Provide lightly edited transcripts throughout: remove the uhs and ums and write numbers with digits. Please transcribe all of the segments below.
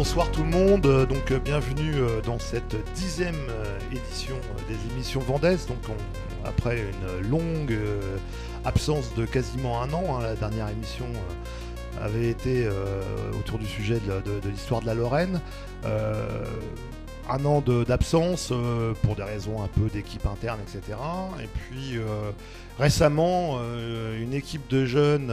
bonsoir tout le monde, bienvenue dans cette 10e édition des émissions Vendès. Après une longue absence de quasiment un an, la dernière émission avait été autour du sujet de l'histoire de la Lorraine. Un an d'absence pour des raisons un peu d'équipe interne, etc. Et puis récemment, une équipe de jeunes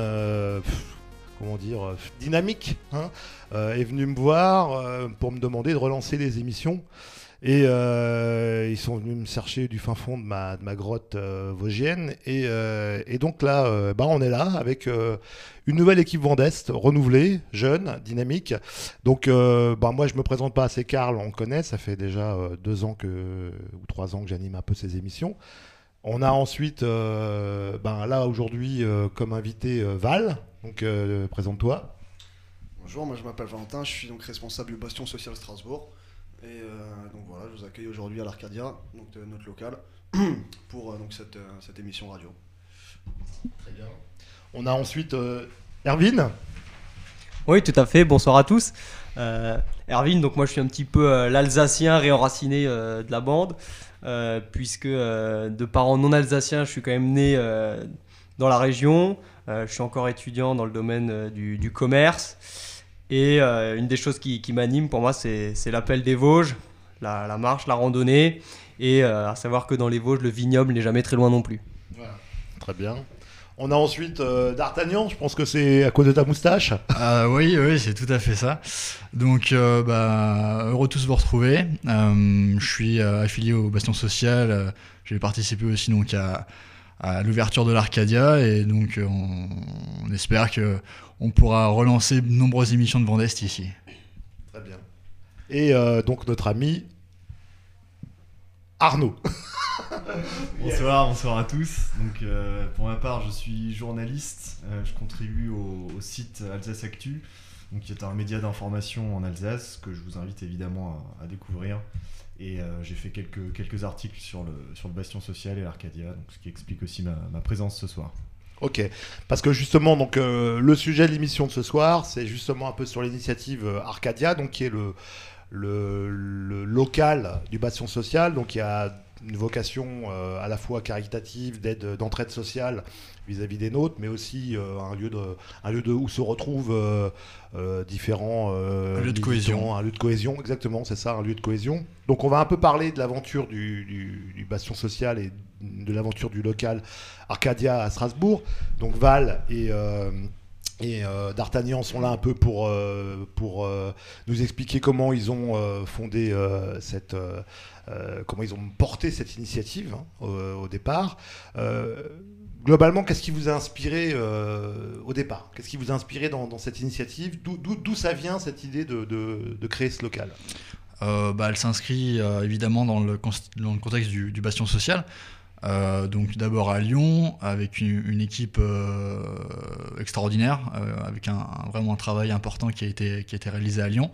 dynamique, est venue me voir pour me demander de relancer les émissions. Et ils sont venus me chercher du fin fond de ma grotte vosgienne. Et donc là, on est là avec une nouvelle équipe Vendest, renouvelée, jeune, dynamique. Donc moi, je me présente pas assez, Karl, on le connaît. Ça fait déjà 2 ans ou 3 ans que j'anime un peu ces émissions. On a ensuite, là aujourd'hui, comme invité Val. Donc présente-toi. Bonjour, moi je m'appelle Valentin, je suis donc responsable du Bastion Social Strasbourg. Et donc voilà, je vous accueille aujourd'hui à l'Arcadia, donc de notre local, pour cette émission radio. Très bien. On a ensuite Erwin. Oui, tout à fait, bonsoir à tous. Erwin, donc moi je suis un petit peu l'Alsacien réenraciné de la bande, puisque de parents non alsaciens, je suis quand même né dans la région. Je suis encore étudiant dans le domaine du commerce. Et une des choses qui m'anime pour moi, c'est l'appel des Vosges, la marche, la randonnée. Et à savoir que dans les Vosges, le vignoble n'est jamais très loin non plus. Voilà. Très bien. On a ensuite D'Artagnan, je pense que c'est à cause de ta moustache. Oui, c'est tout à fait ça. Donc, heureux tous vous retrouver. Je suis affilié au Bastion Social. J'ai participé aussi donc à l'ouverture de l'Arcadia, et donc on espère qu'on pourra relancer de nombreuses émissions de Vendest ici. Très bien. Et donc notre ami Arnaud. Bonsoir à tous. Donc, pour ma part, je suis journaliste. Je contribue au site Alsace Actu, donc, qui est un média d'information en Alsace que je vous invite évidemment à découvrir. Et j'ai fait quelques articles sur le Bastion Social et l'Arcadia, donc, ce qui explique aussi ma présence ce soir. Ok, parce que justement, donc, le sujet de l'émission de ce soir, c'est justement un peu sur l'initiative Arcadia, donc, qui est le local du Bastion Social, donc il y a une vocation à la fois caritative, d'aide, d'entraide sociale vis-à-vis des nôtres, mais aussi un lieu où se retrouvent différents un lieu de cohésion. Un lieu de cohésion, exactement, c'est ça, un lieu de cohésion. Donc on va un peu parler de l'aventure du Bastion Social et de l'aventure du local Arcadia à Strasbourg. Donc Val et D'Artagnan sont là un peu pour nous expliquer comment ils ont fondé comment ils ont porté cette initiative au départ. Globalement, qu'est-ce qui vous a inspiré au départ ? Qu'est-ce qui vous a inspiré dans cette initiative ? D'où ça vient, cette idée de créer ce local ? Elle s'inscrit évidemment dans le contexte du Bastion Social. Donc d'abord à Lyon, avec une équipe extraordinaire, avec vraiment un travail important qui a été réalisé à Lyon.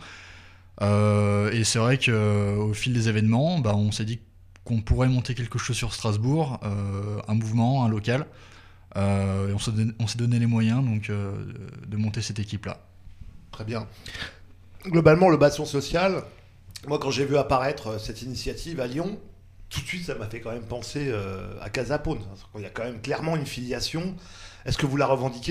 Et c'est vrai qu'au fil des événements, on s'est dit qu'on pourrait monter quelque chose sur Strasbourg, un mouvement, un local. Et on s'est donné les moyens donc, de monter cette équipe-là. Très bien. Globalement, le Bastion Social, moi quand j'ai vu apparaître cette initiative à Lyon, tout de suite ça m'a fait quand même penser à Casa Pound. Il y a quand même clairement une filiation. Est-ce que vous la revendiquez ?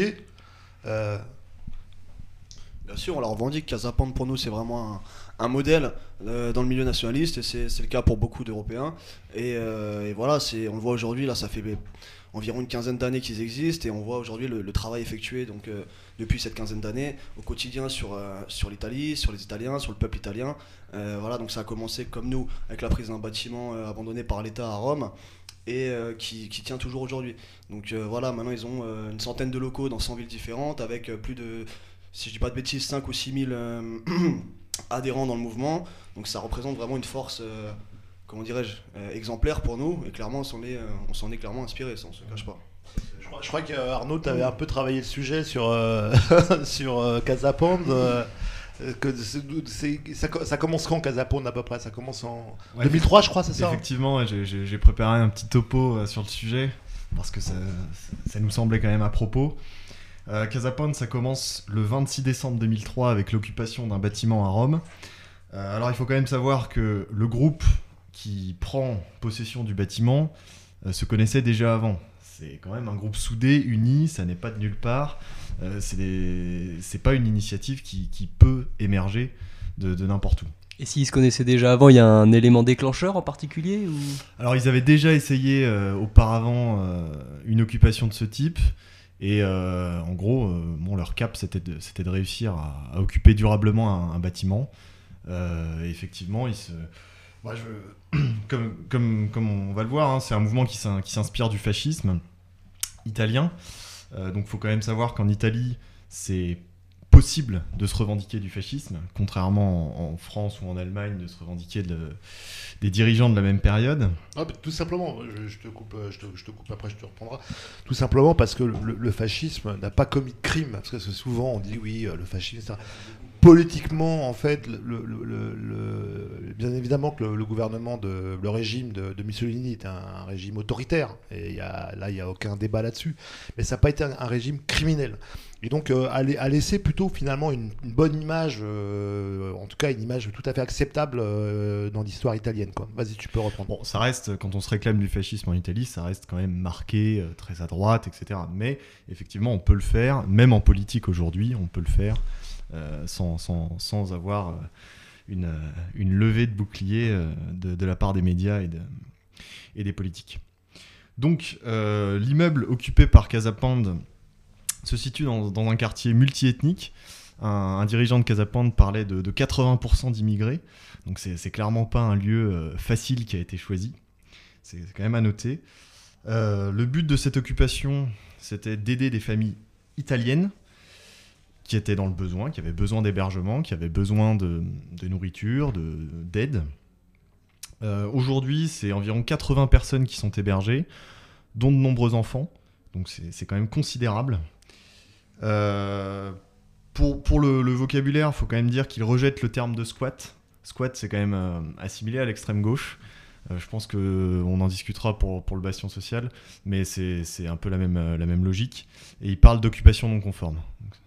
Bien sûr, on la revendique. Casa Pound pour nous c'est vraiment un modèle dans le milieu nationaliste, et c'est le cas pour beaucoup d'Européens. Et voilà, on le voit aujourd'hui, là ça fait environ une quinzaine d'années qu'ils existent, et on voit aujourd'hui le travail effectué donc, depuis cette quinzaine d'années au quotidien sur l'Italie, sur les Italiens, sur le peuple italien. Voilà, donc ça a commencé comme nous avec la prise d'un bâtiment abandonné par l'État à Rome, et qui tient toujours aujourd'hui. Donc voilà, maintenant ils ont une centaine de locaux dans 100 villes différentes, avec plus de, si je dis pas de bêtises, 5 ou 6 000 adhérents dans le mouvement. Donc ça représente vraiment une force exemplaire pour nous, et clairement on s'en est clairement inspiré, ça on se cache pas. Je crois qu'Arnaud, tu avais un peu travaillé le sujet sur Casa Pound. Ça commence quand, Casa Pound, à peu près ? Ça commence en 2003, je crois, c'est ça ? Effectivement, j'ai préparé un petit topo sur le sujet, parce que ça nous semblait quand même à propos. Casa Pound, ça commence le 26 décembre 2003 avec l'occupation d'un bâtiment à Rome. Alors il faut quand même savoir que le groupe qui prend possession du bâtiment se connaissait déjà avant. C'est quand même un groupe soudé, uni, ça n'est pas de nulle part. C'est pas une initiative qui peut émerger de n'importe où. Et s'ils se connaissaient déjà avant, il y a un élément déclencheur en particulier ou... Alors ils avaient déjà essayé auparavant une occupation de ce type. Et en gros, leur cap c'était de réussir à occuper durablement un bâtiment. Et effectivement, comme on va le voir, hein, c'est un mouvement qui s'inspire du fascisme italien. Donc il faut quand même savoir qu'en Italie, c'est possible de se revendiquer du fascisme, contrairement en France ou en Allemagne, de se revendiquer des dirigeants de la même période. Ah, tout simplement, je te coupe après, je te reprendrai. Tout simplement parce que le fascisme n'a pas commis de crime. Parce que souvent on dit oui, le fascisme, etc. Politiquement, en fait, bien évidemment que le gouvernement, le régime de Mussolini est un régime autoritaire. Et il n'y a aucun débat là-dessus. Mais ça n'a pas été un régime criminel. Et donc, a laissé plutôt finalement une bonne image, en tout cas une image tout à fait acceptable dans l'histoire italienne, quoi. Vas-y, tu peux reprendre. Bon, ça reste, quand on se réclame du fascisme en Italie, ça reste quand même marqué, très à droite, etc. Mais effectivement, on peut le faire, même en politique aujourd'hui, on peut le faire. Sans avoir une levée de bouclier de la part des médias et des politiques. Donc l'immeuble occupé par Casa Pound se situe dans un quartier multiethnique. Un dirigeant de Casa Pound parlait de 80% d'immigrés, donc c'est clairement pas un lieu facile qui a été choisi, c'est quand même à noter. Le but de cette occupation, c'était d'aider des familles italiennes qui étaient dans le besoin, qui avaient besoin d'hébergement, qui avaient besoin de nourriture, d'aide. Aujourd'hui, c'est environ 80 personnes qui sont hébergées, dont de nombreux enfants, donc c'est quand même considérable. Pour le vocabulaire, il faut quand même dire qu'ils rejettent le terme de squat. Squat, c'est quand même assimilé à l'extrême gauche. Je pense qu'on en discutera pour le bastion social, mais c'est un peu la même logique. Et ils parlent d'occupation non conforme.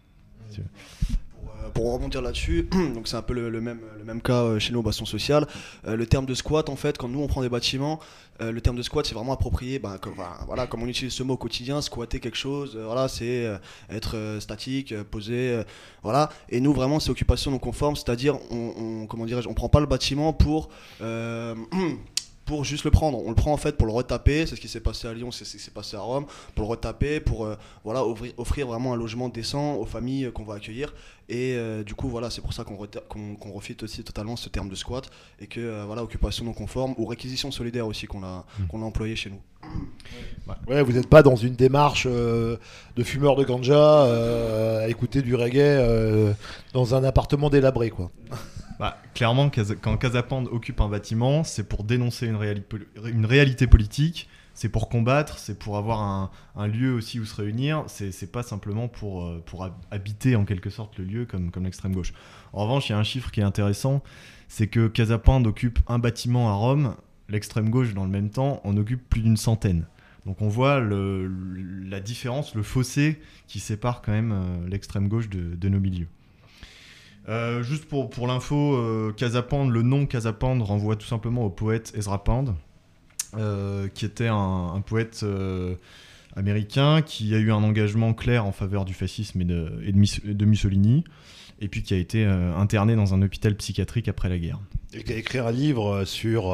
Pour rebondir là-dessus, donc c'est un peu le même cas chez nous au bastion social. Le terme de squat, en fait, quand nous on prend des bâtiments, le terme de squat c'est vraiment approprié, comme on utilise ce mot au quotidien, squatter quelque chose, c'est être statique, posé, voilà. Et nous vraiment c'est occupation non conforme, c'est-à-dire on prend pas le bâtiment pour juste le prendre, on le prend en fait pour le retaper, c'est ce qui s'est passé à Lyon, c'est ce qui s'est passé à Rome, pour le retaper, pour offrir vraiment un logement décent aux familles qu'on va accueillir. Et du coup voilà, c'est pour ça qu'on refute aussi totalement ce terme de squat et que occupation non conforme ou réquisition solidaire aussi qu'on a employé chez nous. Ouais, vous n'êtes pas dans une démarche de fumeur de ganja à écouter du reggae dans un appartement délabré, quoi. Clairement, quand Casa Pound occupe un bâtiment, c'est pour dénoncer une réalité politique, c'est pour combattre, c'est pour avoir un lieu aussi où se réunir, c'est pas simplement pour habiter en quelque sorte le lieu comme l'extrême gauche. En revanche, il y a un chiffre qui est intéressant, c'est que Casa Pound occupe un bâtiment à Rome, l'extrême gauche dans le même temps en occupe plus d'une centaine. Donc on voit la différence, le fossé qui sépare quand même l'extrême gauche de nos milieux. Juste pour l'info, Casa Pound, le nom Casa Pound renvoie tout simplement au poète Ezra Pound, qui était un poète américain qui a eu un engagement clair en faveur du fascisme et de Mussolini, et puis qui a été interné dans un hôpital psychiatrique après la guerre. Et qui a écrit un livre sur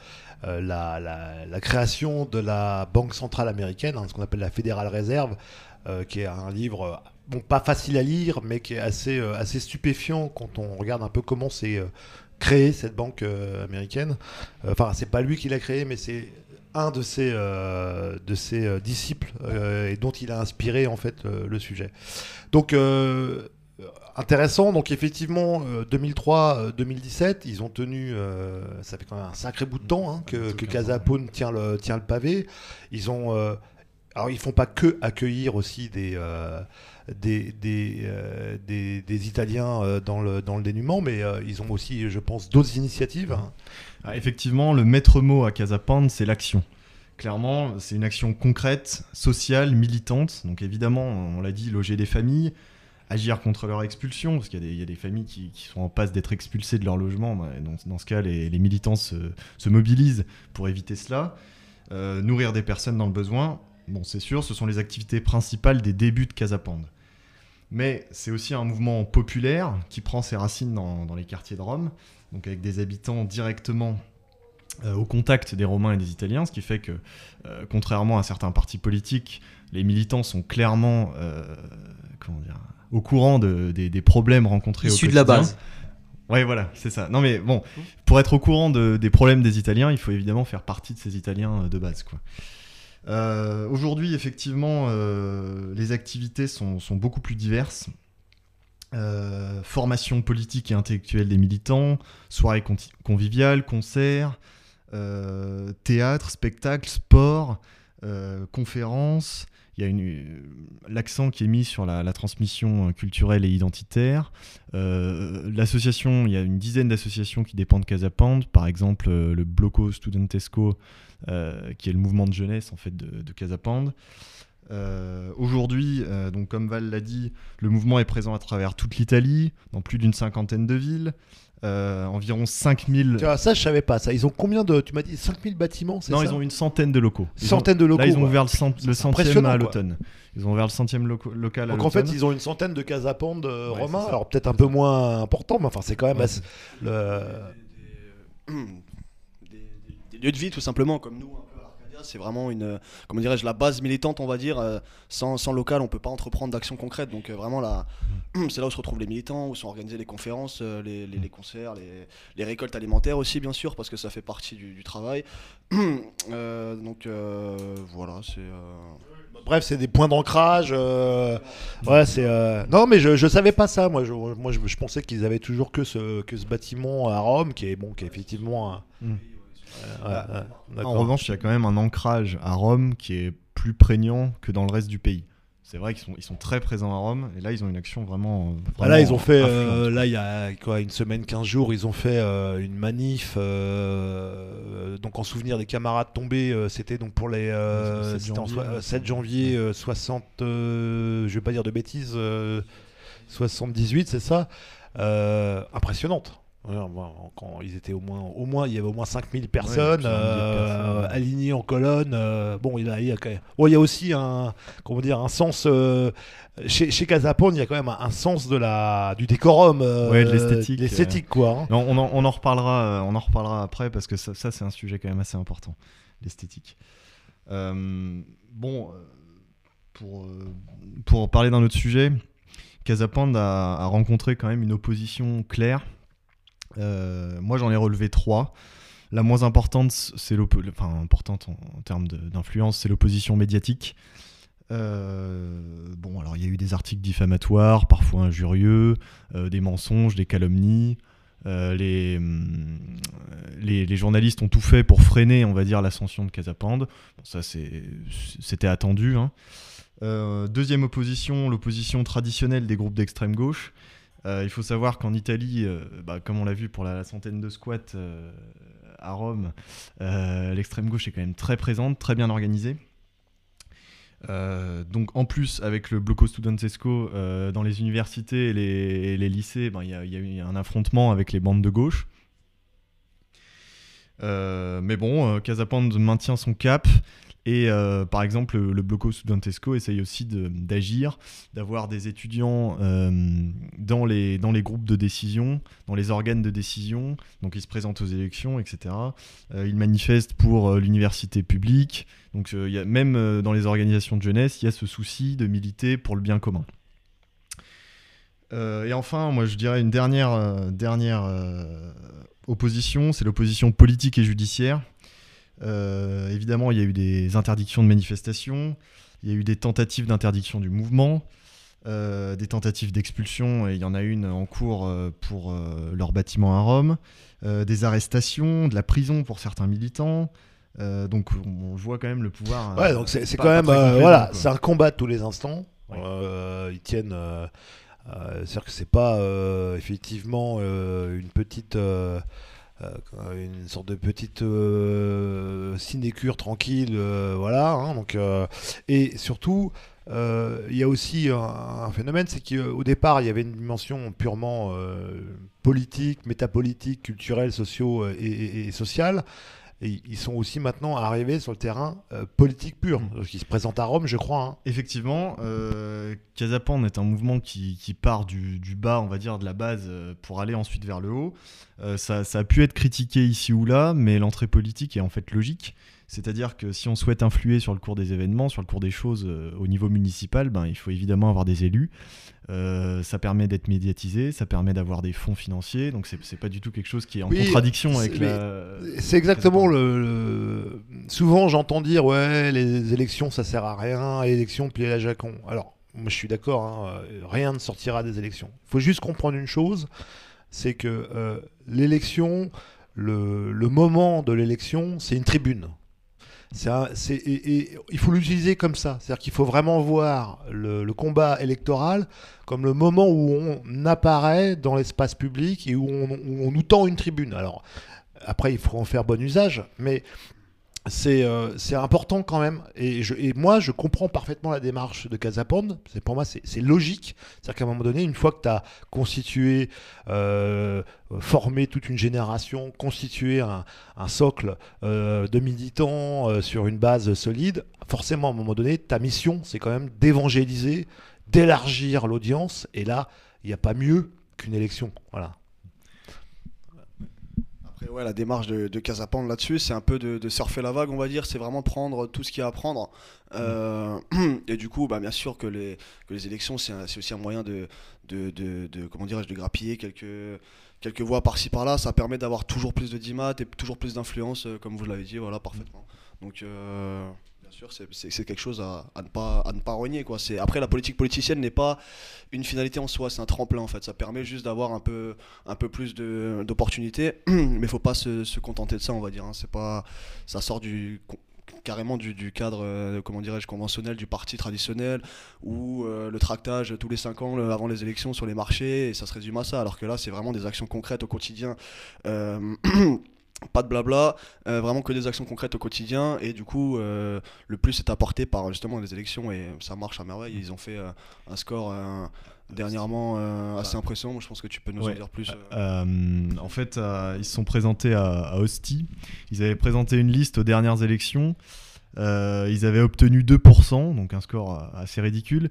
la création de la Banque centrale américaine, ce qu'on appelle la Federal Reserve, qui est un livre... pas facile à lire, mais qui est assez stupéfiant quand on regarde un peu comment s'est créée cette banque américaine. Enfin, c'est pas lui qui l'a créée, mais c'est un de ses disciples et dont il a inspiré en fait le sujet. Donc intéressant. Donc effectivement, 2003-2017, ils ont tenu, ça fait quand même un sacré bout de temps que Casa Pound tient le pavé. Ils ont alors ils font pas que accueillir aussi des Italiens dans le dénuement, mais ils ont aussi, je pense, d'autres initiatives. Effectivement, le maître mot à Casa Pound, c'est l'action. Clairement, c'est une action concrète, sociale, militante. Donc évidemment, on l'a dit, loger des familles, agir contre leur expulsion, parce qu'il y a des familles qui sont en passe d'être expulsées de leur logement. Donc, dans ce cas, les militants se mobilisent pour éviter cela. Nourrir des personnes dans le besoin, bon, c'est sûr, ce sont les activités principales des débuts de Casa Pound. Mais c'est aussi un mouvement populaire qui prend ses racines dans les quartiers de Rome, donc avec des habitants directement au contact des Romains et des Italiens, ce qui fait que, contrairement à certains partis politiques, les militants sont clairement au courant des problèmes rencontrés au quotidien. Issus de la base. Ouais, voilà, c'est ça. Non mais bon, pour être au courant des problèmes des Italiens, il faut évidemment faire partie de ces Italiens de base, quoi. Aujourd'hui, effectivement, les activités sont beaucoup plus diverses. Formation politique et intellectuelle des militants, soirées conviviales, concerts, théâtre, spectacle, sport, conférences. Il y a l'accent qui est mis sur la transmission culturelle et identitaire. L'association, il y a une dizaine d'associations qui dépendent de Casa Pound, par exemple le Blocco Studentesco, qui est le mouvement de jeunesse en fait de Casa Pound. Aujourd'hui, donc comme Val l'a dit, le mouvement est présent à travers toute l'Italie, dans plus d'une 50aine de villes. Environ 5000... Tu vois, ça, je savais pas. Ça. Ils ont combien de... Tu m'as dit 5000 bâtiments, c'est non, ça? ils ont une centaine de locaux. Centaine de locaux. Là, ils ont ouvert le C'est centième à quoi. l'automne. Ils ont ouvert le 100e local à l'automne. Donc en fait, ils ont une centaine de Casa Pound romains. c'est ça. Alors peut-être un peu moins important, mais enfin, c'est quand même assez... Des lieux de vie, tout simplement, comme nous, un peu à l'Arcadia. C'est vraiment comment dirais-je, la base militante, on va dire. Sans local, on peut pas entreprendre d'actions concrètes. Donc vraiment, c'est là où se retrouvent les militants, où sont organisées les conférences, les concerts, les récoltes alimentaires aussi, bien sûr, parce que ça fait partie du travail. Donc voilà, c'est... Bref, c'est des points d'ancrage. Ouais, c'est. Non, mais je savais pas ça. Moi, je pensais qu'ils avaient toujours que ce bâtiment à Rome, qui est effectivement. En revanche, il y a quand même un ancrage à Rome qui est plus prégnant que dans le reste du pays. C'est vrai qu'ils sont très présents à Rome, et là, ils ont une action vraiment là, ils ont fait. influente. Là, il y a une semaine, 15 jours, ils ont fait une manif. Donc, en souvenir des camarades tombés, c'était donc pour les. 7 janvier 60. Je vais pas dire de bêtises. 78, c'est ça. Impressionnante. Quand ils étaient au moins, il y avait au moins 5000 personnes, alignées en colonne. Bon, il y a aussi un sens chez Casa Pound, il y a quand même un sens du décorum, de l'esthétique, quoi. Hein. Non, on en reparlera après parce que ça c'est un sujet quand même assez important, l'esthétique. Pour parler d'un autre sujet, Casa Pound a rencontré quand même une opposition claire. Moi j'en ai relevé 3. La moins importante, importante en termes d'influence, c'est l'opposition médiatique. Alors il y a eu des articles diffamatoires, parfois injurieux, des mensonges, des calomnies. Les journalistes ont tout fait pour freiner, on va dire, l'ascension de Casa Pound. Bon, ça c'était attendu. Hein. Deuxième opposition, l'opposition traditionnelle des groupes d'extrême gauche. Il faut savoir qu'en Italie, comme on l'a vu pour la centaine de squats à Rome, l'extrême gauche est quand même très présente, très bien organisée. Donc en plus, avec le Blocco Studentesco, dans les universités et les lycées, il y a eu un affrontement avec les bandes de gauche. Mais bon, Casa Pound maintient son cap. Et par exemple, le Blocco Studentesco essaye aussi d'agir, d'avoir des étudiants dans les groupes de décision, dans les organes de décision. Donc ils se présentent aux élections, etc. Ils manifestent pour l'université publique. Donc même dans les organisations de jeunesse, il y a ce souci de militer pour le bien commun. Et enfin, moi je dirais une dernière opposition, c'est l'opposition politique et judiciaire. Évidemment, il y a eu des interdictions de manifestation, il y a eu des tentatives d'interdiction du mouvement, des tentatives d'expulsion, et il y en a une en cours pour leur bâtiment à Rome, des arrestations, de la prison pour certains militants. Donc on voit quand même le pouvoir. Ouais, donc c'est quand même c'est un combat de tous les instants. Ouais. Ils tiennent. C'est-à-dire que c'est pas effectivement une petite. une sorte de petite sinécure tranquille, voilà. Hein, donc, et surtout, il y a aussi un phénomène, c'est qu'au départ, il y avait une dimension purement politique, métapolitique, culturelle, et sociale. Et ils sont aussi maintenant arrivés sur le terrain politique pur, qui se présente à Rome, je crois. Hein. Effectivement, Casapande est un mouvement qui part du bas, on va dire, de la base, pour aller ensuite vers le haut. Ça a pu être critiqué ici ou là, mais l'entrée politique est en fait logique. C'est-à-dire que si on souhaite influer sur le cours des événements, sur le cours des choses au niveau municipal, il faut évidemment avoir des élus. Ça permet d'être médiatisé, ça permet d'avoir des fonds financiers, donc c'est pas du tout quelque chose qui est en contradiction avec la... C'est exactement souvent j'entends dire ouais, les élections ça sert à rien, l'élection plier la Jacon. Alors moi je suis d'accord, hein, rien ne sortira des élections. Il faut juste comprendre une chose, c'est que l'élection, le moment de l'élection, c'est une tribune. Et il faut l'utiliser comme ça. C'est-à-dire qu'il faut vraiment voir le combat électoral comme le moment où on apparaît dans l'espace public et où on nous tend une tribune. Alors, après, il faut en faire bon usage, mais c'est important quand même. Et moi, je comprends parfaitement la démarche de Casapande. Pour moi, c'est logique. C'est-à-dire qu'à un moment donné, une fois que tu as constitué, formé toute une génération, constitué un socle de militants sur une base solide, forcément, à un moment donné, ta mission, c'est quand même d'évangéliser, d'élargir l'audience. Et là, il n'y a pas mieux qu'une élection. Voilà. Ouais, la démarche de Casapande là-dessus, c'est un peu de surfer la vague, on va dire. C'est vraiment prendre tout ce qu'il y a à prendre. Et du coup, bien sûr que les élections, c'est aussi un moyen de comment dirais-je, de grappiller quelques voix par-ci par-là. Ça permet d'avoir toujours plus de dimat et toujours plus d'influence, comme vous l'avez dit, voilà, parfaitement. Donc, bien sûr, c'est quelque chose à ne pas renier, quoi. Après, la politique politicienne n'est pas une finalité en soi, c'est un tremplin en fait. Ça permet juste d'avoir un peu plus d'opportunités, mais il faut pas se contenter de ça, on va dire. Hein. Ça sort carrément du cadre, comment dirais-je, conventionnel du parti traditionnel, où le tractage tous les 5 ans avant les élections sur les marchés, et ça se résume à ça. Alors que là, c'est vraiment des actions concrètes au quotidien. Pas de blabla, vraiment que des actions concrètes au quotidien, et du coup le plus est apporté par justement les élections, et ça marche à merveille. Ils ont fait un score dernièrement assez impressionnant. Je pense que tu peux nous en dire plus. En fait, ils se sont présentés à Ostie. Ils avaient présenté une liste aux dernières élections. Ils avaient obtenu 2%, donc un score assez ridicule.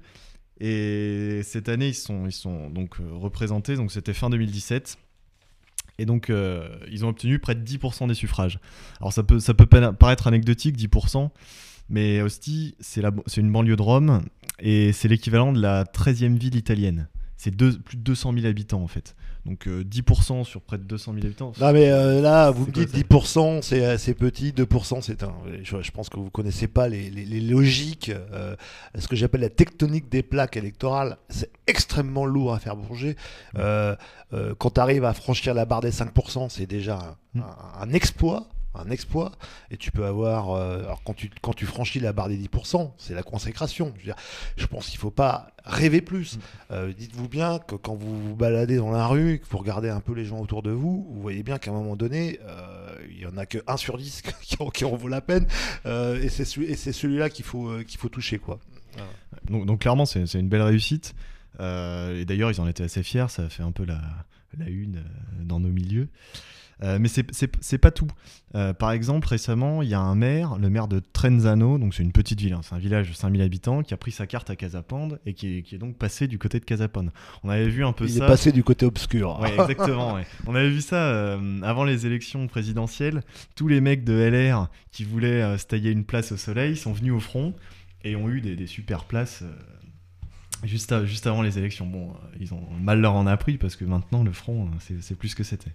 Et cette année, ils sont donc représentés. Donc c'était fin 2017. Et donc, ils ont obtenu près de 10% des suffrages. Alors, ça peut paraître anecdotique, 10%, mais Ostie, c'est une banlieue de Rome, et c'est l'équivalent de la 13e ville italienne. C'est plus de 200 000 habitants, en fait. Donc, 10% sur près de 200 000 habitants. Non, mais là, vous me dites 10%, c'est petit, 2%, c'est un... Je pense que vous ne connaissez pas les logiques, ce que j'appelle la tectonique des plaques électorales. C'est extrêmement lourd à faire bouger. Quand tu arrives à franchir la barre des 5%, c'est déjà un exploit. Et tu peux avoir alors quand tu franchis la barre des 10%, c'est la consécration. Je pense qu'il ne faut pas rêver plus. Dites-vous bien que quand vous vous baladez dans la rue, que vous regardez un peu les gens autour de vous, vous voyez bien qu'à un moment donné, il n'y en a que 1 sur 10 qui en vaut la peine, et c'est celui-là qu'il faut toucher, quoi. Donc clairement, c'est une belle réussite. Et d'ailleurs, ils en étaient assez fiers. Ça a fait un peu la une dans nos milieux. Mais c'est pas tout. Par exemple, récemment, il y a un maire, le maire de Trenzano, donc c'est une petite ville, hein, c'est un village de 5000 habitants, qui a pris sa carte à Casapande et qui est donc passé du côté de Casapande. On avait vu un peu ça. Il est passé du côté obscur. Ouais, exactement. Ouais. On avait vu ça avant les élections présidentielles. Tous les mecs de LR qui voulaient se tailler une place au soleil sont venus au front et ont eu des super places. Juste avant les élections. Bon, ils ont mal leur en a pris parce que maintenant le front, c'est plus ce que c'était.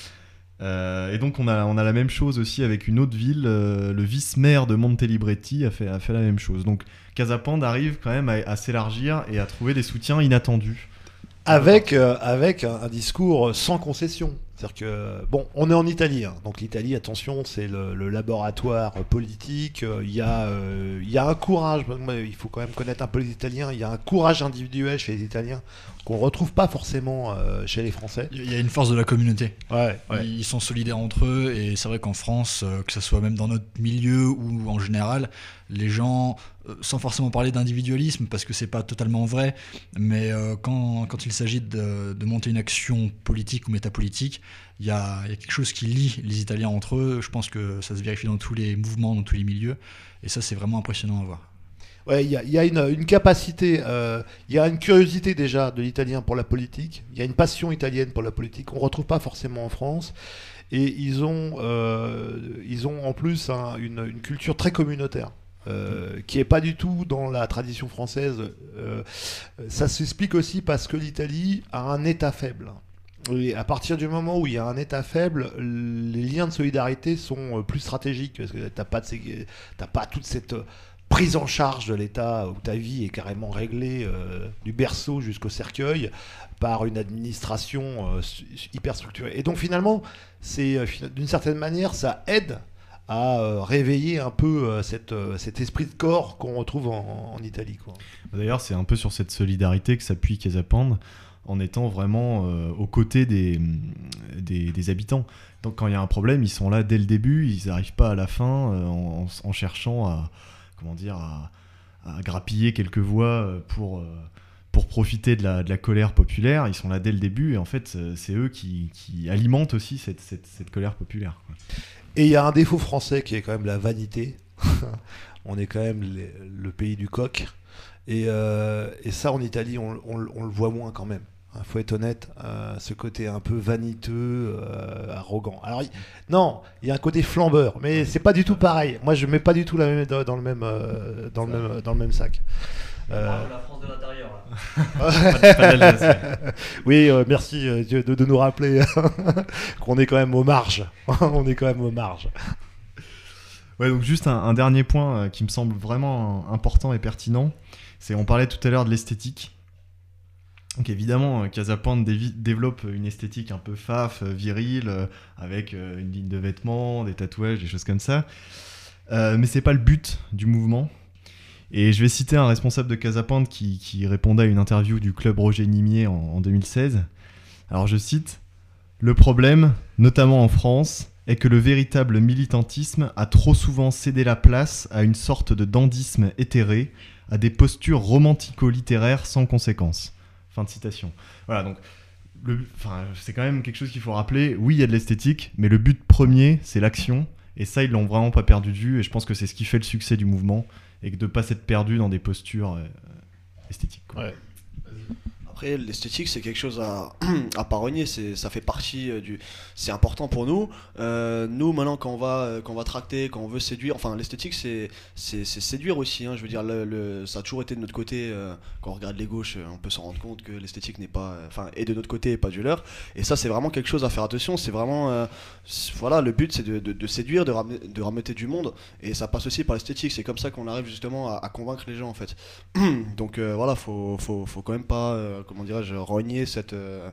Et donc on a la même chose aussi avec une autre ville, le vice-maire de Montelibretti a fait la même chose. Donc Casapande arrive quand même à s'élargir et à trouver des soutiens inattendus. Avec un discours sans concession. C'est-à-dire que, bon, on est en Italie, hein. Donc l'Italie, attention, c'est le laboratoire politique. Il y a un courage, il faut quand même connaître un peu les Italiens, il y a un courage individuel chez les Italiens qu'on ne retrouve pas forcément chez les Français. Il y a une force de la communauté. Ouais. Ils sont solidaires entre eux, et c'est vrai qu'en France, que ce soit même dans notre milieu ou en général, les gens, sans forcément parler d'individualisme, parce que c'est pas totalement vrai, mais quand il s'agit de monter une action politique ou métapolitique, il y a quelque chose qui lie les Italiens entre eux. Je pense que ça se vérifie dans tous les mouvements, dans tous les milieux, et ça, c'est vraiment impressionnant à voir. Ouais, il y a une capacité, il y a une curiosité déjà de l'Italien pour la politique, il y a une passion italienne pour la politique qu'on ne retrouve pas forcément en France, et ils ont en plus une culture très communautaire. Qui n'est pas du tout dans la tradition française. Ça s'explique aussi parce que l'Italie a un État faible. Et à partir du moment où il y a un État faible, les liens de solidarité sont plus stratégiques, parce que t'as pas toute cette prise en charge de l'État où ta vie est carrément réglée du berceau jusqu'au cercueil par une administration hyper structurée. Et donc finalement, d'une certaine manière, ça aide à réveiller un peu cet esprit de corps qu'on retrouve en Italie, quoi. D'ailleurs, c'est un peu sur cette solidarité que s'appuie Casa Pound, en étant vraiment aux côtés des habitants. Donc quand il y a un problème, ils sont là dès le début, ils n'arrivent pas à la fin en cherchant à grappiller quelques voix pour profiter de la colère populaire. Ils sont là dès le début, et en fait, c'est eux qui alimentent aussi cette colère populaire, quoi. Et il y a un défaut français qui est quand même la vanité. On est quand même le pays du coq. Et ça, en Italie, on le voit moins quand même. Il faut être honnête, ce côté un peu vaniteux, arrogant. Alors, il y a un côté flambeur, mais c'est pas du tout pareil. Moi, je mets pas du tout dans le même sac. La France de l'intérieur. Là. Oui, merci de nous rappeler qu'on est quand même aux marges. On est quand même aux marges. Ouais, donc juste un dernier point qui me semble vraiment important et pertinent, c'est on parlait tout à l'heure de l'esthétique. Donc évidemment, Casa Pound développe une esthétique un peu faf, virile, avec une ligne de vêtements, des tatouages, des choses comme ça. Mais c'est pas le but du mouvement. Et je vais citer un responsable de Casa Pound qui répondait à une interview du club Roger Nimier en 2016. Alors je cite: « Le problème, notamment en France, est que le véritable militantisme a trop souvent cédé la place à une sorte de dandysme éthéré, à des postures romantico-littéraires sans conséquence. » Fin de citation. Voilà, donc c'est quand même quelque chose qu'il faut rappeler. Oui, il y a de l'esthétique, mais le but premier, c'est l'action. Et ça, ils l'ont vraiment pas perdu de vue. Et je pense que c'est ce qui fait le succès du mouvement. Et que de ne pas s'être perdu dans des postures esthétiques, quoi. Ouais. Après, l'esthétique, c'est quelque chose à pas renier. Ça fait partie c'est important pour nous. Nous, maintenant, quand on va tracter, quand on veut séduire, enfin, l'esthétique, c'est séduire aussi, hein. Je veux dire, ça a toujours été de notre côté. Quand on regarde les gauches, on peut s'en rendre compte que l'esthétique n'est pas, est de notre côté et pas du leur. Et ça, c'est vraiment quelque chose à faire attention. C'est vraiment, voilà, le but, c'est de séduire, de ramener du monde. Et ça passe aussi par l'esthétique. C'est comme ça qu'on arrive justement à convaincre les gens, en fait. Donc voilà, faut quand même pas, comment dirais-je, renier cette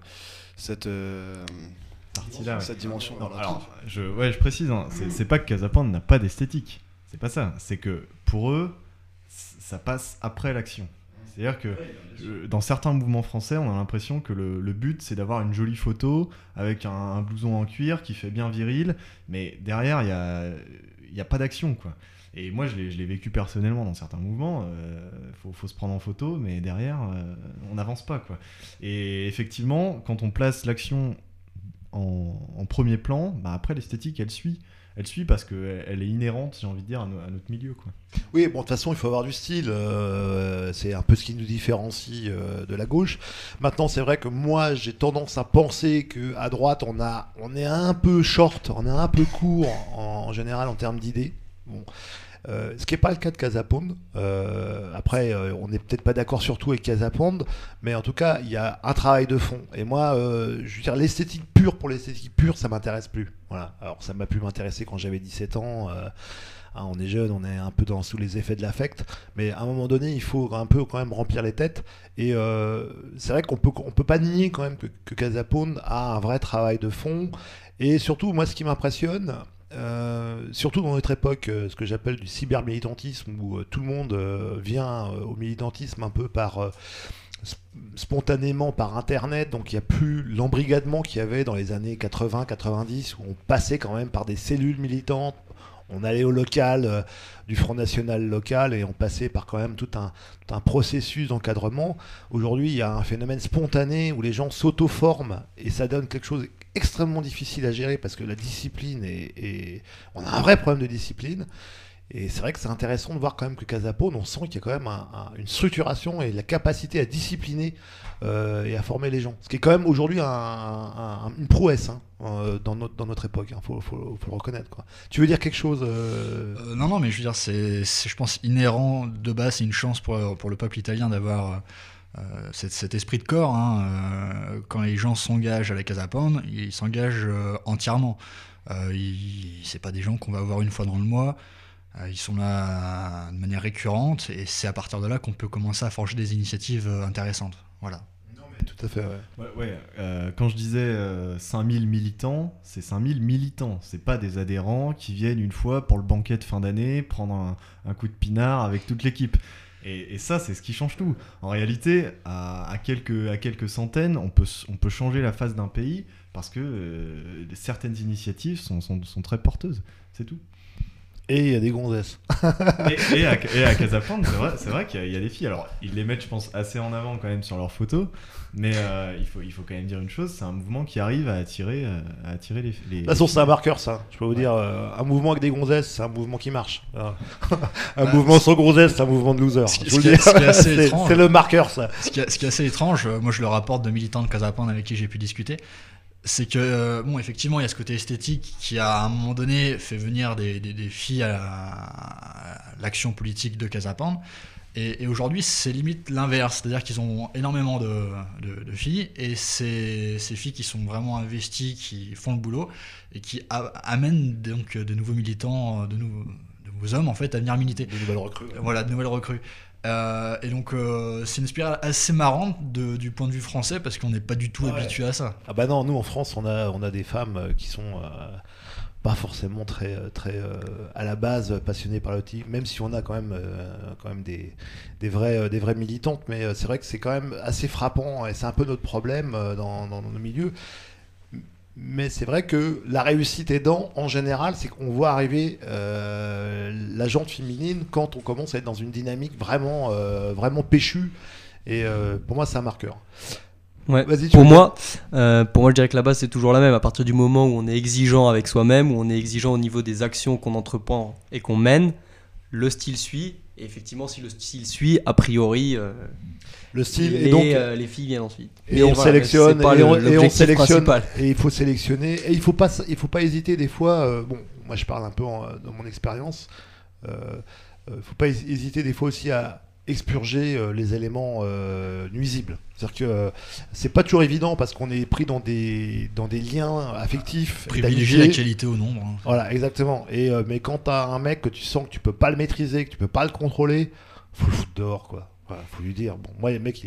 partie-là, cette dimension. Non, voilà. alors, je précise, hein, c'est pas que Casa Pound n'a pas d'esthétique. C'est pas ça. C'est que pour eux, ça passe après l'action. C'est-à-dire que dans certains mouvements français, on a l'impression que le but, c'est d'avoir une jolie photo avec un blouson en cuir qui fait bien viril, mais derrière, il y a pas d'action, quoi. Et moi, je l'ai vécu personnellement dans certains mouvements. Faut se prendre en photo, mais derrière, on n'avance pas, quoi. Et effectivement, quand on place l'action en premier plan, bah après, l'esthétique, elle suit. Elle suit parce qu'elle est inhérente, j'ai envie de dire, à notre milieu, quoi. Oui, bon, de toute façon, il faut avoir du style. C'est un peu ce qui nous différencie de la gauche. Maintenant, c'est vrai que moi, j'ai tendance à penser qu'à droite, on est un peu short, on est un peu court en général en termes d'idées. Bon. Ce qui n'est pas le cas de Casa Pound. Après, on n'est peut-être pas d'accord sur tout avec Casa Pound, mais en tout cas, il y a un travail de fond. Et moi, je veux dire, l'esthétique pure pour l'esthétique pure, ça m'intéresse plus. Voilà. Alors, ça m'a pu m'intéresser quand j'avais 17 ans. On est jeune, on est un peu sous les effets de l'affect, mais à un moment donné, il faut un peu quand même remplir les têtes. Et c'est vrai qu'on peut pas nier quand même que Casa Pound a un vrai travail de fond. Et surtout, moi, ce qui m'impressionne, surtout dans notre époque, ce que j'appelle du cyber-militantisme, où tout le monde vient au militantisme un peu par spontanément par internet, donc il n'y a plus l'embrigadement qu'il y avait dans les années 80-90, où on passait quand même par des cellules militantes, on allait au local du Front National local et on passait par quand même tout un processus d'encadrement. Aujourd'hui, il y a un phénomène spontané où les gens s'auto-forment et ça donne quelque chose d'extrêmement difficile à gérer parce que la discipline on a un vrai problème de discipline. Et c'est vrai que c'est intéressant de voir quand même que Casa Pound, on sent qu'il y a quand même une structuration et la capacité à discipliner et à former les gens. Ce qui est quand même aujourd'hui une prouesse dans notre époque, faut le reconnaître, quoi. Tu veux dire quelque chose Non, mais je veux dire, c'est, je pense, inhérent de base, c'est une chance pour le peuple italien d'avoir cet esprit de corps. Quand les gens s'engagent à la Casa Pound, ils s'engagent entièrement. C'est pas des gens qu'on va voir une fois dans le mois. Ils sont là de manière récurrente et c'est à partir de là qu'on peut commencer à forger des initiatives intéressantes. Voilà. Non, mais tout à fait, ouais. Quand je disais 5000 militants, c'est 5000 militants. C'est pas des adhérents qui viennent une fois pour le banquet de fin d'année prendre un coup de pinard avec toute l'équipe. Et ça, c'est ce qui change tout. En réalité, à quelques centaines, on peut changer la face d'un pays parce que certaines initiatives sont très porteuses. C'est tout. Et il y a des gonzesses. et à Casa Pound, c'est vrai qu'il y a des filles. Alors, ils les mettent, je pense, assez en avant quand même sur leurs photos. Mais il faut quand même dire une chose, c'est un mouvement qui arrive à attirer les... De toute façon, c'est un marqueur, ça. Je peux vous dire, un mouvement avec des gonzesses, c'est un mouvement qui marche. Un mouvement sans gonzesses, c'est un mouvement de loser. C'est le marqueur, ça. Ce qui est assez étrange, moi je le rapporte de militants de Casa Pound avec qui j'ai pu discuter, c'est que, effectivement, il y a ce côté esthétique qui, à un moment donné, fait venir des filles à l'action politique de Casa Pound. Et aujourd'hui, c'est limite l'inverse. C'est-à-dire qu'ils ont énormément de filles, et ces filles qui sont vraiment investies, qui font le boulot, et qui amènent donc de nouveaux militants, de nouveaux hommes, en fait, à venir militer. De nouvelles recrues. Voilà, de nouvelles recrues. Et donc c'est une spirale assez marrante du point de vue français parce qu'on n'est pas du tout habitué à ça. Ah bah non, nous en France on a des femmes qui sont pas forcément très à la base passionnées par l'autisme, même si on a quand même des vraies militantes, mais c'est vrai que c'est quand même assez frappant et c'est un peu notre problème dans nos milieux. Mais c'est vrai que la réussite aidant, en général, c'est qu'on voit arriver la jante féminine quand on commence à être dans une dynamique vraiment péchue. Et pour moi, c'est un marqueur. Ouais. Pour moi, je dirais que la base c'est toujours la même. À partir du moment où on est exigeant avec soi-même, où on est exigeant au niveau des actions qu'on entreprend et qu'on mène, le style suit. Et effectivement, si le style suit, a priori, le style et donc les filles viennent ensuite. Et on sélectionne et on sélectionne principal. Et il faut sélectionner et il faut pas hésiter des fois. Bon, moi je parle un peu dans mon expérience. Faut pas hésiter des fois aussi à expurger les éléments nuisibles. C'est-à-dire que c'est pas toujours évident parce qu'on est pris dans des liens affectifs. Privilégier la qualité au nombre. Voilà, exactement. Et mais quand t'as un mec que tu sens que tu peux pas le maîtriser, que tu peux pas le contrôler, faut le foutre dehors, quoi. Voilà, faut lui dire. Bon, moi, le mec,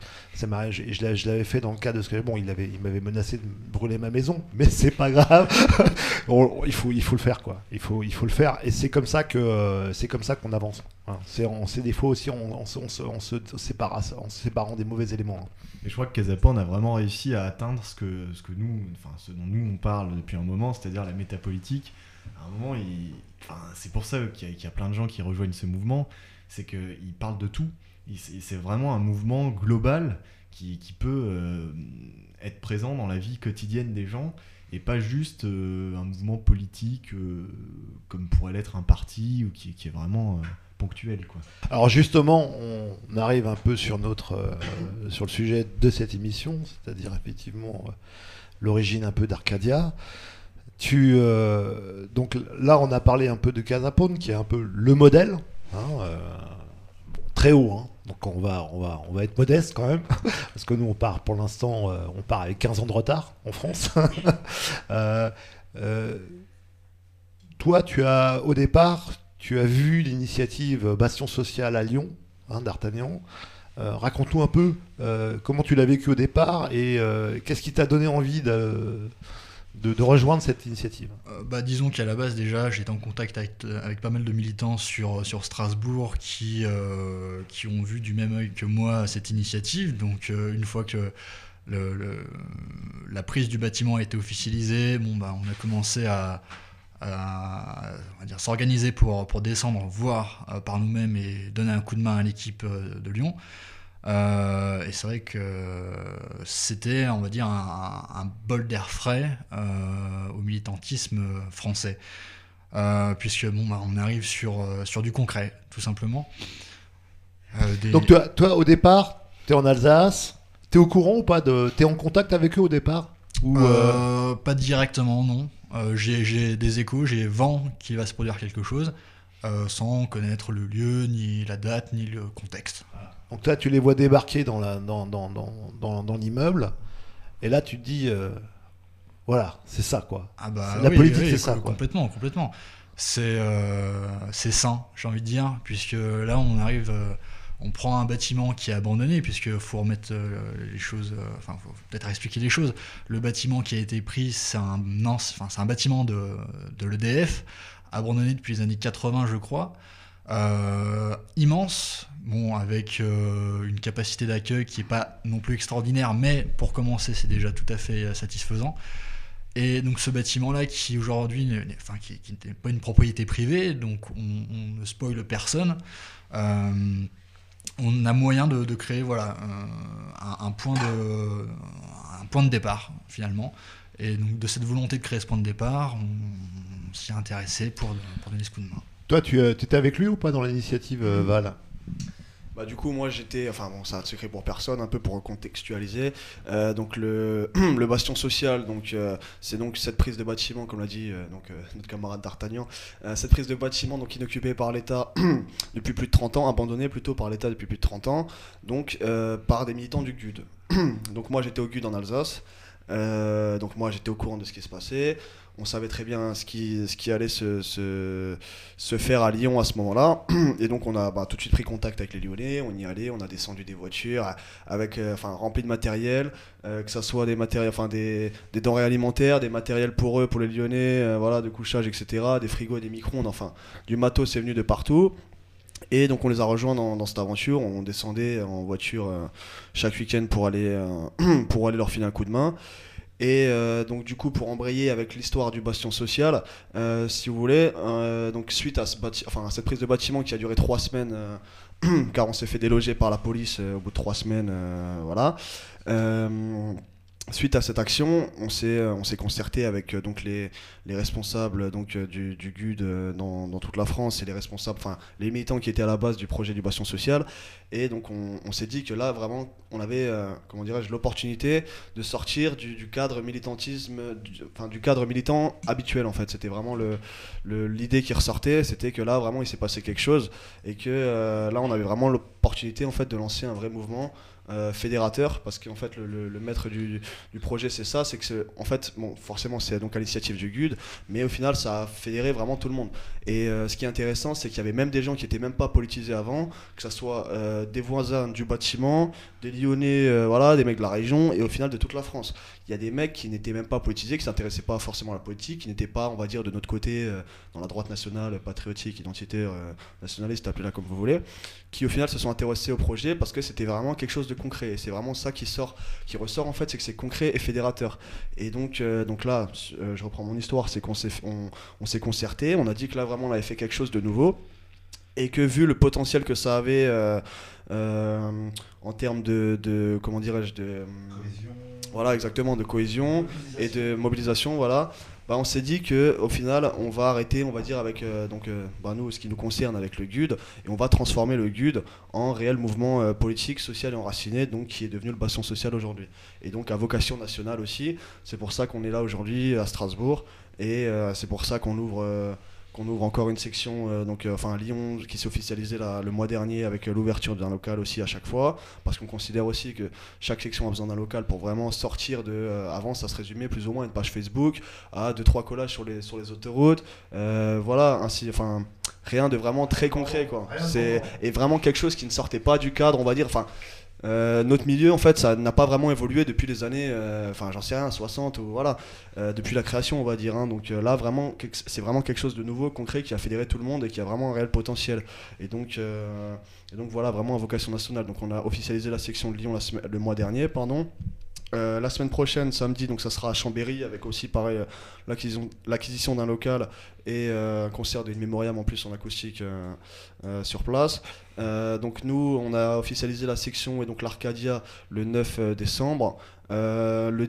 je l'avais fait dans le cas de ce que il m'avait menacé de brûler ma maison, mais c'est pas grave. Il faut le faire, quoi. Il faut le faire, et c'est comme ça qu'on avance. Voilà. C'est des fois aussi en se séparant des mauvais éléments. Et je crois que Casa Pound a vraiment réussi à atteindre ce dont nous on parle depuis un moment, c'est-à-dire la métapolitique. À un moment, c'est pour ça qu'il y a plein de gens qui rejoignent ce mouvement, c'est qu'ils parlent de tout. C'est vraiment un mouvement global qui peut être présent dans la vie quotidienne des gens et pas juste un mouvement politique comme pourrait l'être un parti ou qui est vraiment ponctuel, quoi. Alors justement, on arrive un peu sur le sujet de cette émission, c'est-à-dire effectivement l'origine un peu d'Arcadia. Donc là, on a parlé un peu de Casapone, qui est un peu le modèle, hein, très haut. Hein. Donc on va être modeste quand même, parce que nous on part pour l'instant, on part avec 15 ans de retard en France. Toi, au départ, tu as vu l'initiative Bastion Social à Lyon, hein, d'Artagnan. Raconte-nous un peu comment tu l'as vécu au départ et qu'est-ce qui t'a donné envie de rejoindre cette initiative. Disons qu'à la base déjà j'étais en contact avec pas mal de militants sur Strasbourg qui ont vu du même œil que moi cette initiative. Donc une fois que la prise du bâtiment a été officialisée, on a commencé à on va dire, s'organiser pour descendre, voir par nous-mêmes et donner un coup de main à l'équipe de Lyon. Et c'est vrai que c'était, on va dire, un bol d'air frais au militantisme français, puisque on arrive sur du concret, tout simplement. Donc toi, au départ, t'es en Alsace, t'es au courant ou pas t'es en contact avec eux au départ ou Pas directement, non. J'ai des échos, j'ai vent qu'il va se produire quelque chose, sans connaître le lieu, ni la date, ni le contexte. Donc là, tu les vois débarquer dans l'immeuble, et là, tu te dis, voilà, c'est ça, quoi. La politique, c'est ça, quoi. Complètement. C'est sain, j'ai envie de dire, puisque là, on arrive, on prend un bâtiment qui est abandonné, puisque faut remettre les choses, faut peut-être expliquer les choses. Le bâtiment qui a été pris, c'est un bâtiment de l'EDF, abandonné depuis les années 80, je crois. Immense, avec une capacité d'accueil qui n'est pas non plus extraordinaire, mais pour commencer c'est déjà tout à fait satisfaisant. Et donc ce bâtiment-là qui aujourd'hui qui n'est pas une propriété privée, donc on ne spoile personne, on a moyen de créer un point de départ finalement. Et donc de cette volonté de créer ce point de départ, on s'y est intéressé pour donner ce coup de main. Toi, tu étais avec lui ou pas dans l'initiative Val ? Du coup, moi j'étais, ça a de secret pour personne, un peu pour recontextualiser. Donc le bastion social, c'est donc cette prise de bâtiment, comme l'a dit notre camarade d'Artagnan, cette prise de bâtiment donc inoccupée par l'État depuis plus de 30 ans, abandonnée plutôt par l'État depuis plus de 30 ans, donc par des militants du GUD. Donc moi j'étais au GUD en Alsace, donc moi j'étais au courant de ce qui se passait. On savait très bien ce qui allait se faire à Lyon à ce moment-là. Et donc on a tout de suite pris contact avec les Lyonnais, on y allait, on a descendu des voitures avec remplies de matériel, que ce soit des denrées alimentaires, des matériels pour eux, pour les Lyonnais, de couchage, etc., des frigos, des micro-ondes, du matos est venu de partout. Et donc on les a rejoints dans cette aventure, on descendait en voiture chaque week-end pour aller leur filer un coup de main. Et donc du coup pour embrayer avec l'histoire du bastion social, si vous voulez, donc suite à cette prise de bâtiment qui a duré 3 semaines, car on s'est fait déloger par la police au bout de 3 semaines, suite à cette action, on s'est concerté avec les responsables du GUD dans toute la France et les responsables, les militants qui étaient à la base du projet du bastion social. Et donc on s'est dit que là vraiment on avait l'opportunité de sortir du cadre militantisme, du cadre militant habituel en fait. C'était vraiment l'idée qui ressortait, c'était que là vraiment il s'est passé quelque chose et que là on avait vraiment l'opportunité en fait de lancer un vrai mouvement fédérateur, parce qu'en fait le maître du projet c'est ça, c'est que forcément c'est donc à l'initiative du GUD, mais au final ça a fédéré vraiment tout le monde. Et ce qui est intéressant, c'est qu'il y avait même des gens qui étaient même pas politisés avant, que ce soit des voisins du bâtiment, des Lyonnais, des mecs de la région, et au final de toute la France. Il y a des mecs qui n'étaient même pas politisés, qui s'intéressaient pas forcément à la politique, qui n'étaient pas, on va dire, de notre côté, dans la droite nationale, patriotique, identitaire, nationaliste, appelez-la comme vous voulez, qui au final se sont intéressés au projet parce que c'était vraiment quelque chose de concret. Et c'est vraiment ça qui ressort en fait, c'est que c'est concret et fédérateur. Et donc là, je reprends mon histoire, c'est qu'on s'est concerté, on a dit que là vraiment on avait fait quelque chose de nouveau, et que vu le potentiel que ça avait en termes de comment dirais-je, de cohésion. Voilà, exactement, de cohésion et de mobilisation, on s'est dit que au final on va arrêter, on va dire, avec nous, ce qui nous concerne, avec le GUD, et on va transformer le GUD en réel mouvement politique, social et enraciné, donc qui est devenu le bastion social aujourd'hui, et donc à vocation nationale aussi. C'est pour ça qu'on est là aujourd'hui à Strasbourg, Et c'est pour ça qu'on ouvre encore une section, à Lyon, qui s'est officialisée le mois dernier avec l'ouverture d'un local aussi à chaque fois, parce qu'on considère aussi que chaque section a besoin d'un local pour vraiment sortir avant, ça se résumait plus ou moins à une page Facebook, à 2-3 collages sur les autoroutes, rien de vraiment très concret, quoi. Et vraiment quelque chose qui ne sortait pas du cadre, on va dire. Notre milieu, en fait, ça n'a pas vraiment évolué depuis les années, j'en sais rien, 60 ou voilà, depuis la création, on va dire. Donc là, vraiment, c'est vraiment quelque chose de nouveau, concret, qui a fédéré tout le monde et qui a vraiment un réel potentiel. Et donc voilà, vraiment à vocation nationale. Donc on a officialisé la section de Lyon le mois dernier, pardon. La semaine prochaine, samedi, donc ça sera à Chambéry, avec aussi pareil l'acquisition d'un local et un concert de In Memoriam en plus en acoustique sur place. Donc nous, on a officialisé la section et donc l'Arcadia le 9 décembre. Le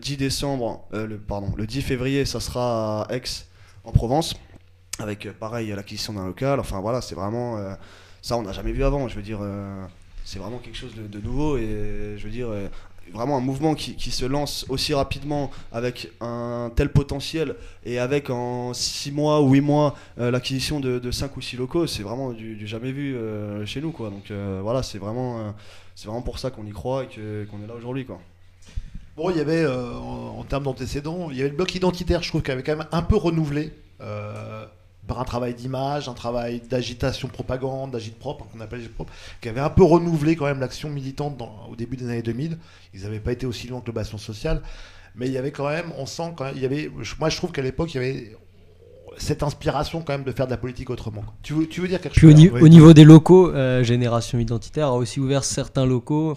10 février, ça sera à Aix en Provence, avec pareil l'acquisition d'un local. Enfin voilà, c'est vraiment ça, on n'a jamais vu avant. Je veux dire, c'est vraiment quelque chose de nouveau et je veux dire. Vraiment un mouvement qui se lance aussi rapidement avec un tel potentiel et avec en 6 mois ou 8 mois l'acquisition de 5 ou 6 locaux, c'est vraiment du jamais vu chez nous, quoi. Donc voilà, c'est vraiment pour ça qu'on y croit et qu'on est là aujourd'hui, quoi. Bon, il y avait en termes d'antécédents, il y avait le bloc identitaire, je trouve, qui avait quand même un peu renouvelé par un travail d'image, un travail d'agitation propagande, d'agite-propre, qu'on appelle agite-propre, qui avait un peu renouvelé quand même l'action militante au début des années 2000. Ils n'avaient pas été aussi loin que le Bastion social, mais il y avait quand même, on sent quand même, moi je trouve qu'à l'époque il y avait cette inspiration quand même de faire de la politique autrement. Tu veux dire quelque chose? Puis au niveau des locaux, Génération Identitaire a aussi ouvert certains locaux,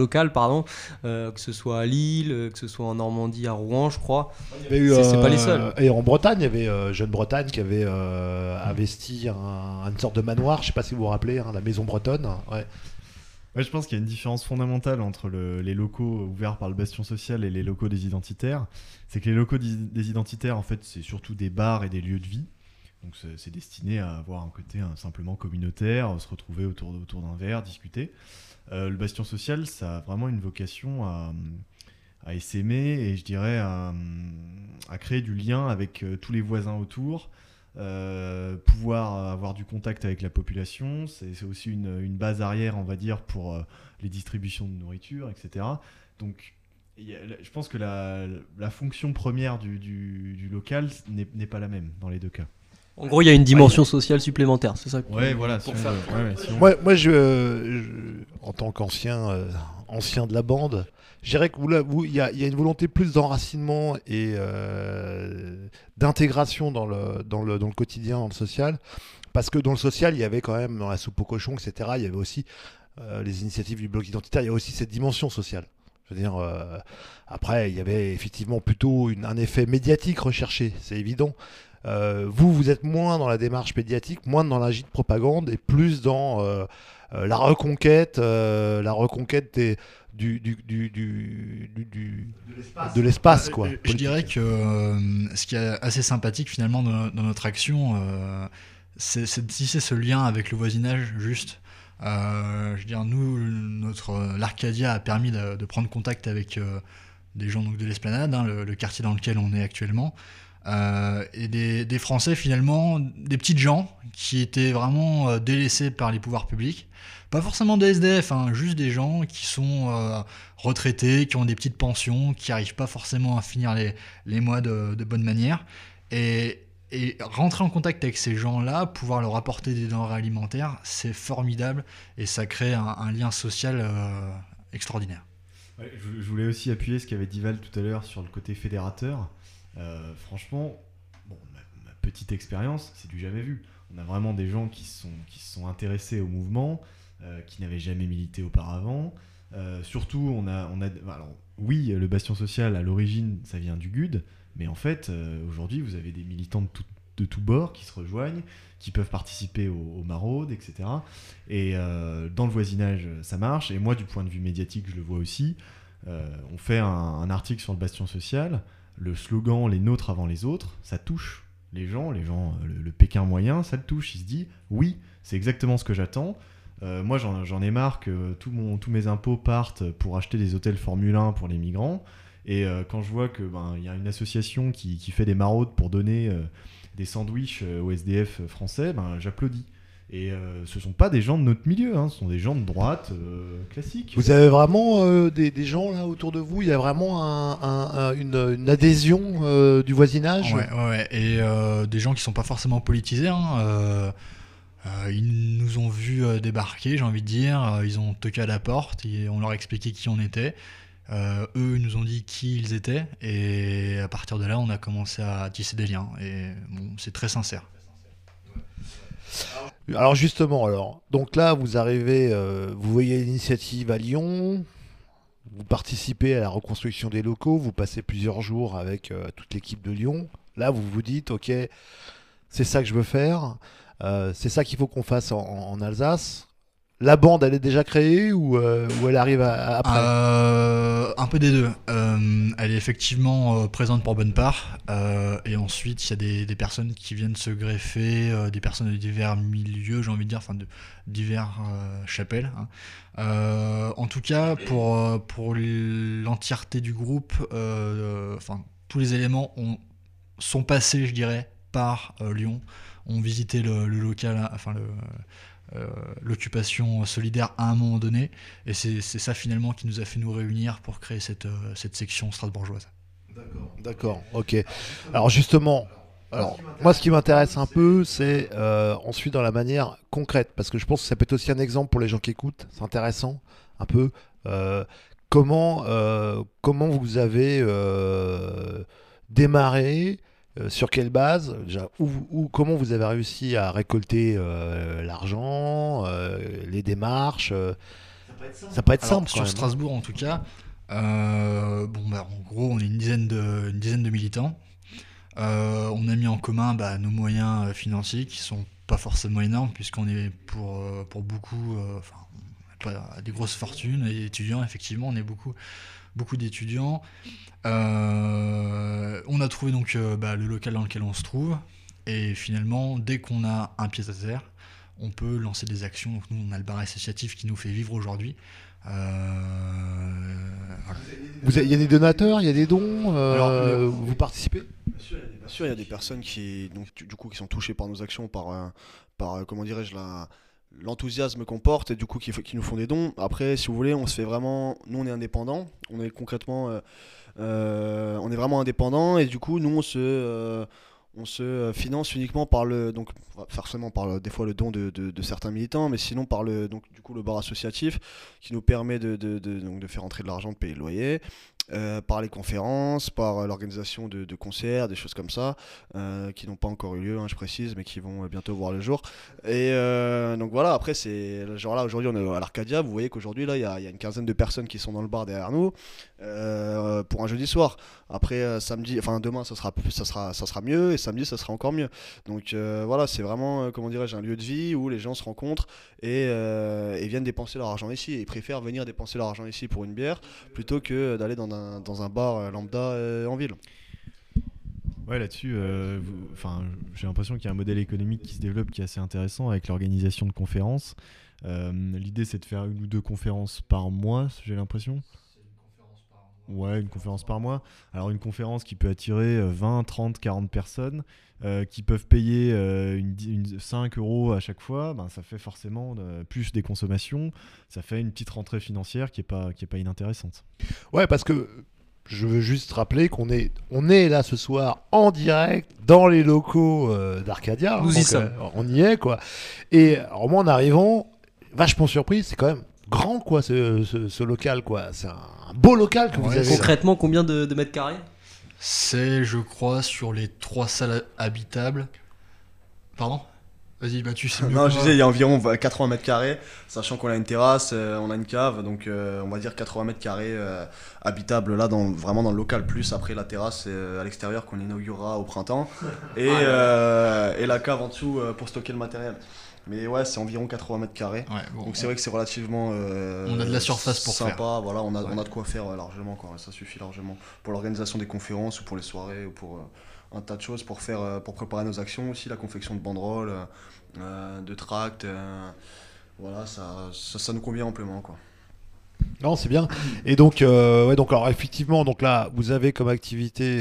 que ce soit à Lille, que ce soit en Normandie, à Rouen, je crois. C'est pas les seuls. Et en Bretagne, il y avait Jeune Bretagne qui avait investi une sorte de manoir, je sais pas si vous vous rappelez, la Maison Bretonne. Ouais. Ouais, je pense qu'il y a une différence fondamentale entre les locaux ouverts par le Bastion social et les locaux des identitaires. C'est que les locaux des identitaires, en fait, c'est surtout des bars et des lieux de vie. Donc c'est destiné à avoir un côté simplement communautaire, se retrouver autour d'un verre, discuter. Le Bastion social, ça a vraiment une vocation à essaimer et je dirais à créer du lien avec tous les voisins autour. Pouvoir avoir du contact avec la population, c'est aussi une base arrière, on va dire, pour les distributions de nourriture, etc. Donc je pense que la fonction première du local n'est pas la même dans les deux cas. En gros, il y a une dimension sociale supplémentaire, c'est ça? Ouais, voilà. Moi, en tant qu'ancien de la bande, je dirais qu'il y a une volonté plus d'enracinement et d'intégration dans le quotidien, dans le social. Parce que dans le social, il y avait quand même, dans la soupe aux cochons, etc., il y avait aussi les initiatives du bloc identitaire, il y a aussi cette dimension sociale. Je veux dire, après, il y avait effectivement plutôt un effet médiatique recherché, c'est évident. Vous êtes moins dans la démarche médiatique, moins dans l'agite propagande et plus dans la reconquête de l'espace, quoi. Je dirais que ce qui est assez sympathique finalement dans notre action, c'est de tisser ce lien avec le voisinage juste. Je veux dire, nous, l'Arcadia a permis de prendre contact avec des gens donc, de l'Esplanade, le quartier dans lequel on est actuellement. Et des Français finalement, des petites gens qui étaient vraiment délaissés par les pouvoirs publics, pas forcément des SDF, juste des gens qui sont retraités, qui ont des petites pensions, qui n'arrivent pas forcément à finir les mois de bonne manière, et rentrer en contact avec ces gens-là, pouvoir leur apporter des denrées alimentaires, c'est formidable et ça crée un lien social extraordinaire. Ouais, je voulais aussi appuyer ce qu'avait dit Val tout à l'heure sur le côté fédérateur. Franchement, ma petite expérience, c'est du jamais vu. On a vraiment des gens qui se sont intéressés au mouvement, qui n'avaient jamais milité auparavant. Surtout, alors, oui, le Bastion social, à l'origine, ça vient du GUD, mais en fait, aujourd'hui, vous avez des militants de tous bords qui se rejoignent, qui peuvent participer aux maraudes, etc. Et dans le voisinage, ça marche. Et moi, du point de vue médiatique, je le vois aussi. On fait un article sur le Bastion social. Le slogan « Les nôtres avant les autres », ça touche les gens, le Pékin moyen, ça le touche. Il se dit « Oui, c'est exactement ce que j'attends ». Moi, j'en ai marre que tous mes impôts partent pour acheter des hôtels Formule 1 pour les migrants Et quand je vois que il y a une association qui fait des maraudes pour donner des sandwichs aux SDF français, j'applaudis. Et ce sont pas des gens de notre milieu, hein, ce sont des gens de droite classiques. Vous avez vraiment des gens là autour de vous. Il y a vraiment une adhésion du voisinage. Ouais. Et des gens qui sont pas forcément politisés. Hein, ils nous ont vus débarquer, j'ai envie de dire. Ils ont toqué à la porte et on leur a expliqué qui on était. Eux, ils nous ont dit qui ils étaient. Et à partir de là, on a commencé à tisser des liens. Et bon, c'est très sincère. Alors justement, donc là, vous arrivez, vous voyez l'initiative à Lyon. Vous participez à la reconstruction des locaux. Vous passez plusieurs jours avec toute l'équipe de Lyon. Là, vous vous dites, ok, c'est ça que je veux faire. C'est ça qu'il faut qu'on fasse en Alsace. La bande, elle est déjà créée ou elle arrive après Un peu des deux. Elle est effectivement présente pour bonne part. Et ensuite, il y a des personnes qui viennent se greffer, des personnes de divers milieux, j'ai envie de dire, enfin de divers chapelles. Hein. En tout cas, pour l'entièreté du groupe, tous les éléments sont passés, je dirais, par Lyon. On visitait le local, l'occupation solidaire à un moment donné, et c'est ça finalement qui nous a fait nous réunir pour créer cette section strasbourgeoise. D'accord, ok. Alors justement, moi ce qui m'intéresse un peu, c'est ensuite dans la manière concrète, parce que je pense que ça peut être aussi un exemple pour les gens qui écoutent, c'est intéressant, un peu, comment vous avez démarré. Sur quelle base déjà, comment vous avez réussi à récolter l'argent, les démarches ça peut être simple sur Strasbourg en tout cas, en gros on est une dizaine de militants. On a mis en commun nos moyens financiers qui sont pas forcément énormes puisqu'on est pour beaucoup pas des grosses fortunes, et étudiants effectivement on est beaucoup d'étudiants. On a trouvé donc le local dans lequel on se trouve, et finalement dès qu'on a un pied à terre on peut lancer des actions. Donc nous on a le bar associatif qui nous fait vivre aujourd'hui. Voilà. Il y a des donateurs, il y a des dons, vous participez? Bien sûr, il y a des personnes qui sont touchées par nos actions, par comment dirais-je, l'enthousiasme qu'on porte, et du coup qui nous font des dons. Après, si vous voulez, on se fait vraiment, nous on est indépendants, on est concrètement on est vraiment indépendants, et du coup nous on se finance uniquement par forcément par des fois le don de certains militants, mais sinon par le bar associatif qui nous permet de faire entrer de l'argent, de payer le loyer, par les conférences, par l'organisation de concerts, des choses comme ça, qui n'ont pas encore eu lieu, hein, je précise, mais qui vont bientôt voir le jour. Et donc voilà, après c'est genre là aujourd'hui on est à l'Arcadia, vous voyez qu'aujourd'hui là il y a une quinzaine de personnes qui sont dans le bar derrière nous pour un jeudi soir. Après demain ça sera mieux, et samedi ça sera encore mieux. Donc voilà, c'est vraiment comment dirais-je, un lieu de vie où les gens se rencontrent et viennent dépenser leur argent ici, et ils préfèrent venir dépenser leur argent ici pour une bière plutôt que d'aller dans un bar lambda en ville. Ouais, là-dessus, j'ai l'impression qu'il y a un modèle économique qui se développe qui est assez intéressant avec l'organisation de conférences. L'idée, c'est de faire 1 ou 2 conférences par mois, j'ai l'impression. Ouais, une conférence par mois. Alors une conférence qui peut attirer 20, 30, 40 personnes qui peuvent payer 5 € à chaque fois, ça fait forcément plus des consommations, ça fait une petite rentrée financière qui est pas inintéressante. Ouais, parce que je veux juste rappeler qu'on est là ce soir en direct dans les locaux d'Arcadia. Nous y sommes. On y est, quoi. Et alors moi, en arrivant, vachement surpris, c'est quand même grand, quoi, ce local, quoi. C'est un beau local que vous avez. Concrètement, combien de mètres carrés ? C'est, je crois, sur les 3 salles habitables. Pardon ? Vas-y, Mathieu, c'est mieux. Non, je disais, il y a environ 80 mètres carrés, sachant qu'on a une terrasse, on a une cave, donc on va dire 80 mètres carrés habitables là, vraiment dans le local, plus après la terrasse à l'extérieur qu'on inaugurera au printemps, et la cave en dessous pour stocker le matériel. Mais ouais, c'est environ 80 mètres carrés. Ouais, bon, donc c'est vrai que c'est relativement on a de la surface pour sympa, faire. Voilà, on a de quoi faire largement, quoi. Ça suffit largement pour l'organisation des conférences ou pour les soirées ou pour un tas de choses, pour préparer nos actions aussi, la confection de banderoles, de tracts. Voilà, ça nous convient amplement, quoi. Non, c'est bien. Et donc, donc alors effectivement, donc là, vous avez comme activité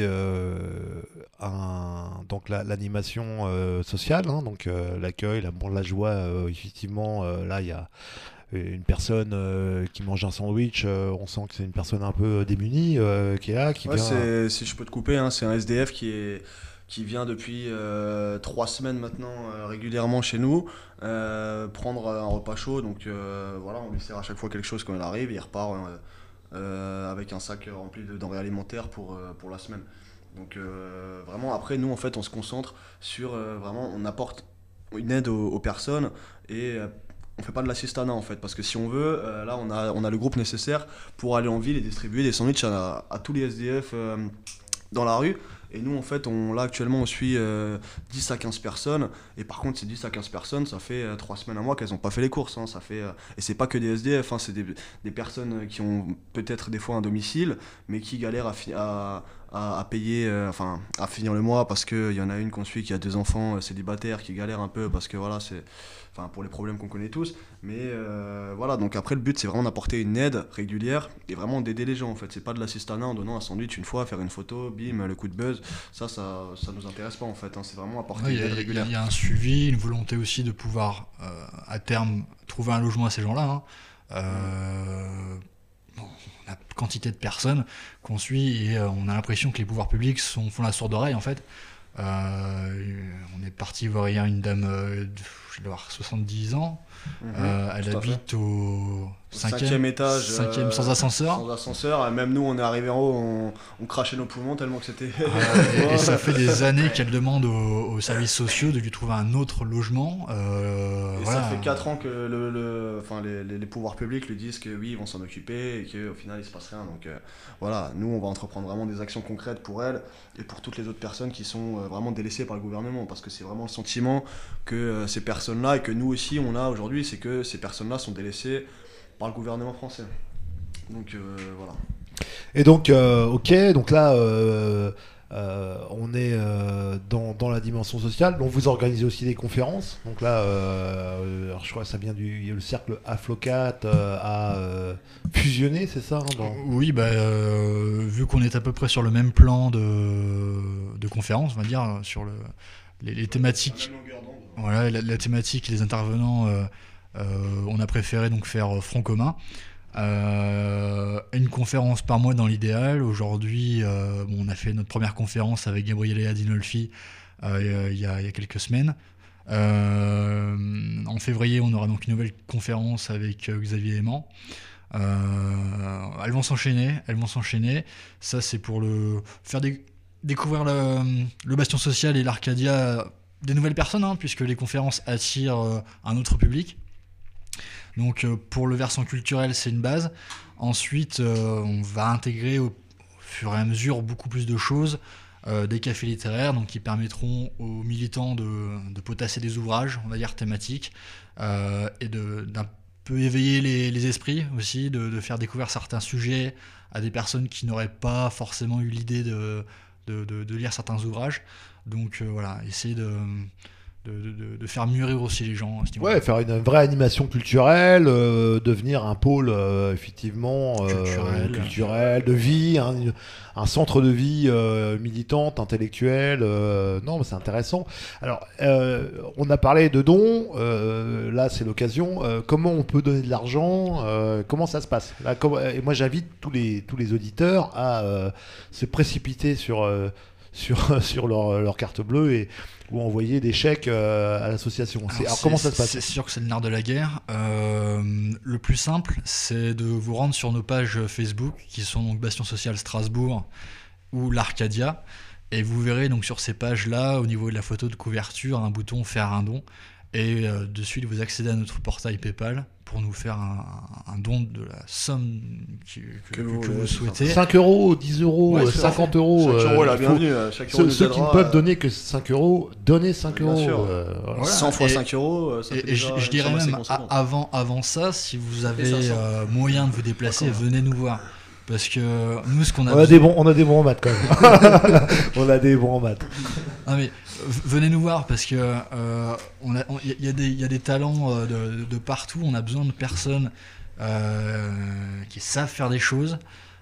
donc l'animation sociale, hein, donc l'accueil, la joie. Effectivement, là, il y a une personne qui mange un sandwich. On sent que c'est une personne un peu démunie qui est là, qui vient. Si je peux te couper, hein, c'est un SDF qui vient depuis 3 semaines maintenant régulièrement chez nous prendre un repas chaud. Donc voilà, on lui sert à chaque fois quelque chose quand il arrive. Il repart avec un sac rempli de denrées alimentaires pour la semaine. Donc vraiment, après, nous, en fait, on se concentre sur vraiment, on apporte une aide aux personnes et on fait pas de l'assistanat en fait, parce que si on veut, là on a le groupe nécessaire pour aller en ville et distribuer des sandwichs à tous les SDF dans la rue. Et nous en fait, là actuellement on suit 10 à 15 personnes, et par contre ces 10 à 15 personnes, ça fait 3 semaines, un mois qu'elles n'ont pas fait les courses, hein. Ça fait, et c'est pas que des SDF, hein, c'est des personnes qui ont peut-être des fois un domicile, mais qui galèrent à payer, à finir le mois, parce qu'il y en a une qu'on suit qui a 2 enfants célibataires qui galèrent un peu, parce que voilà, c'est pour les problèmes qu'on connaît tous. Mais voilà, donc après le but c'est vraiment d'apporter une aide régulière et vraiment d'aider les gens en fait. C'est pas de l'assistanat en donnant un sandwich une fois, faire une photo, bim, le coup de buzz. Ça nous intéresse pas en fait, hein. C'est vraiment apporter une aide régulière. Il y a un suivi, une volonté aussi de pouvoir à terme trouver un logement à ces gens-là, hein. La quantité de personnes qu'on suit, et on a l'impression que les pouvoirs publics font la sourde oreille en fait. On est parti voir hier une dame je dois avoir 70 ans. Elle habite au 5e étage, 5e sans ascenseur. Sans ascenseur, et même nous on est arrivé en haut, on crachait nos poumons tellement que c'était. Et ça fait des années qu'elle demande aux services sociaux de lui trouver un autre logement. Et voilà. Ça fait 4 ans que les pouvoirs publics lui disent que oui, ils vont s'en occuper et qu'au final il se passe rien. Donc voilà, nous on va entreprendre vraiment des actions concrètes pour elle et pour toutes les autres personnes qui sont vraiment délaissées par le gouvernement, parce que c'est vraiment le sentiment que ces personnes-là, et que nous aussi on a aujourd'hui, c'est que ces personnes-là sont délaissées par le gouvernement français. Donc voilà. Et donc, ok, donc là, on est dans la dimension sociale. Donc vous organisez aussi des conférences. Donc là, alors je crois que ça vient le cercle Aflocat a fusionné, c'est ça, hein, Oui, vu qu'on est à peu près sur le même plan de conférence, on va dire, sur les thématiques. Voilà, la thématique et les intervenants, on a préféré donc faire front commun. Une conférence par mois dans l'idéal. Aujourd'hui, on a fait notre première conférence avec Gabriele Adinolfi il y a quelques semaines. En février, on aura donc une nouvelle conférence avec Xavier Aimant. Elles vont s'enchaîner. Ça, c'est pour faire découvrir le Bastion Social et l'Arcadia, des nouvelles personnes, hein, puisque les conférences attirent un autre public. Donc pour le versant culturel, c'est une base. Ensuite, on va intégrer au fur et à mesure beaucoup plus de choses, des cafés littéraires, donc qui permettront aux militants de potasser des ouvrages, on va dire thématiques, et d'un peu éveiller les esprits aussi, de faire découvrir certains sujets à des personnes qui n'auraient pas forcément eu l'idée de lire certains ouvrages. Donc voilà, essayer de faire mûrir aussi les gens à ce niveau-là. Ouais, faire une vraie animation culturelle, devenir un pôle effectivement culturel, de vie, un centre de vie militante, intellectuelle. Non, mais c'est intéressant. Alors, on a parlé de dons. Là, c'est l'occasion. Comment on peut donner de l'argent, comment ça se passe là, et moi, j'invite tous les auditeurs à se précipiter sur leur carte bleue ou envoyer des chèques à l'association. Alors comment ça se passe ? C'est sûr que c'est le nerf de la guerre. Le plus simple, c'est de vous rendre sur nos pages Facebook, qui sont donc Bastion Social Strasbourg ou l'Arcadia, et vous verrez donc sur ces pages-là, au niveau de la photo de couverture, un bouton faire un don, et de suite vous accédez à notre portail PayPal pour nous faire un don de la somme que vous souhaitez. 5 €, 10 €, 50 €. 5 € la bienvenue. Ceux qui ne peuvent donner que 5 €, donnez 5 €. Voilà. 100 fois 5 €, ça fait déjà je dirais même, avant ça, si vous avez moyen de vous déplacer, venez nous voir. Parce que nous, ce qu'on a on a des bons en maths quand même. On a des bons en maths. Non mais venez nous voir parce que il y a des talents de partout. On a besoin de personnes qui savent faire des choses.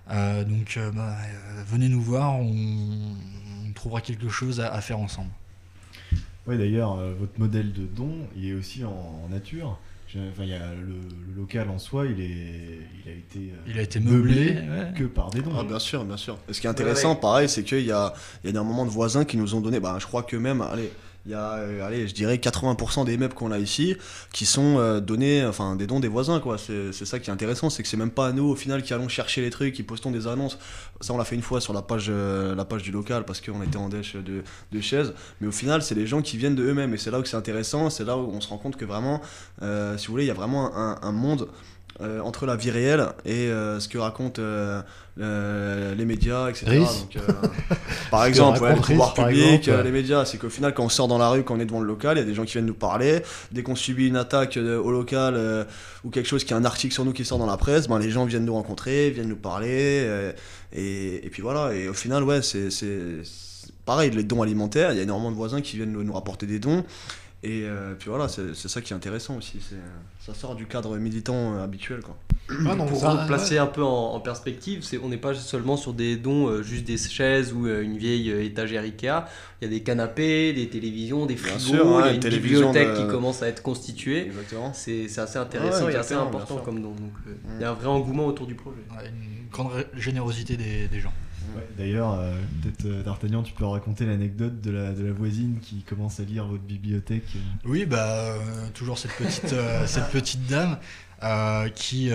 Venez nous voir, on trouvera quelque chose à faire ensemble. Oui, d'ailleurs, votre modèle de don, il est aussi en nature. Il y a le local en soi, il a été meublé ouais. que par des dons. Ah, bien sûr, bien sûr. Et ce qui est intéressant, pareil, c'est qu'il y a énormément de voisins qui nous ont donné, je crois que même, il y a, je dirais 80% des meubles qu'on a ici qui sont donnés, enfin des dons des voisins, quoi. C'est ça qui est intéressant, c'est que c'est même pas nous au final qui allons chercher les trucs, qui postons des annonces. Ça, on l'a fait une fois sur la page du local parce qu'on était en dèche de chaises. Mais au final, c'est les gens qui viennent de eux-mêmes et c'est là où c'est intéressant. C'est là où on se rend compte que vraiment, si vous voulez, il y a vraiment un monde entre la vie réelle et ce que racontent les médias, etc. Donc, par exemple, le pouvoir public, les médias, c'est qu'au final, quand on sort dans la rue, quand on est devant le local, il y a des gens qui viennent nous parler. Dès qu'on subit une attaque au local ou quelque chose qui a un article sur nous qui sort dans la presse, les gens viennent nous rencontrer, viennent nous parler. Et puis voilà. Et au final, ouais, c'est pareil, les dons alimentaires, il y a énormément de voisins qui viennent nous rapporter des dons. Et puis voilà, c'est ça qui est intéressant aussi, ça sort du cadre militant habituel, quoi. Pour placer un peu en perspective, on n'est pas seulement sur des dons, juste des chaises ou une vieille étagère Ikea. Il y a des canapés, des télévisions, des frigos, il y a une bibliothèque qui commence à être constituée. Exactement. C'est assez intéressant et assez important comme don. Donc il y a un vrai engouement autour du projet. Ouais, une grande générosité des gens. Ouais, d'ailleurs, peut-être D'Artagnan, tu peux raconter l'anecdote de la voisine qui commence à lire votre bibliothèque. Oui, toujours cette petite dame qui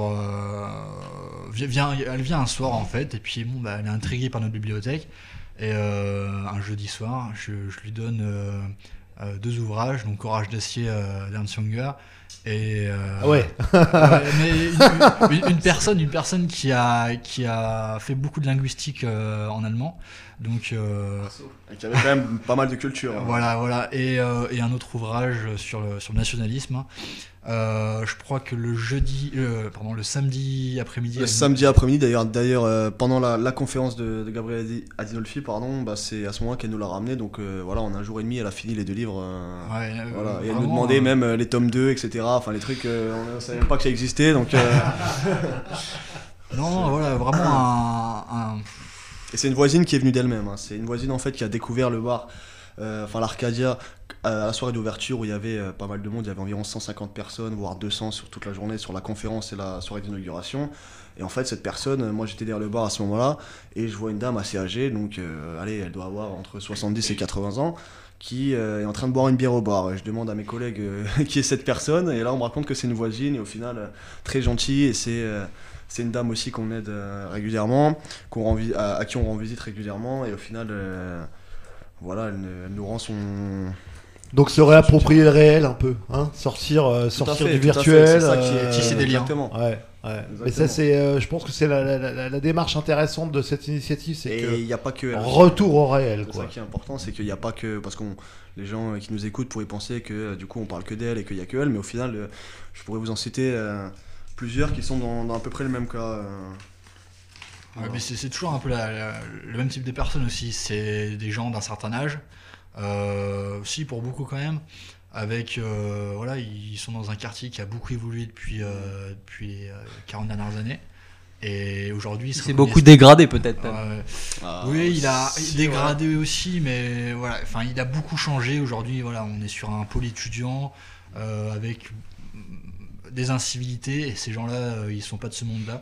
elle vient un soir en fait, et puis elle est intriguée par notre bibliothèque, et un jeudi soir, je lui donne 2 ouvrages, donc Orage d'acier d'Ernst Junger. Et mais une personne qui a fait beaucoup de linguistique en allemand, donc et qui avait quand même pas mal de culture. Voilà, et un autre ouvrage sur le nationalisme. Je crois que le samedi après-midi. Le samedi après-midi, d'ailleurs, pendant la conférence de Gabriel Adinolfi, c'est à ce moment-là qu'elle nous l'a ramené. Donc en un jour et demi, elle a fini les 2 livres. Et elle nous demandait même les tomes 2, etc. Enfin, les trucs, on ne savait même pas que ça existait. Donc, non, voilà, vraiment Et c'est une voisine qui est venue d'elle-même. C'est une voisine en fait qui a découvert le bar. L'Arcadia, à la soirée d'ouverture où il y avait pas mal de monde, il y avait environ 150 personnes, voire 200 sur toute la journée, sur la conférence et la soirée d'inauguration. Et en fait, cette personne, moi j'étais derrière le bar à ce moment-là, et je vois une dame assez âgée, donc elle doit avoir entre 70 et 80 ans, qui est en train de boire une bière au bar. Et je demande à mes collègues qui est cette personne, et là on me raconte que c'est une voisine, et au final, très gentille, et c'est une dame aussi qu'on aide régulièrement, à qui on rend visite régulièrement, et au final... elle nous rend son... Donc se réapproprier le réel un peu, hein, sortir du virtuel, c'est ça qui est tisser des liens. Exactement. Ouais. Mais ça c'est, je pense que c'est la démarche intéressante de cette initiative, c'est que il n'y a pas que retour au réel, quoi. Ça qui est important, c'est qu'il n'y a pas que, parce que les gens qui nous écoutent pourraient penser que du coup on parle que d'elle et qu'il n'y a que elle, mais au final je pourrais vous en citer plusieurs qui sont dans à peu près le même cas. Ouais, mais c'est toujours un peu le même type de personnes aussi. C'est des gens d'un certain âge, aussi pour beaucoup quand même, avec ils sont dans un quartier qui a beaucoup évolué depuis les 40 dernières années. Et aujourd'hui, c'est beaucoup dégradé peut-être. Oui, il a dégradé aussi, mais voilà, enfin il a beaucoup changé. Aujourd'hui, on est sur un pôle étudiant avec des incivilités, et ces gens-là, ils sont pas de ce monde-là.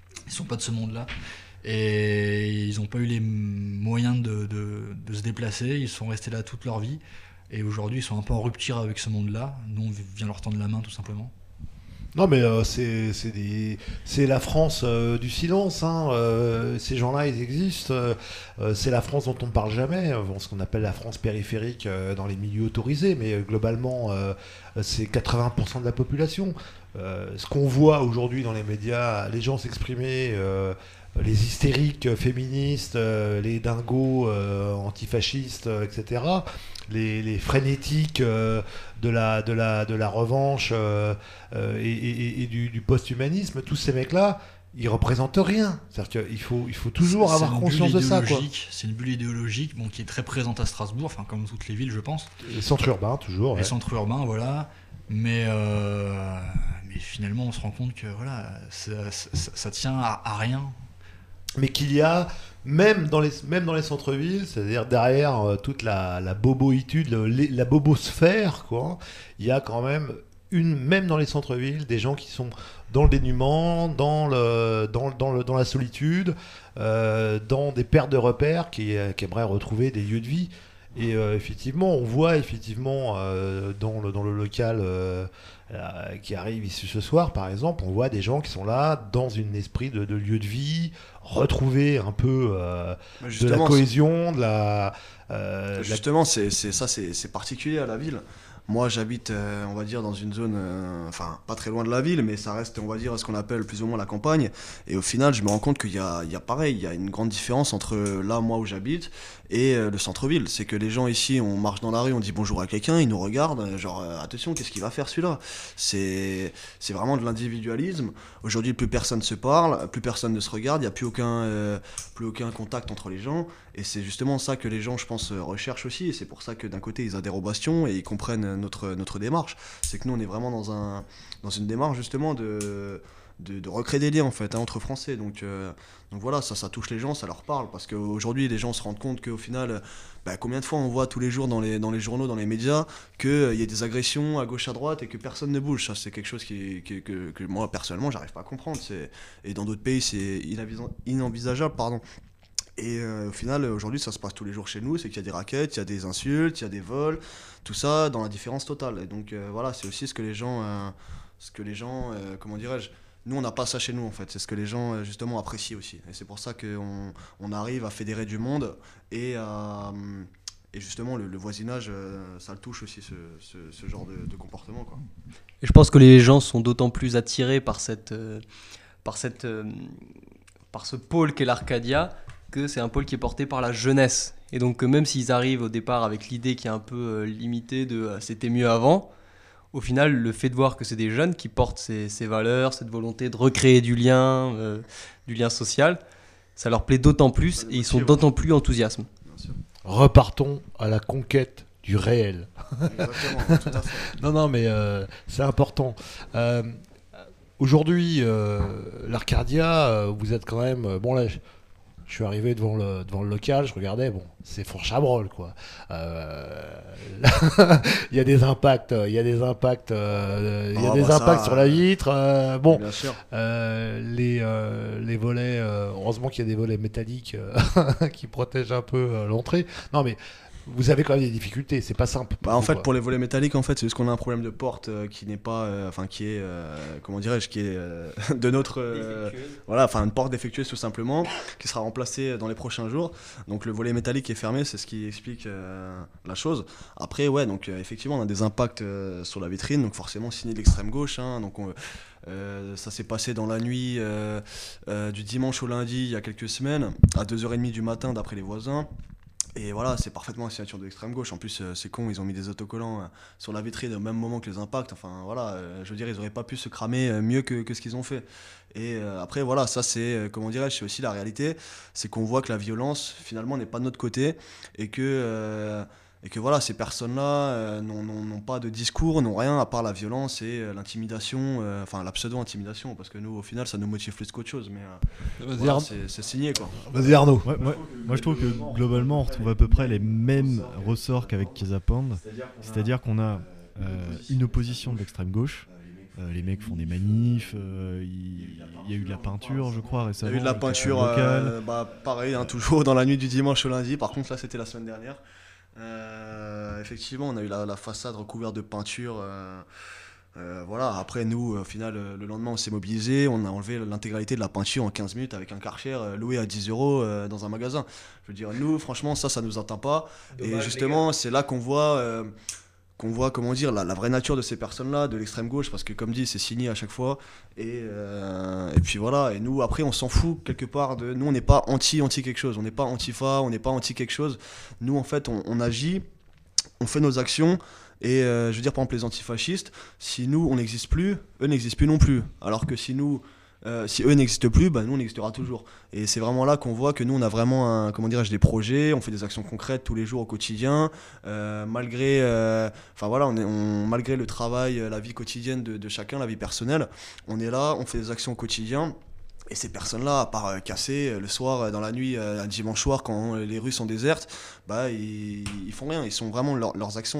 Et ils n'ont pas eu les moyens de se déplacer, ils sont restés là toute leur vie, et aujourd'hui ils sont un peu en rupture avec ce monde-là. Nous on vient leur tendre la main tout simplement. Non mais c'est la France du silence, hein. Ces gens-là ils existent, c'est la France dont on ne parle jamais, ce qu'on appelle la France périphérique dans les milieux autorisés, mais globalement c'est 80% de la population. Ce qu'on voit aujourd'hui dans les médias, les gens s'exprimer, les hystériques féministes, les dingos antifascistes, etc., les frénétiques de la revanche et du post-humanisme, tous ces mecs-là, ils représentent rien. C'est-à-dire qu'il faut toujours avoir conscience de ça, quoi. C'est une bulle idéologique qui est très présente à Strasbourg, enfin comme toutes les villes, je pense. Les centres urbains, toujours. Les centres urbains, voilà. Mais finalement, on se rend compte que voilà, ça tient à rien. Mais qu'il y a, même dans les centres-villes, c'est-à-dire derrière toute la boboïtude, la bobosphère, quoi, il y a quand même même dans les centres-villes, des gens qui sont dans le dénuement, dans la solitude, dans des pertes de repères, qui aimeraient retrouver des lieux de vie. Et effectivement, on voit dans le local qui arrive ici ce soir, par exemple, on voit des gens qui sont là dans un esprit de lieu de vie, retrouver un peu de la cohésion, de la... Justement, c'est particulier à la ville. Moi, j'habite, on va dire, dans une zone, pas très loin de la ville, mais ça reste, on va dire, ce qu'on appelle plus ou moins la campagne. Et au final, je me rends compte qu'il y a une grande différence entre là, moi, où j'habite, et le centre-ville. C'est que les gens ici, on marche dans la rue, on dit bonjour à quelqu'un, ils nous regardent, genre, attention, qu'est-ce qu'il va faire celui-là ? C'est vraiment de l'individualisme. Aujourd'hui, plus personne se parle, plus personne ne se regarde, il n'y a plus aucun contact entre les gens. Et c'est justement ça que les gens, je pense, recherchent aussi. Et c'est pour ça que d'un côté, ils adhèrent au Bastion et ils comprennent notre démarche. C'est que nous, on est vraiment dans une démarche justement de recréer des liens en fait, entre Français. Donc voilà, ça touche les gens, ça leur parle. Parce qu'aujourd'hui, les gens se rendent compte qu'au final, combien de fois on voit tous les jours dans les journaux, dans les médias, qu'il y a des agressions à gauche, à droite et que personne ne bouge. Ça, c'est quelque chose que moi, personnellement, j'arrive pas à comprendre. Et dans d'autres pays, c'est inenvisageable, pardon. Et au final, aujourd'hui, ça se passe tous les jours chez nous, c'est qu'il y a des raquettes, il y a des insultes, il y a des vols, tout ça dans la différence totale. Et donc voilà, c'est aussi ce que les gens, comment dirais-je, nous on n'a pas ça chez nous en fait, c'est ce que les gens justement apprécient aussi. Et c'est pour ça qu'on arrive à fédérer du monde et justement le voisinage, ça le touche aussi ce genre de comportement, quoi. Et je pense que les gens sont d'autant plus attirés par ce pôle qu'est l'Arcadia, que c'est un pôle qui est porté par la jeunesse. Et donc même s'ils arrivent au départ avec l'idée qui est un peu limitée de c'était mieux avant, au final le fait de voir que c'est des jeunes qui portent ces valeurs, cette volonté de recréer du lien social, ça leur plaît d'autant plus et ils sont d'autant plus enthousiastes. Repartons à la conquête du réel. Exactement, tout à fait. Non, mais c'est important. Aujourd'hui, l'Arcadia, vous êtes quand même... Bon, là, je suis arrivé devant le local, je regardais, bon, c'est Fourchabrol, quoi. Il y a des impacts, impacts sur la vitre. Bon, bien sûr. Les volets, heureusement qu'il y a des volets métalliques qui protègent un peu l'entrée. Non, mais vous avez quand même des difficultés, c'est pas simple. En fait, pour les volets métalliques, en fait, c'est juste qu'on a un problème de porte qui n'est pas, qui est, comment dirais-je, qui est de notre, voilà, enfin une porte défectueuse tout simplement, qui sera remplacée dans les prochains jours. Donc le volet métallique est fermé, c'est ce qui explique la chose. Après, ouais, donc effectivement, on a des impacts sur la vitrine, donc forcément signé de l'extrême gauche, hein, donc ça s'est passé dans la nuit du dimanche au lundi il y a quelques semaines, à 2h30 du matin d'après les voisins. Et voilà, c'est parfaitement la signature de l'extrême gauche. En plus, c'est con, ils ont mis des autocollants sur la vitrine au même moment que les impacts. Enfin voilà, je veux dire, ils n'auraient pas pu se cramer mieux que ce qu'ils ont fait. Et après, voilà, ça c'est, comment dirais-je, c'est aussi la réalité. C'est qu'on voit que la violence, finalement, n'est pas de notre côté. Et que voilà, ces personnes-là n'ont pas de discours, n'ont rien à part la violence et l'intimidation, enfin la pseudo-intimidation, parce que nous, au final, ça nous motive plus qu'autre chose, mais voilà, c'est signé, quoi. Vas-y Arnaud. Ouais, moi je trouve que globalement on retrouve à peu près les mêmes ressorts qu'avec Casapande, c'est-à-dire qu'on a une opposition de l'extrême gauche. Les mecs font des manifs, il y a eu de la peinture, je crois, récemment. Il y a eu de la peinture, pareil, hein, toujours dans la nuit du dimanche au lundi, par contre là c'était la semaine dernière. Effectivement, on a eu la façade recouverte de peinture. Voilà. Après, nous, au final, le lendemain, on s'est mobilisé. On a enlevé l'intégralité de la peinture en 15 minutes avec un Karcher loué à 10 € dans un magasin. Je veux dire, nous, franchement, ça nous atteint pas. Dommage, et justement, c'est là qu'on voit, comment dire, la vraie nature de ces personnes-là, de l'extrême gauche, parce que comme dit, c'est signé à chaque fois. Et puis voilà, et nous, après, on s'en fout quelque part de... Nous, on n'est pas anti quelque chose, on n'est pas antifa, on n'est pas anti quelque chose. Nous, en fait, on agit, on fait nos actions, et je veux dire, par exemple, les antifascistes, si nous, on n'existe plus, eux n'existent plus non plus. Alors que si nous... si eux n'existent plus, bah, nous on existera toujours. Et c'est vraiment là qu'on voit que nous on a vraiment des projets, on fait des actions concrètes tous les jours au quotidien, malgré le travail, la vie quotidienne de chacun, la vie personnelle, on est là, on fait des actions au quotidien. Et ces personnes-là, à part casser le soir, dans la nuit, un dimanche soir, quand les rues sont désertes, bah, ils font rien. Ils sont vraiment, leurs actions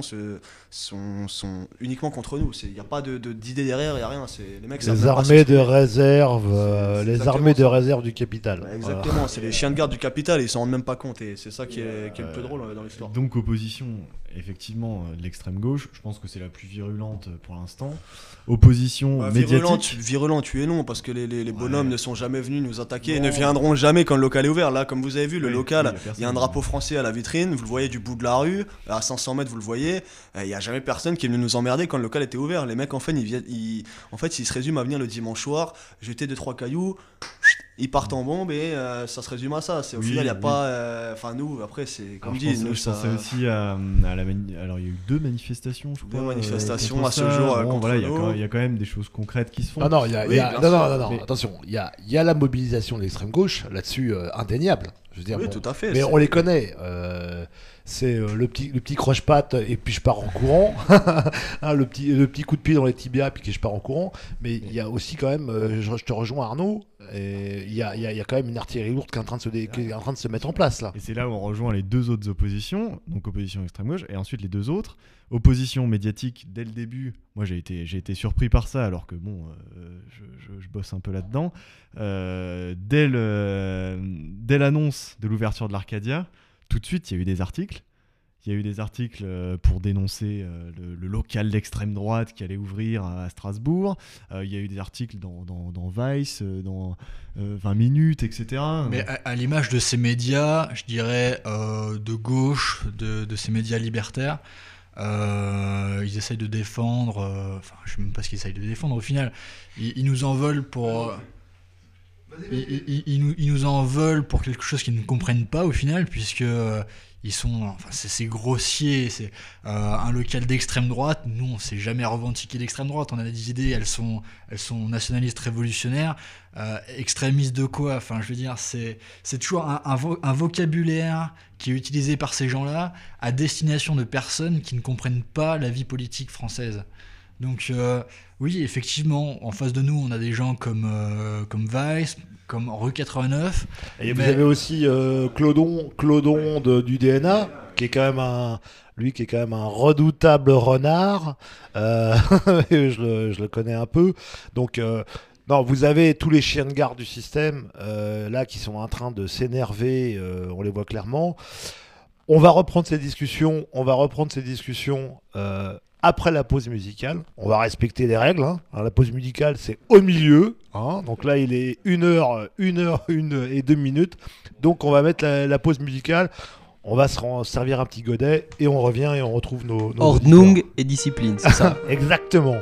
sont uniquement contre nous. Il n'y a pas d'idée derrière, il n'y a rien. Les mecs, les armées de réserve, les armées de réserve du capital. Ouais, exactement, voilà. C'est les chiens de garde du capital et ils s'en rendent même pas compte. Et c'est ça qui est le plus drôle dans l'histoire. Donc, opposition, effectivement, de l'extrême gauche, je pense que c'est la plus virulente pour l'instant. Opposition médiatique. Virulent, tu es non, parce que les bonhommes ne sont jamais venus nous attaquer et ne viendront jamais quand le local est ouvert. Là, comme vous avez vu, le local, il y a un drapeau français à la vitrine, vous le voyez du bout de la rue, à 500 mètres, vous le voyez. Il n'y a jamais personne qui est venu nous emmerder quand le local était ouvert. Les mecs, en fait, ils se résument à venir le dimanche soir, jeter 2-3 cailloux, ils partent en bombe et ça se résume à ça. Au final, il n'y a pas. Nous, après, c'est comme dit. Je pensais aussi à la alors, il y a eu 2 manifestations, je crois. 2 manifestations à ce jour. Il y a quand même des choses concrètes qui se font. Non, attention, il y a la mobilisation de l'extrême gauche, là-dessus, indéniable. Je veux dire, oui, tout à fait. Mais on les connaît. C'est le petit croche-patte et puis je pars en courant. Le petit coup de pied dans les tibias puis que je pars en courant. Mais il y a aussi quand même, je te rejoins Arnaud, il y a quand même une artillerie lourde qui est en train de se mettre en place là. Et c'est là où on rejoint les 2 autres oppositions, donc opposition extrême gauche et ensuite les 2 autres. Opposition médiatique dès le début, moi j'ai été surpris par ça alors que je bosse un peu là-dedans. Dès l'annonce de l'ouverture de l'Arcadia, tout de suite il y a eu des articles. Il y a eu des articles pour dénoncer le local d'extrême droite qui allait ouvrir à Strasbourg. Il y a eu des articles dans Vice, dans 20 minutes, etc. Mais à l'image de ces médias, je dirais de gauche, de ces médias libertaires, ils essayent de défendre, je ne sais même pas ce qu'ils essayent de défendre au final. Ils nous en veulent pour... Ils nous en veulent pour quelque chose qu'ils ne comprennent pas au final, puisque c'est grossier, c'est un local d'extrême droite. Nous, on s'est jamais revendiqué d'extrême droite. On a des idées, elles sont nationalistes révolutionnaires, extrémistes de quoi ? Enfin, je veux dire, c'est toujours un vocabulaire qui est utilisé par ces gens-là à destination de personnes qui ne comprennent pas la vie politique française. Donc oui, effectivement, en face de nous, on a des gens comme Vice, comme Rue 89. Et vous avez aussi Clodon du DNA, qui est quand même un redoutable renard. Je le connais un peu. Donc non, vous avez tous les chiens de garde du système là qui sont en train de s'énerver. On les voit clairement. On va reprendre ces discussions. Après la pause musicale. On va respecter les règles. Alors, la pause musicale, c'est au milieu. Donc là, il est 1 et 2 minutes. Donc on va mettre la pause musicale. On va se servir un petit godet et on revient et on retrouve nos Ordnung et discipline, c'est ça. Exactement.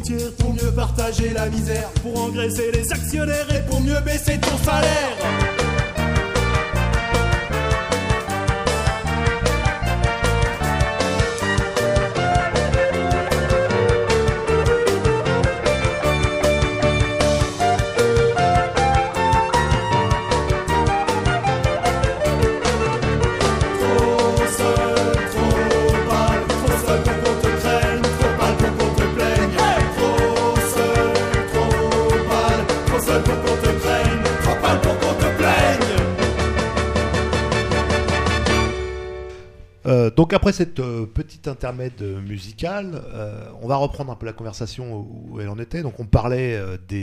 mentir, pour mieux partager la misère, pour engraisser les actionnaires et pour mieux baisser ton salaire. Donc après cette petite intermède musicale, on va reprendre un peu la conversation où elle en était. Donc on parlait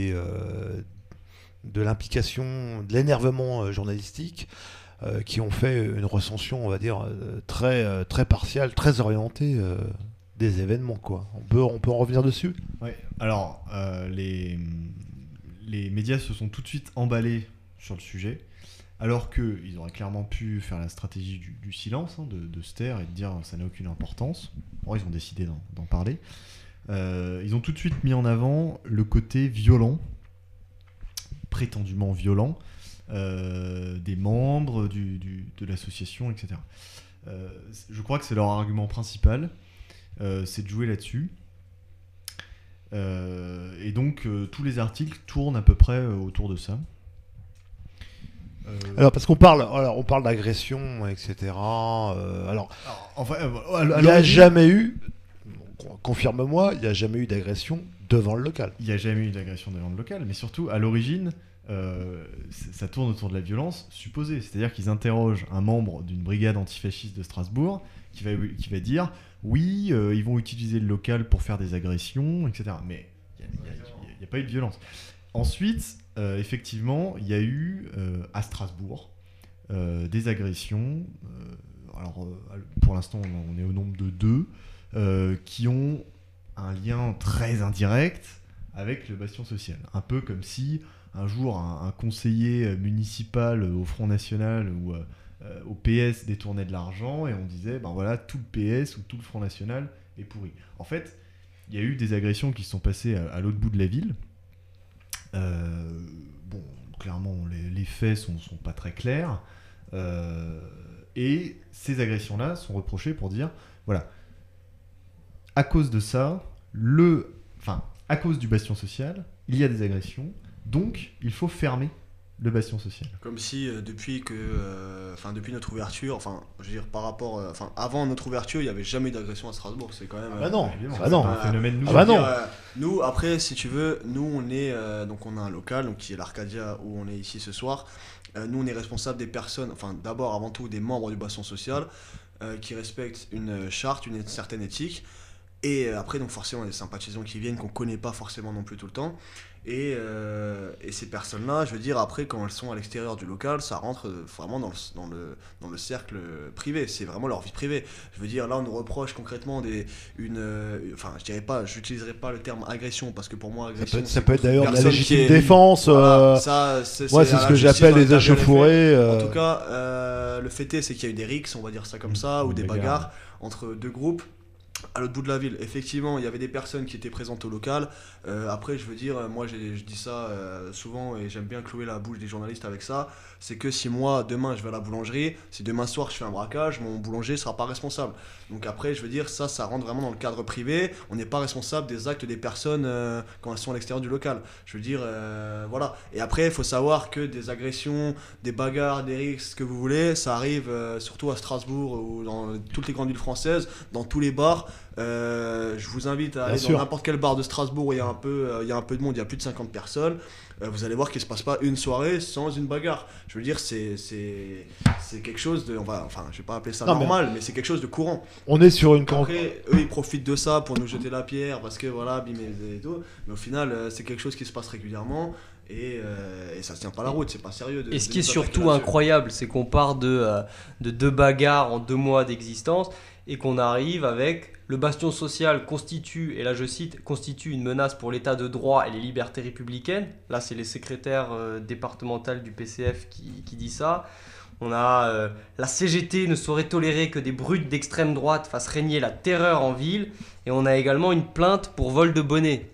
de l'implication, de l'énervement journalistique qui ont fait une recension, on va dire, très, très partiale, très orientée des événements, quoi. On peut en revenir dessus ? Ouais. Alors, les médias se sont tout de suite emballés sur le sujet. Alors qu'ils auraient clairement pu faire la stratégie du silence, de se taire et de dire ça n'a aucune importance. Bon, ils ont décidé d'en parler. Ils ont tout de suite mis en avant le côté violent, prétendument violent, des membres de l'association, etc. Je crois que c'est leur argument principal, c'est de jouer là-dessus. Et donc tous les articles tournent à peu près autour de ça. Alors parce qu'on parle d'agression, etc. Il n'y a jamais eu, confirme-moi, il n'y a jamais eu d'agression devant le local. Il n'y a jamais eu d'agression devant le local, mais surtout à l'origine, ça tourne autour de la violence supposée. C'est-à-dire qu'ils interrogent un membre d'une brigade antifasciste de Strasbourg qui va dire oui, ils vont utiliser le local pour faire des agressions, etc. Mais il n'y a pas eu de violence. Ensuite, effectivement, il y a eu à Strasbourg des agressions. Pour l'instant, on est au nombre de 2 qui ont un lien très indirect avec le bastion social. Un peu comme si un jour un conseiller municipal au Front National ou au PS détournait de l'argent et on disait ben voilà, tout le PS ou tout le Front National est pourri. En fait, il y a eu des agressions qui se sont passées à l'autre bout de la ville. Bon, clairement, les faits sont pas très clairs. Et ces agressions-là sont reprochées pour dire, voilà, à cause de ça, à cause du bastion social, il y a des agressions, donc il faut fermer le bastion social. Comme si depuis notre ouverture, je veux dire par rapport, avant notre ouverture, il n'y avait jamais eu d'agression à Strasbourg. C'est quand même. Un phénomène nouveau. Nous, après, si tu veux, nous on est donc on a un local, donc qui est l'Arcadia où on est ici ce soir. Nous on est responsable des personnes, d'abord avant tout des membres du bastion social qui respectent une charte, une certaine éthique. Et après, donc forcément, il y a des sympathisants qui viennent qu'on connaît pas forcément non plus tout le temps. Et ces personnes-là, je veux dire, après, quand elles sont à l'extérieur du local, ça rentre vraiment dans le cercle privé. C'est vraiment leur vie privée. Je veux dire, là, on nous reproche concrètement j'utiliserai pas le terme agression, parce que pour moi, agression... Ça peut être d'ailleurs de la légitime défense. Moi, c'est ce que j'appelle les échauffourées. En tout cas, le fait c'est qu'il y a eu des rixes, on va dire ça comme ça, ou des bagarres entre 2 groupes. À l'autre bout de la ville, effectivement, il y avait des personnes qui étaient présentes au local. Après, je veux dire, moi, je dis ça souvent et j'aime bien clouer la bouche des journalistes avec ça. C'est que si moi, demain, je vais à la boulangerie, si demain soir, je fais un braquage, mon boulanger ne sera pas responsable. Donc après, je veux dire, ça rentre vraiment dans le cadre privé. On n'est pas responsable des actes des personnes quand elles sont à l'extérieur du local. Je veux dire, voilà. Et après, il faut savoir que des agressions, des bagarres, des rixes, ce que vous voulez, ça arrive surtout à Strasbourg ou dans toutes les grandes villes françaises, dans tous les bars. Je vous invite à aller dans n'importe quel bar de Strasbourg où il y a un peu de monde, il y a plus de 50 personnes. Vous allez voir qu'il ne se passe pas une soirée sans une bagarre. Je veux dire, c'est quelque chose de... je ne vais pas appeler ça normal, mais c'est quelque chose de courant. On est sur une... Après, eux, ils profitent de ça pour nous jeter la pierre, parce que voilà, bim et tout. Mais au final, c'est quelque chose qui se passe régulièrement. Et ça ne tient pas la route, c'est pas sérieux. Et ce qui est surtout incroyable, c'est qu'on part de 2 bagarres en 2 mois d'existence et qu'on arrive avec le bastion social constitue, et là je cite, constitue une menace pour l'état de droit et les libertés républicaines. Là, c'est les secrétaires départementales du PCF qui dit ça. On a la CGT ne saurait tolérer que des brutes d'extrême droite fassent régner la terreur en ville. Et on a également une plainte pour vol de bonnets.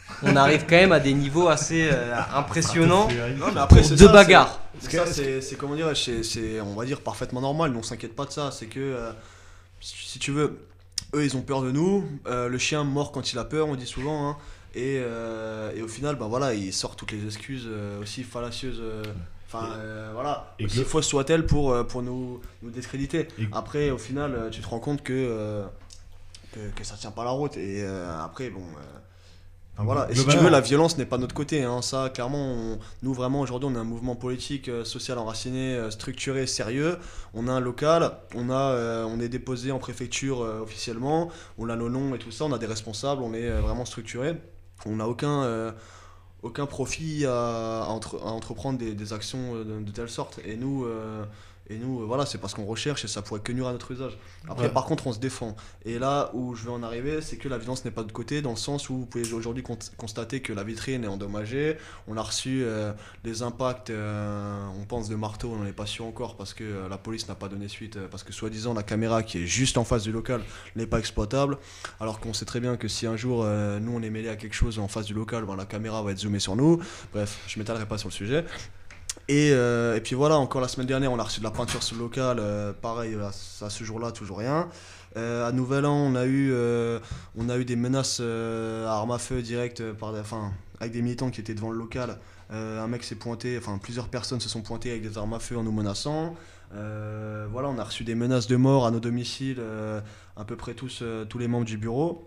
on arrive quand même à des niveaux assez impressionnants Non, mais après, pour deux bagarres. C'est comment dire, c'est on va dire parfaitement normal. Nous on s'inquiète pas de ça. C'est que si tu veux, eux ils ont peur de nous. Le chien mord quand il a peur, on dit souvent. Hein. Et au final, ben voilà, il sort toutes les excuses aussi fallacieuses. Voilà, Et aussi fausses soient-elles pour nous discréditer. Et- Après, au final, tu te rends compte que ça tient pas la route. Et après, bon. Voilà. Et si tu veux, la violence n'est pas de notre côté. Hein. Ça, clairement, nous vraiment aujourd'hui, on est un mouvement politique, social enraciné, structuré, sérieux. On a un local, on est déposé en préfecture officiellement, on a nos noms et tout ça, on a des responsables, on est vraiment structuré. On n'a aucun profit à entreprendre des actions de telle sorte. Et nous, voilà, c'est parce qu'on recherche et ça pourrait que nuire à notre usage. Après, Ouais. par contre, on se défend. Et là où je veux en arriver, c'est que la violence n'est pas de côté, dans le sens où vous pouvez aujourd'hui constater que la vitrine est endommagée. On a reçu des impacts, on pense de marteau, on n'en est pas sûr encore, parce que la police n'a pas donné suite, parce que soi-disant la caméra qui est juste en face du local n'est pas exploitable. Alors qu'on sait très bien que si un jour nous on est mêlé à quelque chose en face du local, ben, la caméra va être zoomée sur nous. Bref, je m'étalerai pas sur le sujet. Et puis voilà, encore la semaine dernière, on a reçu de la peinture sur le local. Pareil, à ce jour-là, toujours rien. À Nouvel An, on a eu des menaces à armes à feu directes avec des militants qui étaient devant le local. Un mec s'est pointé, plusieurs personnes se sont pointées avec des armes à feu en nous menaçant. Voilà, on a reçu des menaces de mort à nos domiciles, à peu près tous les membres du bureau.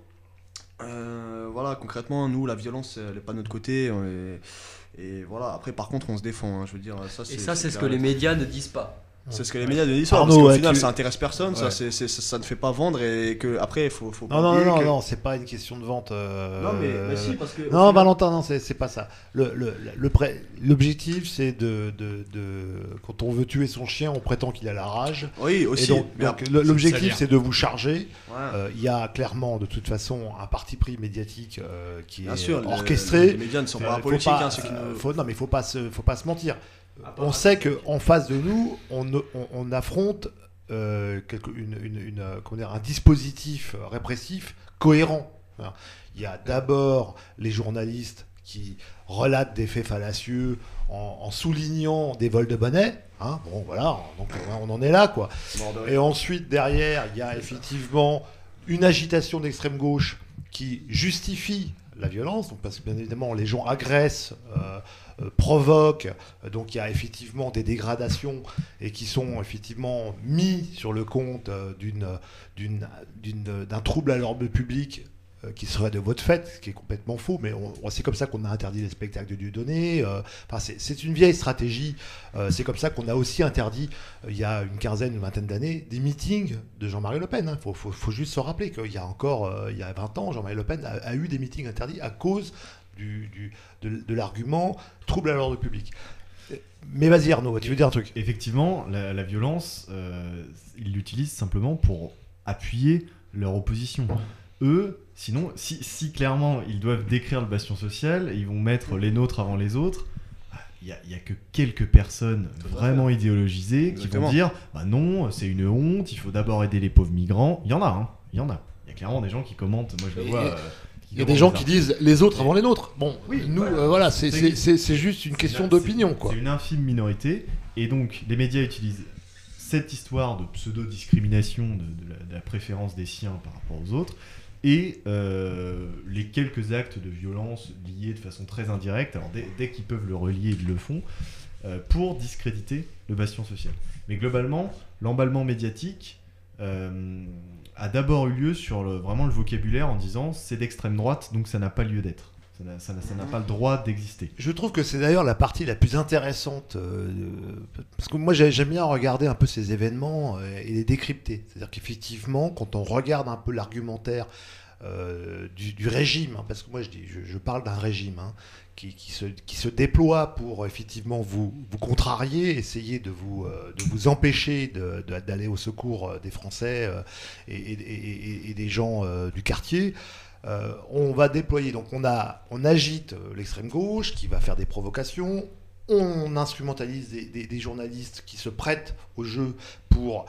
Voilà, concrètement, nous, la violence, elle n'est pas de notre côté. Et voilà, après, par contre, on se défend. Hein, je veux dire, ça, Et ça, c'est ce que les médias ne disent pas. C'est ce que les médias disent. Arnaud, Parce qu'au ouais, final, tu- ça intéresse personne. Ouais. Ça ne fait pas vendre. Et que après, il faut pas Non, oublier que... non, c'est pas une question de vente. Non, mais si, parce que. au Non, final- Valentin, non, c'est pas ça. L'objectif, c'est quand on veut tuer son chien, on prétend qu'il a la rage. Oui, aussi. Et donc, mais l'objectif, salir. c'est de vous charger. ouais. Il y a clairement, de toute façon, un parti pris médiatique qui Bien est sûr, orchestré. les médias ne sont pas Faut politiques. pas- Hein, ceux qui nous... non, mais faut pas se mentir. On sait qu'en face de nous, on affronte comment dire, un dispositif répressif cohérent. Alors, il y a d'abord les journalistes qui relatent des faits fallacieux en soulignant des vols de monnaie. Hein, bon, voilà, donc on en est là, quoi. Et ensuite, derrière, il y a effectivement une agitation d'extrême gauche qui justifie la violence, donc parce que bien évidemment les gens agressent, provoquent, donc il y a effectivement des dégradations et qui sont effectivement mis sur le compte d'un trouble à l'ordre public qui serait de votre fait, ce qui est complètement faux, mais c'est comme ça qu'on a interdit les spectacles de Dieudonné. C'est une vieille stratégie. C'est comme ça qu'on a aussi interdit, il y a une vingtaine d'années, des meetings de Jean-Marie Le Pen. Il faut juste se rappeler qu'il y a encore, il y a 20 ans, Jean-Marie Le Pen a eu des meetings interdits à cause de l'argument trouble à l'ordre public. Mais vas-y Arnaud, tu veux dire un truc? Effectivement, la violence, ils l'utilisent simplement pour appuyer leur opposition. Eux, sinon, si clairement ils doivent décrire le bastion social, ils vont mettre les nôtres avant les autres. Il y a que quelques personnes vraiment idéologisées qui Exactement. vont dire bah non, c'est une honte, il faut d'abord aider les pauvres migrants. Il y en a, hein, il y en a. Il y a clairement des gens qui commentent, moi je le vois. Il y a des gens qui disent les autres avant les nôtres. Bon, oui, nous, voilà, c'est juste une question d'opinion, quoi. C'est une infime minorité, et donc les médias utilisent cette histoire de pseudo-discrimination de la préférence des siens par rapport aux autres, et les quelques actes de violence liés de façon très indirecte, alors dès qu'ils peuvent le relier, ils le font, pour discréditer le bastion social. Mais globalement, l'emballement médiatique a d'abord eu lieu sur vraiment le vocabulaire en disant c'est d'extrême droite, donc ça n'a pas lieu d'être. Ça n'a pas le droit d'exister. Je trouve que c'est d'ailleurs la partie la plus intéressante, parce que moi j'aime bien regarder un peu ces événements et les décrypter. C'est-à-dire qu'effectivement, quand on regarde un peu l'argumentaire du régime, hein, parce que moi je parle d'un régime qui se déploie pour effectivement vous contrarier, essayer de vous empêcher d'aller au secours des Français et des gens du quartier. On va déployer, donc on agite l'extrême gauche qui va faire des provocations, on instrumentalise des journalistes qui se prêtent au jeu pour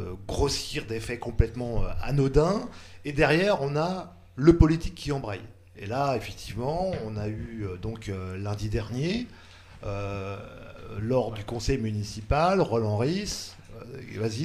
grossir des faits complètement anodins, et derrière on a le politique qui embraye. Et là, effectivement, on a eu lundi dernier, lors du conseil municipal, Roland Ries. Vas-y.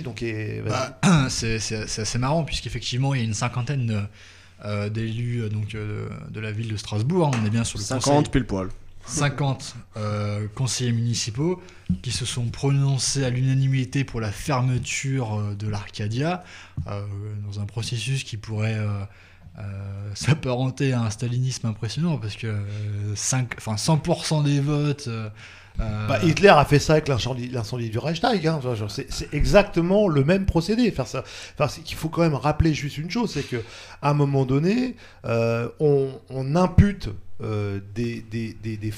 C'est assez marrant, puisqu'effectivement, il y a une cinquantaine d'élus de la ville de Strasbourg. On est bien sur le 50 pile poil. 50 conseillers municipaux qui se sont prononcés à l'unanimité pour la fermeture de l'Arcadia, dans un processus qui pourrait s'apparenter à un stalinisme impressionnant, parce que 100% des votes... Hitler a fait ça avec l'incendie du Reichstag. Hein. C'est exactement le même procédé. Il faut quand même rappeler juste une chose, c'est qu'à un moment donné, on impute des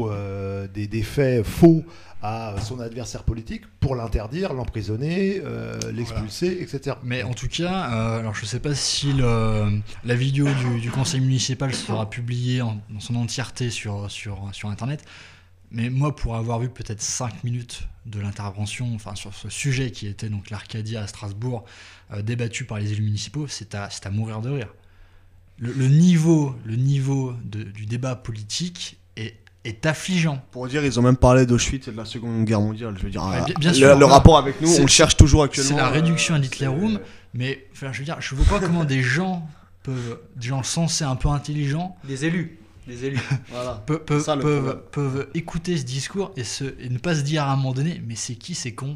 faits faux à son adversaire politique pour l'interdire, l'emprisonner, l'expulser, etc. Mais en tout cas, alors je ne sais pas si la vidéo du conseil municipal sera publiée dans son entièreté sur Internet. Mais moi, pour avoir vu peut-être 5 minutes de l'intervention sur ce sujet qui était donc l'Arcadia à Strasbourg, débattu par les élus municipaux, c'est à mourir de rire. Le niveau du débat politique est affligeant. Pour dire, ils ont même parlé d'Auschwitz et de la Seconde Guerre mondiale. Je veux dire, bien sûr, le rapport avec nous, on le cherche toujours actuellement. C'est la réduction à l'Hitlerum, mais je veux dire, je vois pas comment des gens censés un peu intelligents, Des élus. Voilà. peuvent écouter ce discours et ne pas se dire à un moment donné, mais c'est qui ces cons ?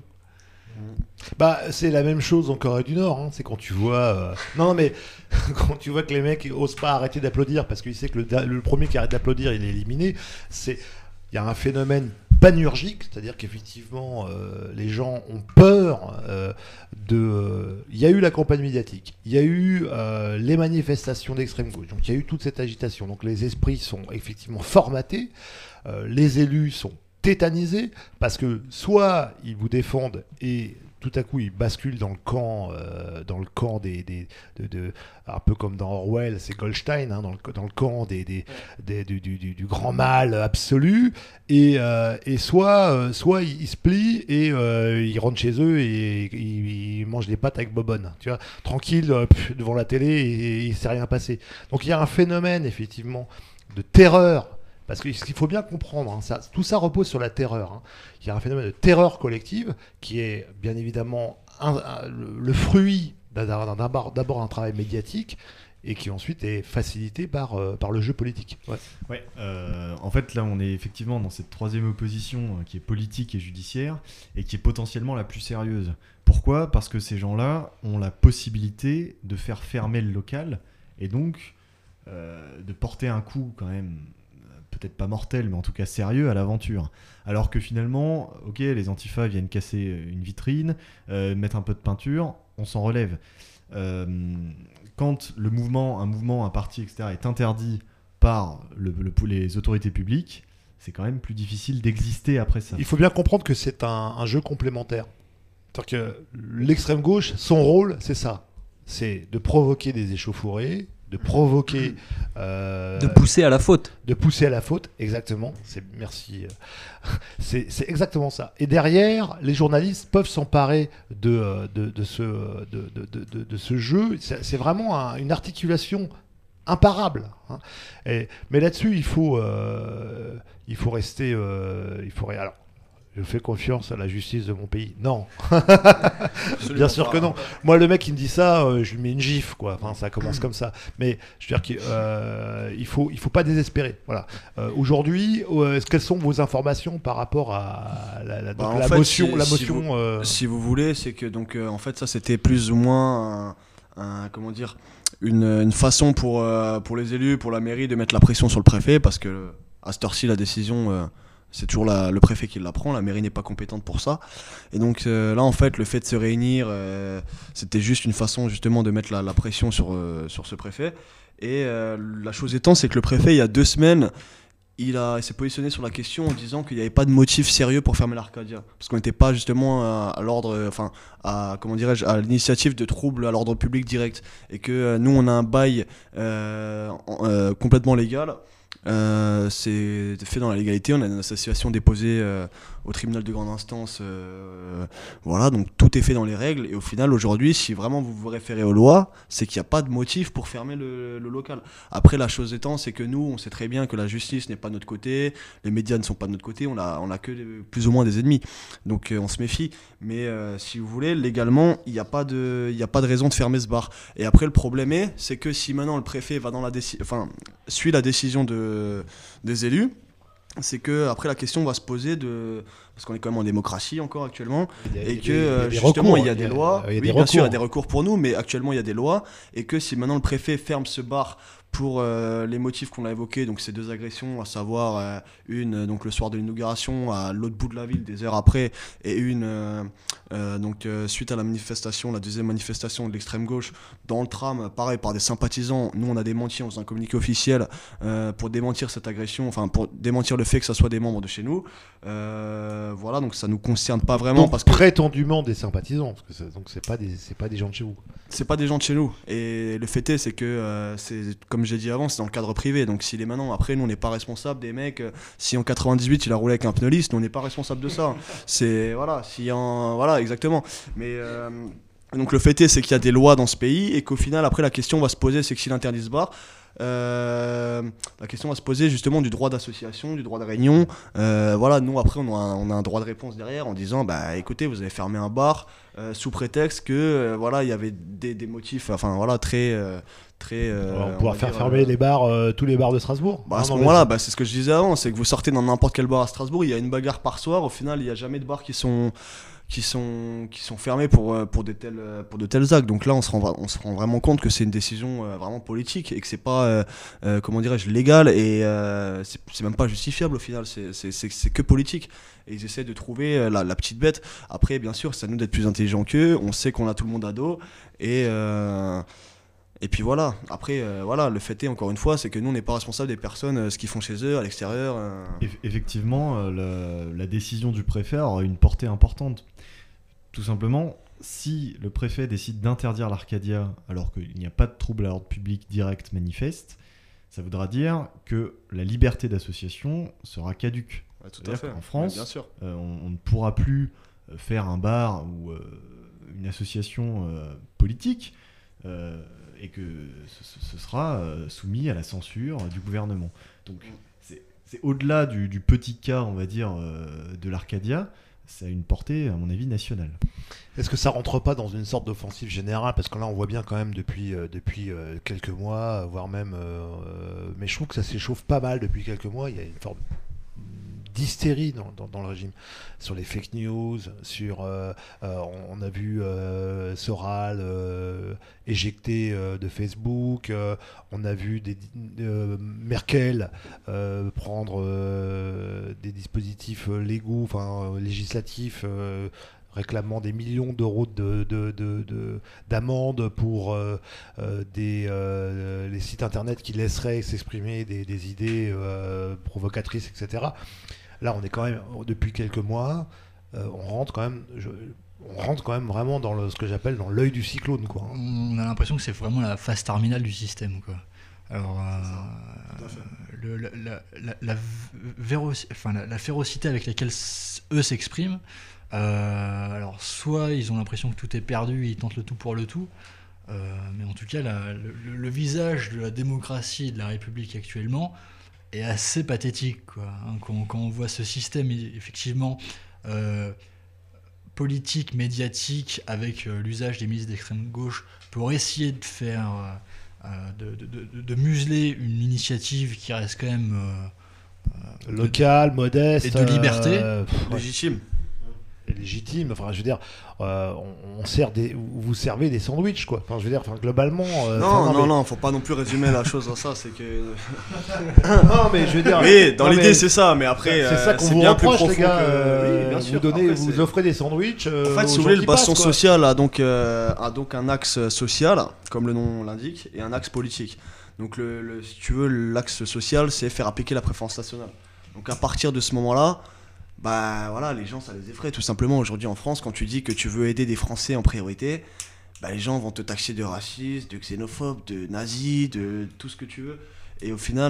C'est la même chose en Corée du Nord. Hein. C'est quand tu vois, quand tu vois que les mecs osent pas arrêter d'applaudir parce qu'ils savent que le premier qui arrête d'applaudir, il est éliminé. Il y a un phénomène panurgique, c'est-à-dire qu'effectivement, les gens ont peur il y a eu la campagne médiatique, il y a eu les manifestations d'extrême gauche, donc il y a eu toute cette agitation. Donc les esprits sont effectivement formatés, les élus sont tétanisés, parce que soit ils vous défendent et tout à coup ils basculent dans le camp un peu comme dans Orwell, c'est Goldstein, hein, dans le camp du grand mal absolu, et soit ils se plient et ils rentrent chez eux et ils mangent des pâtes avec bobonne, tu vois, tranquille, devant la télé, et il s'est rien passé. Donc il y a un phénomène effectivement de terreur. Parce qu'il faut bien comprendre, hein, tout ça repose sur la terreur. Hein. Il y a un phénomène de terreur collective qui est bien évidemment le fruit d'abord un travail médiatique et qui ensuite est facilité par le jeu politique. Ouais. En fait, là, on est effectivement dans cette troisième opposition qui est politique et judiciaire et qui est potentiellement la plus sérieuse. Pourquoi ? Parce que ces gens-là ont la possibilité de faire fermer le local et donc de porter un coup quand même... peut-être pas mortel, mais en tout cas sérieux à l'aventure. Alors que finalement, ok, les antifas viennent casser une vitrine, mettre un peu de peinture, on s'en relève. Quand un parti, etc., est interdit par les autorités publiques, c'est quand même plus difficile d'exister après ça. Il faut bien comprendre que c'est un jeu complémentaire. C'est-à-dire que l'extrême gauche, son rôle, c'est ça. C'est de provoquer des échauffourées, de provoquer... de pousser à la faute. De pousser à la faute, exactement. Merci. C'est exactement ça. Et derrière, les journalistes peuvent s'emparer de ce jeu. C'est vraiment une articulation imparable. Hein. Mais là-dessus, il faut rester... Alors, je fais confiance à la justice de mon pays. Non. Bien sûr que non. Moi, le mec qui me dit ça, je lui mets une gifle, quoi. Enfin, ça commence comme ça. Mais je veux dire qu'il faut pas désespérer. Voilà. Aujourd'hui, quelles sont vos informations par rapport à la motion Si vous voulez, c'est que en fait, ça c'était plus ou moins une façon pour les élus, pour la mairie de mettre la pression sur le préfet, parce que à cette heure-ci, la décision... c'est toujours le préfet qui la prend, la mairie n'est pas compétente pour ça. Et donc là, en fait, le fait de se réunir, c'était juste une façon justement de mettre la pression sur ce préfet. Et la chose étant, c'est que le préfet, il y a 2 semaines, il s'est positionné sur la question en disant qu'il n'y avait pas de motif sérieux pour fermer l'Arcadia. Parce qu'on n'était pas justement à l'initiative de troubles à l'ordre public direct. Et que nous, on a un bail complètement légal. c'est fait dans la légalité. On a une association déposée au tribunal de grande instance. Voilà, donc tout est fait dans les règles. Et au final, aujourd'hui, si vraiment vous vous référez aux lois, c'est qu'il n'y a pas de motif pour fermer le local. Après, la chose étant, c'est que nous, on sait très bien que la justice n'est pas de notre côté, les médias ne sont pas de notre côté, on a que plus ou moins des ennemis. Donc on se méfie. Mais si vous voulez, légalement, il n'y a pas de raison de fermer ce bar. Et après, le problème c'est que si maintenant le préfet va suit la décision des élus, c'est que après la question va se poser parce qu'on est quand même en démocratie encore actuellement, et que justement il y a des lois, oui bien sûr il y a des recours pour nous, mais actuellement il y a des lois, et que si maintenant le préfet ferme ce bar pour les motifs qu'on a évoqués, donc ces 2 agressions, à savoir une donc le soir de l'inauguration à l'autre bout de la ville des heures après, et une suite à la deuxième manifestation de l'extrême gauche dans le tram, pareil par des sympathisants. Nous on a démenti, on faisait un communiqué officiel pour démentir cette agression, enfin pour démentir le fait que ça soit des membres de chez nous. Voilà, donc ça nous concerne pas vraiment, donc, parce que prétendument des sympathisants, parce que donc c'est pas des gens de chez vous. C'est pas des gens de chez nous, et le fait c'est que c'est comme j'ai dit avant, c'est dans le cadre privé. Donc s'il est maintenant, après nous on n'est pas responsable des mecs. Si en 98 il a roulé avec un pneu lisse, nous on n'est pas responsable de ça. C'est voilà, voilà exactement. Mais donc le fait c'est qu'il y a des lois dans ce pays, et qu'au final après la question va se poser, c'est que s'il interdit ce bar, la question va se poser justement du droit d'association, du droit de réunion. Voilà, nous après on a un droit de réponse derrière en disant bah écoutez, vous avez fermé un bar sous prétexte que voilà il y avait des motifs, enfin voilà très on va pouvoir faire fermer les bars, tous les bars de Strasbourg. À ce moment-là, c'est ce que je disais avant, c'est que vous sortez dans n'importe quel bar à Strasbourg, il y a une bagarre par soir, au final il n'y a jamais de bars qui sont fermés pour de tels actes. Donc là on se rend vraiment compte que c'est une décision vraiment politique, et que c'est pas comment dirais-je légal, et c'est même pas justifiable au final, c'est que politique, et ils essaient de trouver la petite bête. Après bien sûr c'est à nous d'être plus intelligents qu'eux, on sait qu'on a tout le monde à dos, et puis voilà, après voilà, le fait est encore une fois, c'est que nous on n'est pas responsable des personnes, ce qu'ils font chez eux à l'extérieur. Effectivement, la décision du préfet aura une portée importante. Tout simplement, si le préfet décide d'interdire l'Arcadia alors qu'il n'y a pas de trouble à l'ordre public direct manifeste, ça voudra dire que la liberté d'association sera caduque. Ouais, tout à fait. En France, bien sûr. On ne pourra plus faire un bar ou une association politique, et que ce sera soumis à la censure du gouvernement. Donc c'est au-delà du petit cas, on va dire, de l'Arcadia. Ça a une portée, à mon avis, nationale. Est-ce que ça rentre pas dans une sorte d'offensive générale? Parce que là, on voit bien quand même depuis quelques mois, voire même... mais je trouve que ça s'échauffe pas mal depuis quelques mois. Il y a une forme d'hystérie dans le régime. Sur les fake news, on a vu Soral éjecté de Facebook, on a vu Merkel prendre des dispositifs légaux, enfin législatifs, réclamant des millions d'euros d'amende pour les sites internet qui laisseraient s'exprimer des idées provocatrices, etc. Là, on est quand même, depuis quelques mois, on rentre quand même vraiment dans ce que j'appelle dans l'œil du cyclone, quoi. On a l'impression que c'est vraiment la phase terminale du système, quoi. Alors, la férocité avec laquelle eux s'expriment, alors soit ils ont l'impression que tout est perdu, ils tentent le tout pour le tout, mais en tout cas le visage de la démocratie et de la République actuellement est assez pathétique, quoi, hein, quand on voit ce système effectivement politique, médiatique, avec l'usage des milices d'extrême gauche pour essayer de faire de museler une initiative qui reste quand même locale, modeste et de liberté, légitime. Enfin, je veux dire, vous servez des sandwichs, quoi. Enfin, je veux dire, globalement. Non, faut pas non plus résumer la chose à ça. C'est que. Non, mais je veux dire. Oui, dans l'idée, c'est ça, mais après, c'est ça qu'on c'est vous bien reproche, plus les profond gars. que. Oui, bien sûr. Vous offrez des sandwichs. En fait, si vous voulez, le bastion social a donc un axe social, comme le nom l'indique, et un axe politique. Donc, si tu veux, l'axe social, c'est faire appliquer la préférence nationale. Donc, à partir de ce moment-là. Bah voilà, les gens ça les effraie tout simplement. Aujourd'hui en France, quand tu dis que tu veux aider des Français en priorité, bah les gens vont te taxer de raciste, de xénophobe, de nazi, de tout ce que tu veux. Et au final,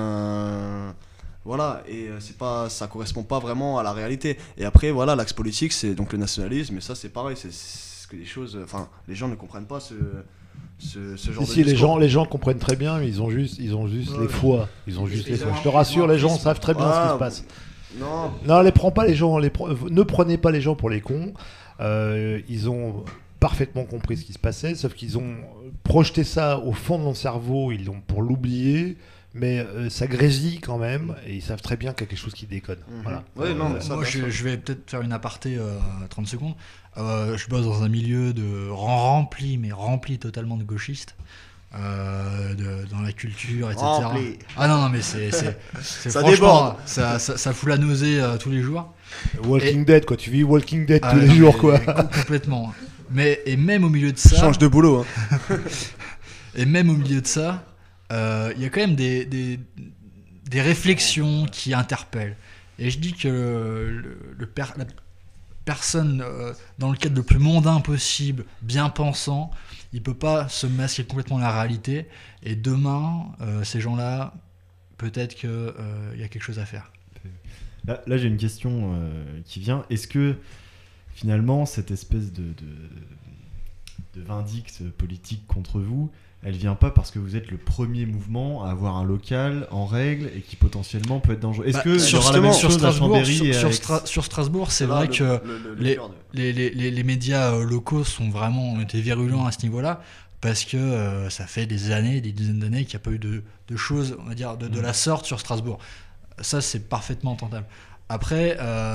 voilà, et ça correspond pas vraiment à la réalité. Et après, voilà, l'axe politique, c'est donc le nationalisme, et ça, c'est pareil, c'est que les choses, enfin, les gens ne comprennent pas ce genre de Si discours. les gens comprennent très bien, mais ils ont juste les fois. Ils ont juste les fois. Je te rassure, les gens savent très bien ce qui se passe. Non, Non, les prends pas les gens, ne prenez pas les gens pour les cons. Ils ont parfaitement compris ce qui se passait, sauf qu'ils ont projeté ça au fond de mon cerveau, ils l'ont pour l'oublier, mais ça grésille quand même, et ils savent très bien qu'il y a quelque chose qui déconne. Voilà. Ouais, non, mais ça, Moi, bien sûr. je vais peut-être faire une aparté 30 secondes. Je bosse dans un milieu rempli totalement de gauchistes. Dans la culture, etc. Rempli. Ah non, mais c'est Ça franchement, déborde. ça fout la nausée tous les jours. Walking Dead, quoi. Tu vis Walking Dead Ah, tous les non, jours, mais quoi. Complètement. Et même au milieu de ça, Change de boulot. Hein. il y a quand même des réflexions qui interpellent. Et je dis que la personne, dans le cadre le plus mondain possible, bien pensant, il peut pas se masquer complètement la réalité. Et demain, ces gens-là, peut-être qu'il y a quelque chose à faire. Là, j'ai une question qui vient. Est-ce que finalement cette espèce de vindicte politique contre vous, elle vient pas parce que vous êtes le premier mouvement à avoir un local en règle et qui potentiellement peut être dangereux? Est-ce que il y aura la même chose à Chambéry et à sur Strasbourg, c'est vrai que les médias locaux ont été virulents à ce niveau-là, parce que ça fait des dizaines d'années qu'il n'y a pas eu de choses, on va dire, de la sorte sur Strasbourg. Ça, c'est parfaitement entendable. Après,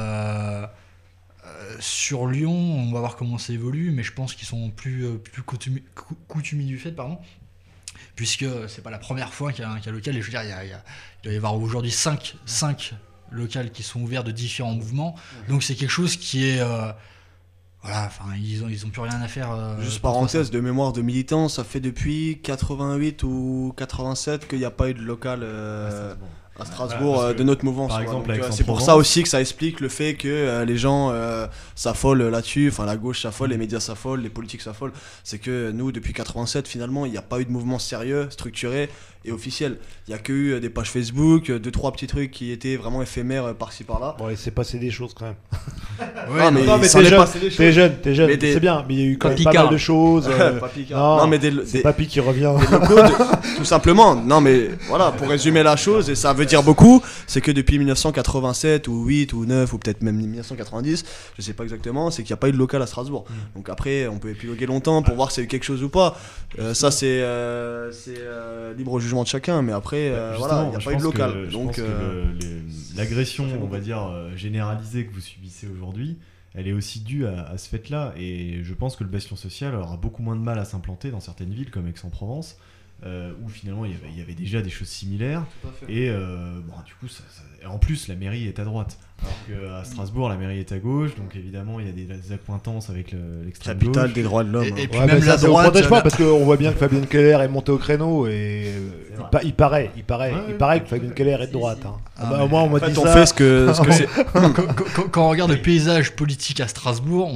sur Lyon, on va voir comment ça évolue, mais je pense qu'ils sont plus coutumiers du fait, pardon, puisque c'est pas la première fois qu'il y a un local. Et je veux dire, il doit y avoir aujourd'hui 5 locales qui sont ouverts de différents mouvements. Donc c'est quelque chose qui est... voilà, enfin, ils ont plus rien à faire. Juste contre parenthèse, ça. de mémoire de militants, ça fait depuis 88 ou 87 qu'il n'y a pas eu de local à Strasbourg parce que, de notre mouvement. par exemple, avec c'est pour Aix-en-Provence, ça aussi que ça explique le fait que les gens s'affolent là-dessus, enfin la gauche s'affole, les médias s'affolent, les politiques s'affolent. C'est que nous, depuis 87, finalement, il n'y a pas eu de mouvement sérieux, structuré et officiel. Il n'y a que eu des pages Facebook, 2-3 petits trucs qui étaient vraiment éphémères par-ci par-là. Bon, il s'est passé des choses quand même. Ouais, Ah, mais Non, mais il s'en t'es est jeune, passé des choses. t'es jeune, Mais des- c'est bien, mais il y a eu quand même pas Picard. mal de choses. Pas Picard. Non, mais c'est Papy qui revient. locaux, tout simplement. Non, mais voilà, pour résumer la chose, et ça veut dire beaucoup, c'est que depuis 1987 ou 8 ou 9 ou peut-être même 1990, je sais pas exactement, c'est qu'il n'y a pas eu de local à Strasbourg. Donc après, on peut épiloguer longtemps pour voir s'il y a eu quelque chose ou pas. Ça, c'est libre jugement de chacun, mais après, voilà, il n'y a pas eu de local. Donc, l'agression, on va dire, généralisée que vous subissez aujourd'hui, elle est aussi due à ce fait-là. Et je pense que le bastion social aura beaucoup moins de mal à s'implanter dans certaines villes comme Aix-en-Provence, où finalement il y avait déjà des choses similaires. Et bon, du coup, et en plus, la mairie est à droite. Alors qu'à Strasbourg, la mairie est à gauche. Donc évidemment, il y a des accointances avec l'extrême capitale gauche. des droits de l'homme. Et hein. puis Ouais, même mais la ça, droite. on protège pas parce qu'on voit bien que Fabienne Keller est montée au créneau et il paraît que Fabienne Keller est de droite. Hein. Ah, Bah, mais au moins on m'a En fait, dit on ça. fait ce que c'est. Quand on regarde le paysage politique à Strasbourg,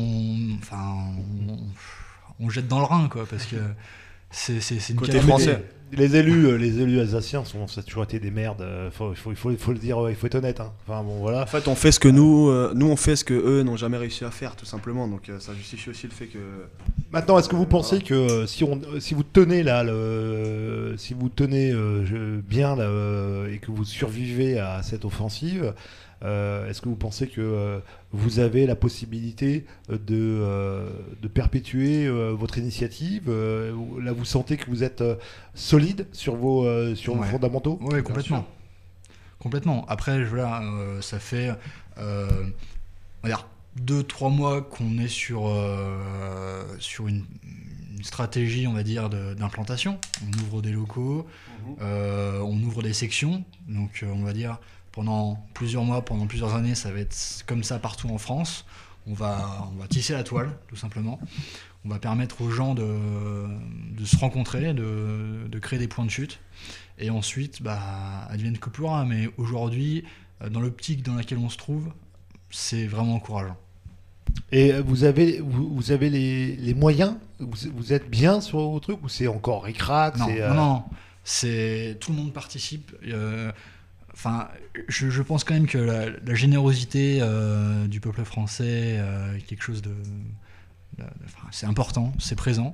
on jette dans le Rhin, quoi, parce que c'est une Côté calamité. français. Les élus alsaciens ça a toujours été des merdes. Faut le dire, il faut être honnête. Hein. Enfin bon voilà. En fait, on fait ce que nous on fait ce que eux n'ont jamais réussi à faire, tout simplement. Donc, ça justifie aussi le fait que. Maintenant, est-ce que vous pensez que si vous tenez là, bien là, et que vous survivez à cette offensive, est-ce que vous pensez que vous avez la possibilité de perpétuer votre initiative là, vous sentez que vous êtes solide sur vos Ouais. fondamentaux? Oui, complètement. Complètement. Après, voilà, ça fait on va dire 2-3 mois qu'on est sur une stratégie, on va dire, d'implantation. On ouvre des locaux, on ouvre des sections. Donc, on va dire, pendant plusieurs mois, pendant plusieurs années, ça va être comme ça partout en France. On va tisser la toile, tout simplement. On va permettre aux gens de se rencontrer, de créer des points de chute. Et ensuite, advienne que pourra. Mais aujourd'hui, dans l'optique dans laquelle on se trouve, c'est vraiment encourageant. Et vous avez les moyens? Vous êtes bien sur vos trucs ou c'est encore ric-rac? Non, c'est, non, tout le monde participe. Enfin, je pense quand même que la générosité du peuple français est quelque chose c'est important, c'est présent.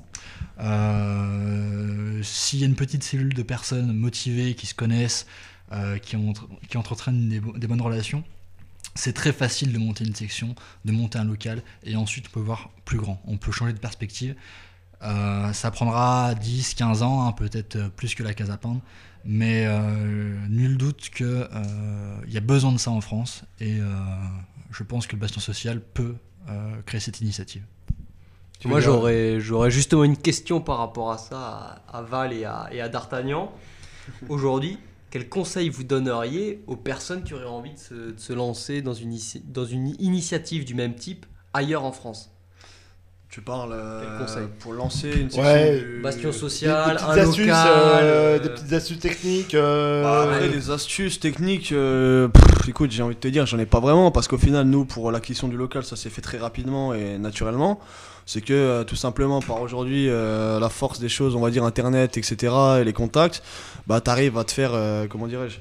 S'il y a une petite cellule de personnes motivées qui se connaissent, qui entretiennent des bonnes relations, c'est très facile de monter une section, de monter un local, et ensuite on peut voir plus grand, on peut changer de perspective. Ça prendra 10-15 ans, hein, peut-être plus que la Casa Pound, mais nul doute qu'il y a besoin de ça en France, et je pense que le Bastion Social peut créer cette initiative. Moi, j'aurais justement une question par rapport à ça, à Val et à D'Artagnan. Aujourd'hui, quel conseil vous donneriez aux personnes qui auraient envie de se lancer dans une initiative du même type ailleurs en France ? Tu parles Quel conseil pour lancer une section du Bastion Social, un astuces, local... des petites astuces techniques. Après, les astuces techniques, écoute, j'ai envie de te dire, j'en ai pas vraiment, parce qu'au final, nous, pour l'acquisition du local, ça s'est fait très rapidement et naturellement. C'est que tout simplement, par aujourd'hui, la force des choses, on va dire Internet, etc., et les contacts, bah, t'arrives à te faire, comment dirais-je,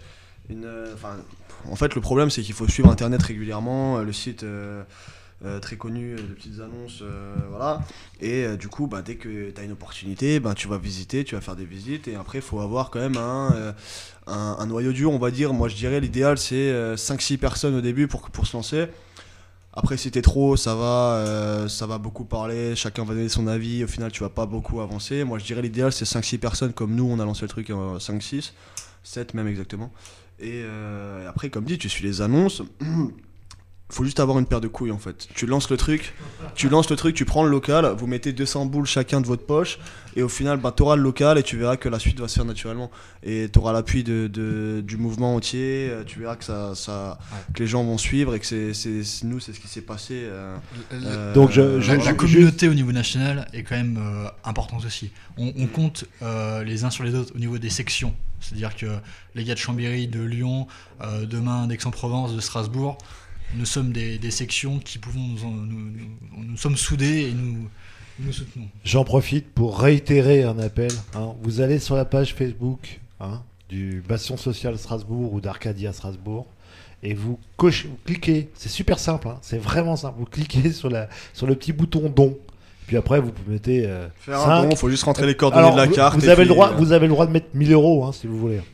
en fait, le problème, c'est qu'il faut suivre Internet régulièrement, le site... très connu, de petites annonces, voilà. Et du coup, bah, dès que tu as une opportunité, bah, tu vas visiter, tu vas faire des visites. Et après, il faut avoir quand même un noyau dur, on va dire. Moi, je dirais l'idéal, c'est 5-6 personnes au début pour se lancer. Après, si t'es trop, ça va beaucoup parler, chacun va donner son avis. Au final, tu vas pas beaucoup avancer. Moi, je dirais l'idéal, c'est 5-6 personnes, comme nous, on a lancé le truc 5-6, 7 même exactement. Et après, comme dit, tu suis les annonces. Faut juste avoir une paire de couilles en fait. Tu lances le truc, tu prends le local, vous mettez 200 boules chacun de votre poche, et au final, bah, t'auras le local et tu verras que la suite va se faire naturellement. Et t'auras l'appui du mouvement entier, tu verras que que les gens vont suivre et que nous, c'est ce qui s'est passé. Donc la communauté au niveau national est quand même importante aussi. On compte les uns sur les autres au niveau des sections. C'est-à-dire que les gars de Chambéry, de Lyon, demain d'Aix-en-Provence, de Strasbourg, nous sommes des sections qui nous sommes soudés et nous soutenons. J'en profite pour réitérer un appel. Vous allez sur la page Facebook du Bastion Social Strasbourg ou d'Arcadia Strasbourg et vous cliquez. C'est super simple, c'est vraiment simple. Vous cliquez sur le petit bouton don. Puis après, vous mettez faire 5. un don, il faut juste rentrer les coordonnées de la carte. Vous avez le droit de mettre 1000 € si vous voulez.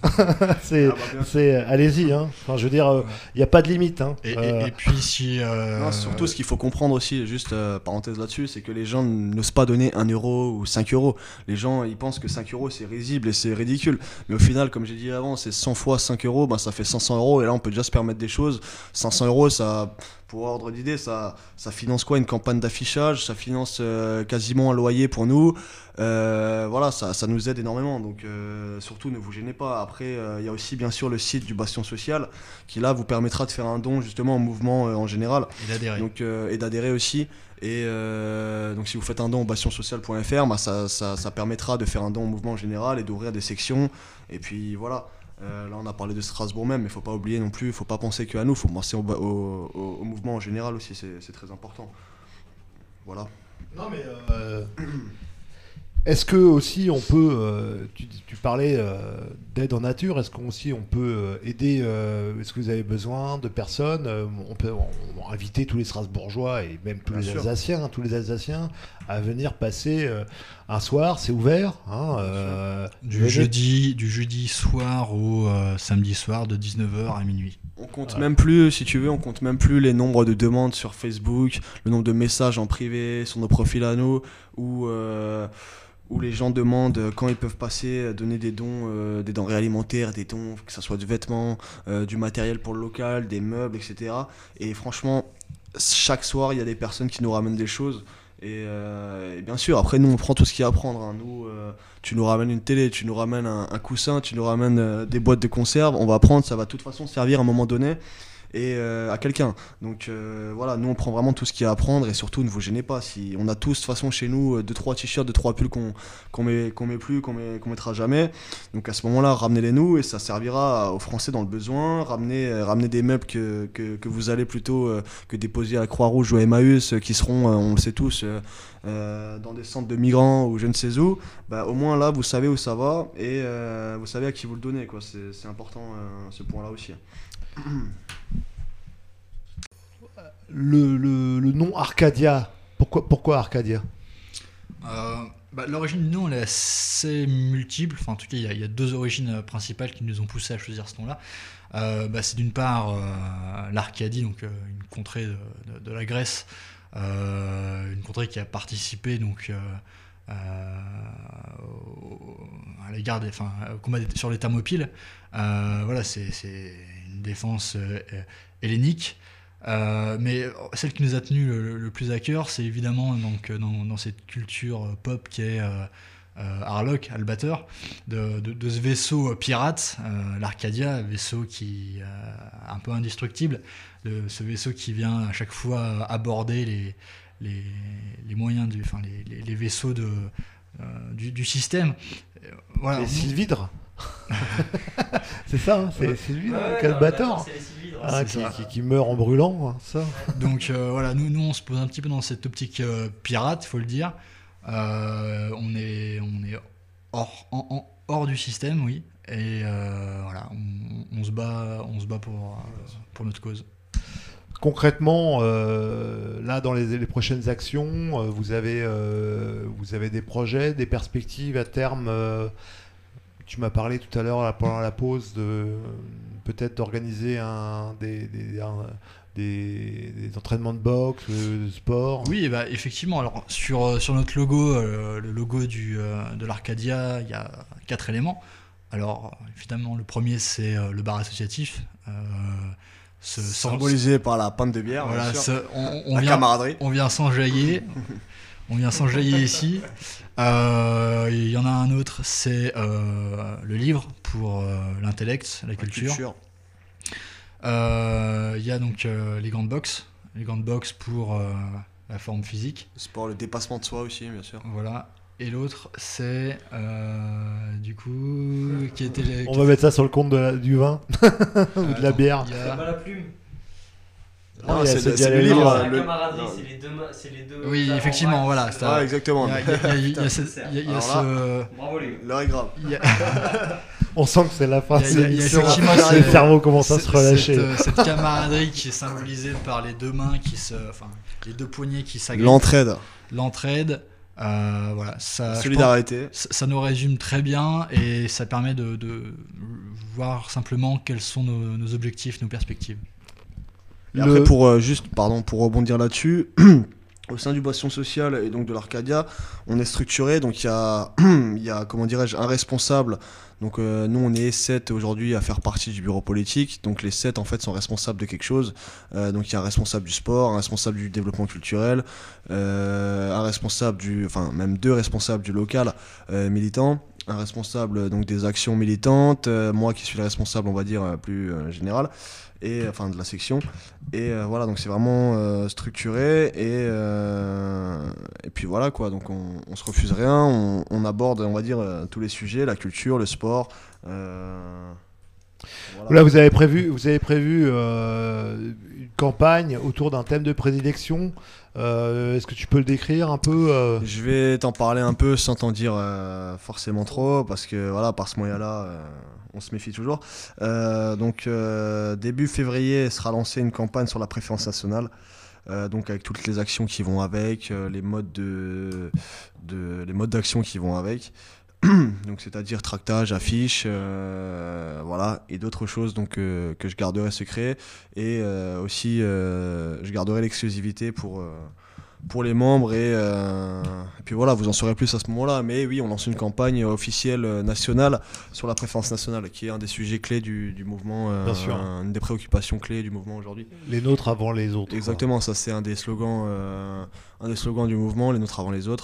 Allez-y. Enfin, je veux dire, il n'y a pas de limite. Et puis si... Non, surtout, ce qu'il faut comprendre aussi, juste parenthèse là-dessus, c'est que les gens n'osent pas donner 1 euro ou 5 euros. Les gens, ils pensent que 5 euros, c'est risible et c'est ridicule. Mais au final, comme j'ai dit avant, c'est 100 fois 5 euros, ben, ça fait 500 €. Et là, on peut déjà se permettre des choses. 500 €, ça... Pour ordre d'idée, ça finance quoi? Une campagne d'affichage, ça finance quasiment un loyer pour nous. Voilà, ça nous aide énormément. Donc surtout, ne vous gênez pas. Après, il y a aussi bien sûr le site du Bastion Social qui là vous permettra de faire un don justement au mouvement en général. Et d'adhérer. Donc, et d'adhérer aussi. Et donc si vous faites un don au bastionsocial.fr, bah, ça permettra de faire un don au mouvement en général et d'ouvrir des sections. Et puis voilà. Là on a parlé de Strasbourg même, mais il ne faut pas oublier non plus, il ne faut pas penser qu'à nous, il faut penser au mouvement en général aussi, c'est très important. Voilà. Non mais est-ce que aussi on peut, tu parlais d'aide en nature, est-ce qu'on peut aider, est-ce que vous avez besoin de personnes, on peut inviter tous les Strasbourgeois et même tous les Alsaciens à venir passer un soir, c'est ouvert. Du jeudi soir au samedi soir de 19h à minuit. On compte même plus, si tu veux, les nombres de demandes sur Facebook, le nombre de messages en privé sur nos profils à nous, où les gens demandent quand ils peuvent passer, donner des dons, des denrées alimentaires, des dons, que ce soit de vêtements, du matériel pour le local, des meubles, etc. Et franchement, chaque soir, il y a des personnes qui nous ramènent des choses. Et bien sûr, après nous on prend tout ce qu'il y a à prendre. Nous, tu nous ramènes une télé, tu nous ramènes un coussin, tu nous ramènes des boîtes de conserve, on va prendre, ça va de toute façon servir à un moment donné. et à quelqu'un. Donc voilà, nous on prend vraiment tout ce qu'il y a à prendre et surtout ne vous gênez pas. Si on a tous de toute façon chez nous 2-3 t-shirts, 2-3 pulls qu'on met plus, qu'on mettra jamais. Donc à ce moment-là, ramenez-les nous et ça servira aux Français dans le besoin. Ramenez des meubles que vous allez plutôt que déposer à la Croix-Rouge ou à Emmaüs, qui seront, on le sait tous, dans des centres de migrants ou je ne sais où. Bah, au moins là, vous savez où ça va et vous savez à qui vous le donnez, quoi. C'est important ce point-là aussi. Le nom Arcadia, pourquoi Arcadia? L'origine du nom elle est assez multiple. Enfin, en tout cas, il y a 2 origines principales qui nous ont poussé à choisir ce nom-là. C'est d'une part l'Arcadie, donc une contrée de la Grèce, une contrée qui a participé donc à la guerre au combat sur les Thermopyles. Voilà, c'est une défense hellénique. Mais celle qui nous a tenu le plus à cœur, c'est évidemment donc, dans cette culture pop qui est Harlock, Albator, de ce vaisseau pirate, l'Arcadia, vaisseau qui un peu indestructible, ce vaisseau qui vient à chaque fois aborder les moyens, les vaisseaux du système. Voilà. Les Sylvidres. C'est ça, hein, c'est Sylvidre, Albator. Qui meurt en brûlant, hein, ça. Donc voilà, nous on se pose un petit peu dans cette optique pirate, il faut le dire. On est hors du système, oui, et voilà, on se bat pour notre cause. Concrètement, là dans les prochaines actions, vous avez des projets, des perspectives à terme. Tu m'as parlé tout à l'heure pendant la pause peut-être d'organiser des entraînements de boxe, de sport. Oui, effectivement. Alors sur notre logo, le logo de l'Arcadia, il y a 4 éléments. Alors évidemment, le premier c'est le bar associatif, symbolisé par la pinte de bière. Voilà, la camaraderie. On vient s'enjailler. On vient s'enjailler ici. Il y en a un autre, c'est le livre pour l'intellect, la culture. Il y a donc les gants de boxe pour la forme physique. Le sport, le dépassement de soi aussi, bien sûr. Voilà. Et l'autre, c'est du coup qui était. On va mettre ça sur le compte du vin ou de la bière. C'est pas la plume. Non, c'est le livre. La camaraderie, c'est les deux. Oui, effectivement, voilà. Ouais, exactement. Il y a ce. Bravo les gars. L'heure est grave. On sent que c'est la fin de l'émission. Effectivement, le cerveau commence à se relâcher. Cette camaraderie qui est symbolisée par les 2 mains les 2 poignets qui s'agrippent. L'entraide. Voilà, solidarité. Ça nous résume très bien et ça permet de voir simplement quels sont nos objectifs, nos perspectives. Et après, pour rebondir là-dessus, au sein du bastion social et donc de l'Arcadia, on est structuré. Donc il y a comment dirais-je, un responsable. Donc nous on est 7 aujourd'hui à faire partie du bureau politique. Donc les 7 en fait sont responsables de quelque chose. Donc il y a un responsable du sport, un responsable du développement culturel, un responsable même 2 responsables du local militant, un responsable donc des actions militantes, moi qui suis le responsable on va dire plus général. Et de la section et voilà, donc c'est vraiment structuré et puis voilà quoi, donc on se refuse rien, on aborde on va dire tous les sujets, la culture, le sport, voilà. Là vous avez prévu une campagne autour d'un thème de prédilection. Est-ce que tu peux le décrire un peu Je vais t'en parler un peu sans t'en dire forcément trop, parce que voilà, par ce moyen-là on se méfie toujours. Donc début février sera lancée une campagne sur la préférence nationale, donc avec toutes les actions qui vont avec, les modes d'action qui vont avec. Donc c'est-à-dire tractage, affiche, voilà, et d'autres choses donc que je garderai secret, et aussi je garderai l'exclusivité pour les membres, et puis voilà, vous en saurez plus à ce moment-là. Mais oui, on lance une campagne officielle nationale sur la préférence nationale, qui est un des sujets clés du mouvement, une des préoccupations clés du mouvement aujourd'hui. Les nôtres avant les autres. Exactement, ça c'est un des slogans du mouvement, les nôtres avant les autres.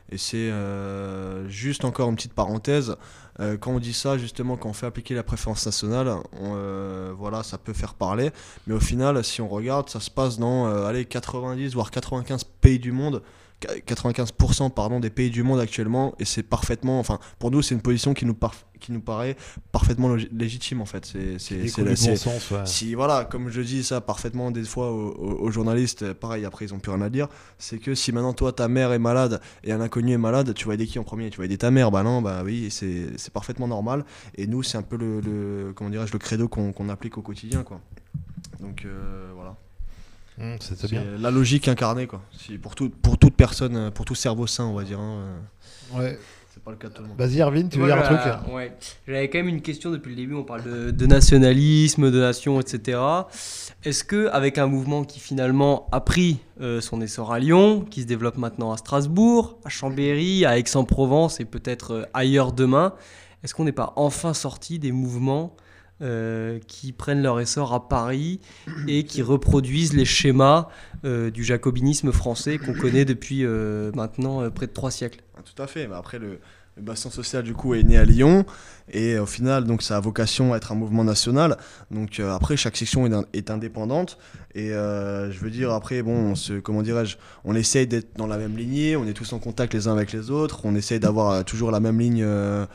Et c'est juste encore une petite parenthèse. Quand on dit ça, justement, quand on fait appliquer la préférence nationale, voilà, ça peut faire parler. Mais au final, si on regarde, ça se passe dans 90 voire 95 pays du monde. 95% pardon, des pays du monde actuellement, et c'est parfaitement, enfin pour nous c'est une position qui nous paraît parfaitement légitime en fait. C'est du bon sens, ouais. Si voilà, comme je dis ça parfaitement des fois aux journalistes, pareil après ils ont plus rien à dire, c'est que si maintenant toi ta mère est malade et un inconnu est malade, tu vas aider qui en premier? Tu vas aider ta mère? Bah non, bah oui, c'est parfaitement normal, et nous c'est un peu le comment dirais-je, le credo qu'on applique au quotidien quoi. Donc voilà. C'est bien. La logique incarnée quoi. Pour toute personne, pour tout cerveau sain on va dire. Ouais. C'est pas le cas de tout le monde. Vas-y Erwin, tu veux dire un truc? Ouais. J'avais quand même une question depuis le début. On parle de nationalisme, de nation, etc. Est-ce que avec un mouvement qui finalement a pris son essor à Lyon, qui se développe maintenant à Strasbourg, à Chambéry, à Aix-en-Provence et peut-être ailleurs demain, est-ce qu'on n'est pas enfin sorti des mouvements qui prennent leur essor à Paris et qui reproduisent les schémas du jacobinisme français qu'on connaît depuis maintenant près de 3 siècles? Tout à fait, mais après le bastion social du coup est né à Lyon, et au final donc ça a vocation à être un mouvement national. Donc après chaque section est indépendante, et je veux dire après bon comment dirais-je, on essaye d'être dans la même lignée, on est tous en contact les uns avec les autres, on essaye d'avoir toujours la même ligne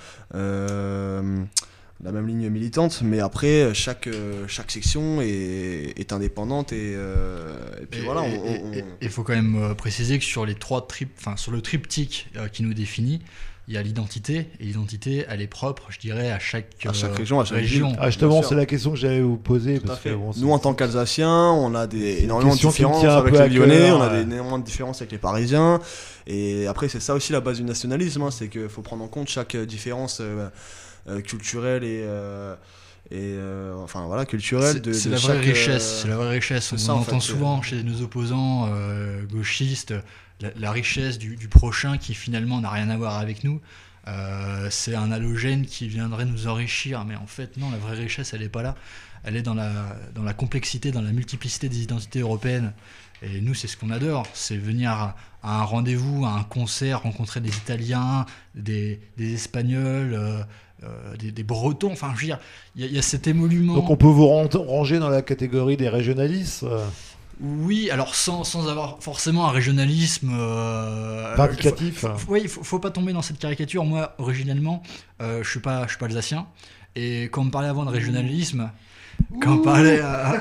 militante, mais après chaque section est indépendante, et puis voilà. Il faut quand même préciser que sur sur le triptyque qui nous définit, il y a l'identité, et l'identité elle est propre, je dirais, à chaque région, à chaque région. Justement, c'est la question que j'allais vous poser. Tout parce à fait. que, bon, nous en tant qu'Alsaciens, on a énormément de question qui me différences tient un avec peu les à Lyonnais, cœur, on a ouais. énormément de différences avec les Parisiens, et après c'est ça aussi la base du nationalisme, c'est qu'il faut prendre en compte chaque différence culturelle enfin voilà, culturelle c'est de la chaque vraie richesse, c'est la vraie richesse. ça, On en entend fait, souvent chez nos opposants gauchistes la richesse du prochain qui finalement n'a rien à voir avec nous. C'est un halogène qui viendrait nous enrichir, mais en fait non, la vraie richesse elle est pas là, elle est dans la complexité, dans la multiplicité des identités européennes. Et nous c'est ce qu'on adore, c'est venir à un rendez-vous, à un concert, rencontrer des Italiens, des Espagnols, des Bretons, enfin je veux dire, il y a cet émolument. Donc on peut vous ranger dans la catégorie des régionalistes. Oui, alors sans avoir forcément un régionalisme vindicatif. Oui, faut pas tomber dans cette caricature. Moi, originellement, je suis pas alsacien, et quand on me parlait avant de régionalisme, quand on parlait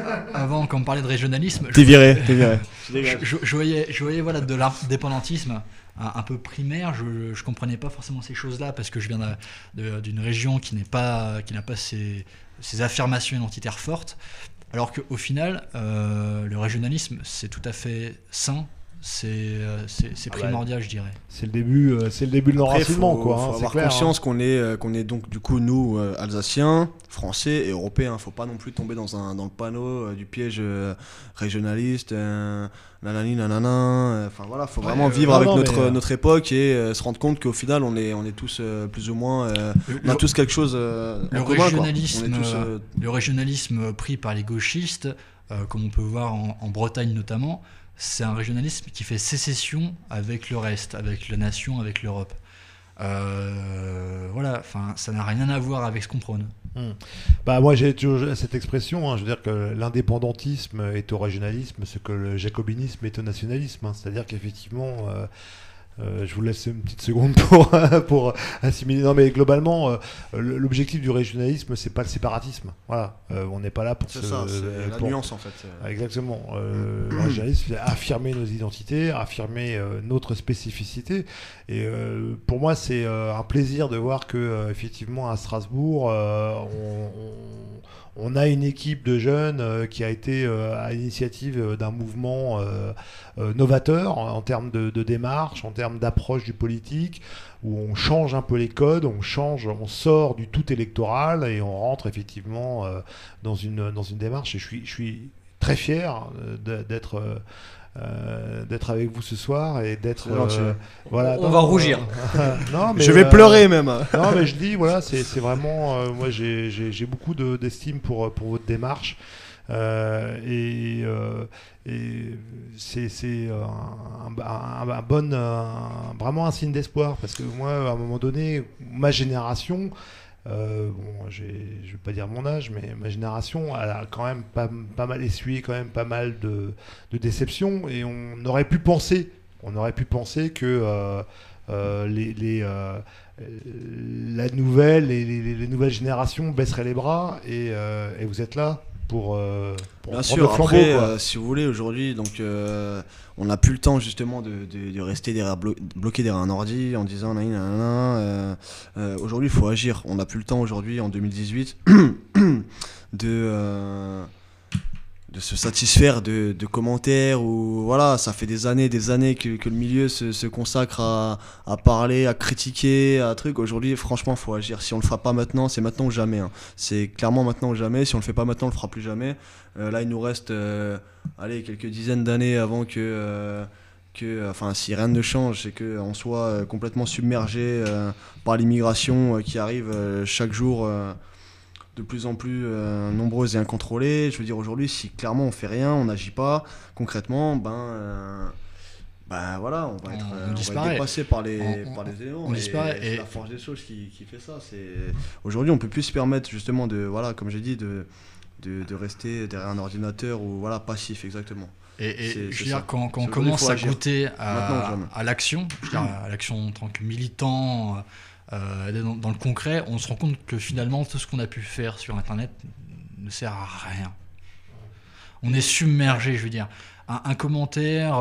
de régionalisme, T'es viré. je voyais voilà de l'indépendantisme un peu primaire. Je comprenais pas forcément ces choses-là, parce que je viens d'une région qui n'a pas ces affirmations identitaires fortes. Alors qu'au final, le régionalisme, c'est tout à fait sain, c'est primordial, je dirais. C'est le début de l'enracinement, quoi. Faut avoir conscience qu'on est donc du coup nous Alsaciens, Français et Européens. Faut pas non plus tomber dans le panneau du piège régionaliste, nanani nanana. Enfin voilà, faut vraiment vivre avec notre époque, et se rendre compte qu'au final on est tous plus ou moins, on a tous quelque chose en commun, quoi. Le régionalisme pris par les gauchistes, comme on peut voir en Bretagne notamment, c'est un régionalisme qui fait sécession avec le reste, avec la nation, avec l'Europe. Voilà, enfin, ça n'a rien à voir avec ce qu'on prône. Bah moi j'ai toujours cette expression, je veux dire que l'indépendantisme est au régionalisme ce que le jacobinisme est au nationalisme, c'est-à-dire qu'effectivement je vous laisse une petite seconde pour assimiler. Non mais globalement, l'objectif du régionalisme, c'est pas le séparatisme. Voilà, on n'est pas là pour c'est la nuance en fait. Exactement. Le régionalisme, c'est affirmer nos identités, affirmer notre spécificité. Et pour moi, c'est un plaisir de voir que effectivement à Strasbourg, on a une équipe de jeunes qui a été à l'initiative d'un mouvement novateur en termes de démarche, en termes d'approche du politique, où on change un peu les codes, on sort du tout électoral et on rentre effectivement dans une démarche. Et je suis très fier d'être avec vous ce soir et d'être voilà. On va rougir. Non, mais, je vais pleurer même. Non mais je dis voilà, c'est vraiment moi j'ai beaucoup d'estime pour votre démarche. Et c'est vraiment un signe d'espoir, parce que moi, à un moment donné, ma génération, je vais pas dire mon âge, mais ma génération a quand même pas mal essuyé quand même pas mal de déceptions, et on aurait pu penser que la nouvelle et les nouvelles générations baisseraient les bras, et vous êtes là pour Bien prendre sûr, le flambeau, après, quoi. si vous voulez, aujourd'hui, donc, on n'a plus le temps justement de rester bloqué derrière un ordi en disant aujourd'hui, il faut agir. On n'a plus le temps aujourd'hui, en 2018, de se satisfaire de commentaires, ou voilà, ça fait des années que le milieu se consacre à parler, à critiquer, à trucs. Aujourd'hui, franchement, faut agir. Si on le fera pas maintenant, c'est maintenant ou jamais, hein. C'est clairement maintenant ou jamais. Si on le fait pas maintenant, on le fera plus jamais. Là, il nous reste quelques dizaines d'années avant enfin, si rien ne change, c'est qu'on soit complètement submergé par l'immigration qui arrive chaque jour, de plus en plus nombreuses et incontrôlées. Je veux dire, aujourd'hui, si clairement on fait rien, on n'agit pas concrètement, voilà, on va être dépassé par les éléments. On disparaît. C'est la force des choses qui fait ça. Aujourd'hui, on peut plus se permettre justement comme j'ai dit, de rester derrière un ordinateur, ou voilà, passif, exactement. Et je veux dire, quand on commence à goûter à l'action, je veux dire, à l'action en tant que militant, dans le concret, on se rend compte que finalement tout ce qu'on a pu faire sur Internet ne sert à rien. On est submergé, je veux dire. Un commentaire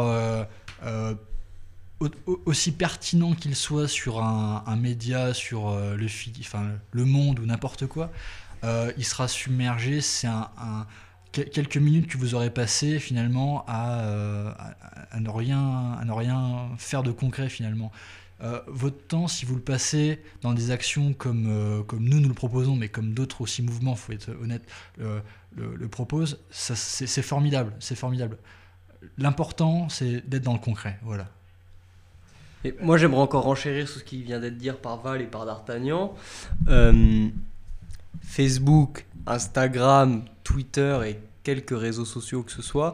aussi pertinent qu'il soit sur un média, sur le Monde ou n'importe quoi, il sera submergé. C'est quelques minutes que vous aurez passées finalement à ne rien faire de concret finalement. Votre temps, si vous le passez dans des actions comme nous le proposons, mais comme d'autres aussi mouvements, il faut être honnête, le proposent, c'est formidable, c'est formidable. L'important, c'est d'être dans le concret, voilà. Et moi, j'aimerais encore renchérir sur ce qui vient d'être dit par Val et par D'Artagnan. Facebook, Instagram, Twitter et quelques réseaux sociaux que ce soit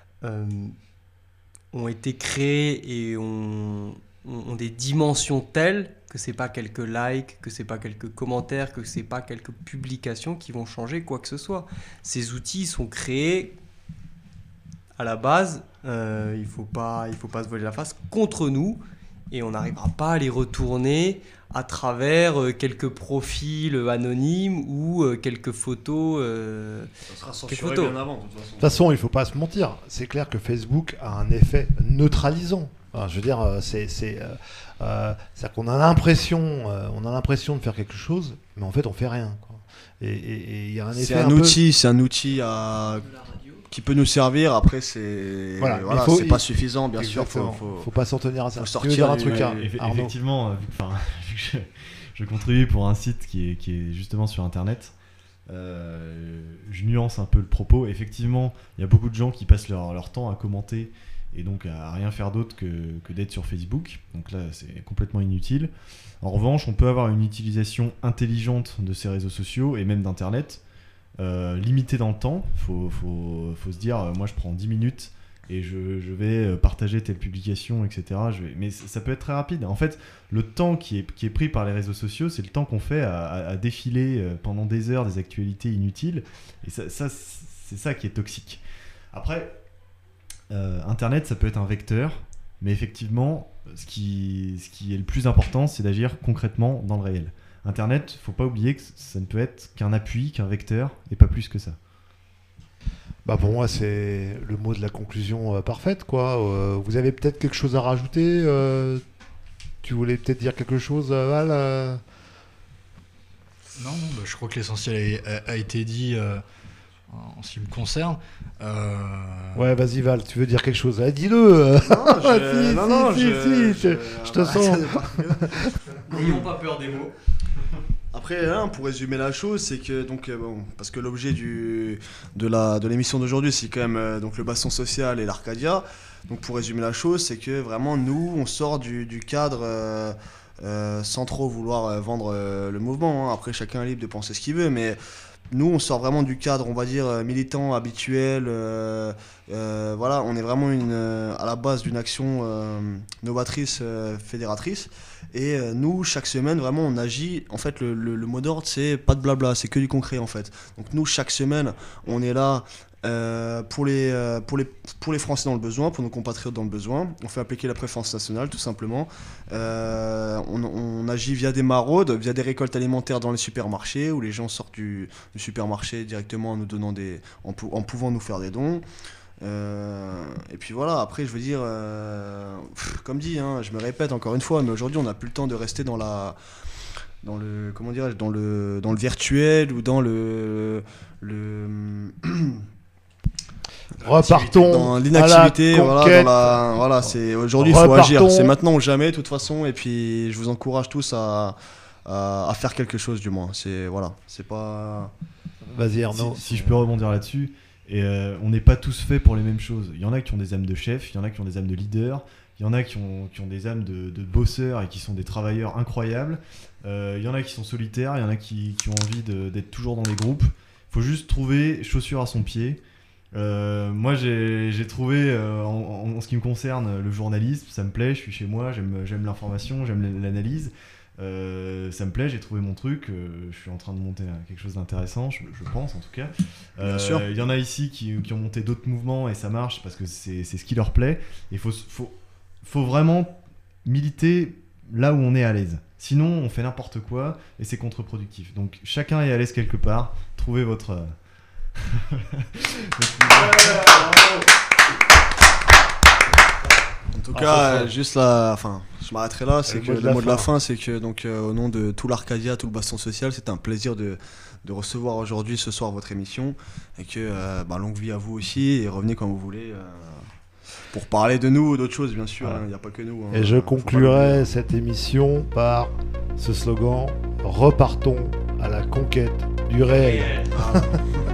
ont été créés et ont des dimensions telles que c'est pas quelques likes, que c'est pas quelques commentaires, que c'est pas quelques publications qui vont changer quoi que ce soit. Ces outils sont créés à la base, il faut pas se voiler la face, contre nous, et on n'arrivera pas à les retourner à travers quelques profils anonymes ou quelques photos. Ça sera censuré bien avant, de toute façon, il faut pas se mentir. C'est clair que Facebook a un effet neutralisant. Enfin, je veux dire, c'est-à-dire qu'on a l'impression de faire quelque chose, mais en fait, on fait rien, quoi. Et il y a un effet. C'est un outil qui peut nous servir. Après, c'est pas suffisant, bien sûr. Faut pas s'en tenir à ça. Faut sortir un truc. Effectivement, vu que je contribue pour un site qui est justement sur Internet. Je nuance un peu le propos. Effectivement, il y a beaucoup de gens qui passent leur temps à commenter et donc à rien faire d'autre que d'être sur Facebook. Donc là, c'est complètement inutile. En revanche, on peut avoir une utilisation intelligente de ces réseaux sociaux et même d'Internet, limitée dans le temps. Faut se dire, moi je prends 10 minutes et je vais partager telle publication, etc. Mais ça peut être très rapide. En fait, le temps qui est pris par les réseaux sociaux, c'est le temps qu'on fait à défiler pendant des heures des actualités inutiles. Et ça c'est ça qui est toxique. Après, Internet, ça peut être un vecteur, mais effectivement, ce qui est le plus important, c'est d'agir concrètement dans le réel. Internet, faut pas oublier que ça ne peut être qu'un appui, qu'un vecteur, et pas plus que ça. Pour moi, c'est le mot de la conclusion parfaite, quoi. Vous avez peut-être quelque chose à rajouter Tu voulais peut-être dire quelque chose, Val Non, je crois que l'essentiel a été dit en ce qui me concerne. Ouais, vas-y Val, tu veux dire quelque chose? Dis-le. Je te sens. N'ayons pas peur des mots. Après, pour résumer la chose, c'est que parce que l'objet de l'émission d'aujourd'hui, c'est quand même donc le baston social et l'Arcadia. Donc pour résumer la chose, c'est que vraiment nous, on sort du cadre sans trop vouloir vendre le mouvement. Après, chacun est libre de penser ce qu'il veut, mais nous, on sort vraiment du cadre, on va dire, militant, habituel. Voilà, on est vraiment à la base d'une action novatrice, fédératrice. Et nous, chaque semaine, vraiment, on agit. En fait, le mot d'ordre, c'est pas de blabla, c'est que du concret, en fait. Donc nous, chaque semaine, on est là pour les Français dans le besoin, pour nos compatriotes dans le besoin. On fait appliquer la préférence nationale, tout simplement. On agit via des maraudes, via des récoltes alimentaires dans les supermarchés, où les gens sortent du supermarché directement en nous donnant en pouvant nous faire des dons. Et puis voilà, après je veux dire, comme dit, hein, je me répète encore une fois, mais aujourd'hui on n'a plus le temps de rester dans le virtuel ou dans Repartons dans l'inactivité, à la conquête. voilà, c'est aujourd'hui il faut agir, c'est maintenant ou jamais de toute façon, et puis je vous encourage tous à faire quelque chose, du moins. C'est pas. Vas-y Arnaud. Si je peux rebondir là-dessus, et on n'est pas tous faits pour les mêmes choses. Il y en a qui ont des âmes de chef, il y en a qui ont des âmes de leader, il y en a qui ont des âmes de bosseurs et qui sont des travailleurs incroyables. Il y en a qui sont solitaires, il y en a qui ont envie d'être toujours dans des groupes. Il faut juste trouver chaussure à son pied. Moi j'ai trouvé en ce qui me concerne le journalisme, ça me plaît, je suis chez moi, j'aime l'information, j'aime l'analyse, ça me plaît, j'ai trouvé mon truc, je suis en train de monter quelque chose d'intéressant, je pense en tout cas. Bien sûr. Il y en a ici qui ont monté d'autres mouvements et ça marche parce que c'est ce qui leur plaît. Il faut vraiment militer là où on est à l'aise. Sinon on fait n'importe quoi et c'est contre-productif. Donc chacun est à l'aise quelque part, trouvez votre... En tout cas, juste là, enfin, je m'arrêterai là. C'est que le mot de la fin, c'est que donc au nom de tout l'Arcadia, tout le Bastion Social, c'est un plaisir de recevoir aujourd'hui, ce soir, votre émission, et que longue vie à vous aussi, et revenez quand vous voulez pour parler de nous ou d'autres choses, bien sûr. Il n'y a pas que nous. Et je conclurai cette émission par ce slogan: repartons à la conquête du réel.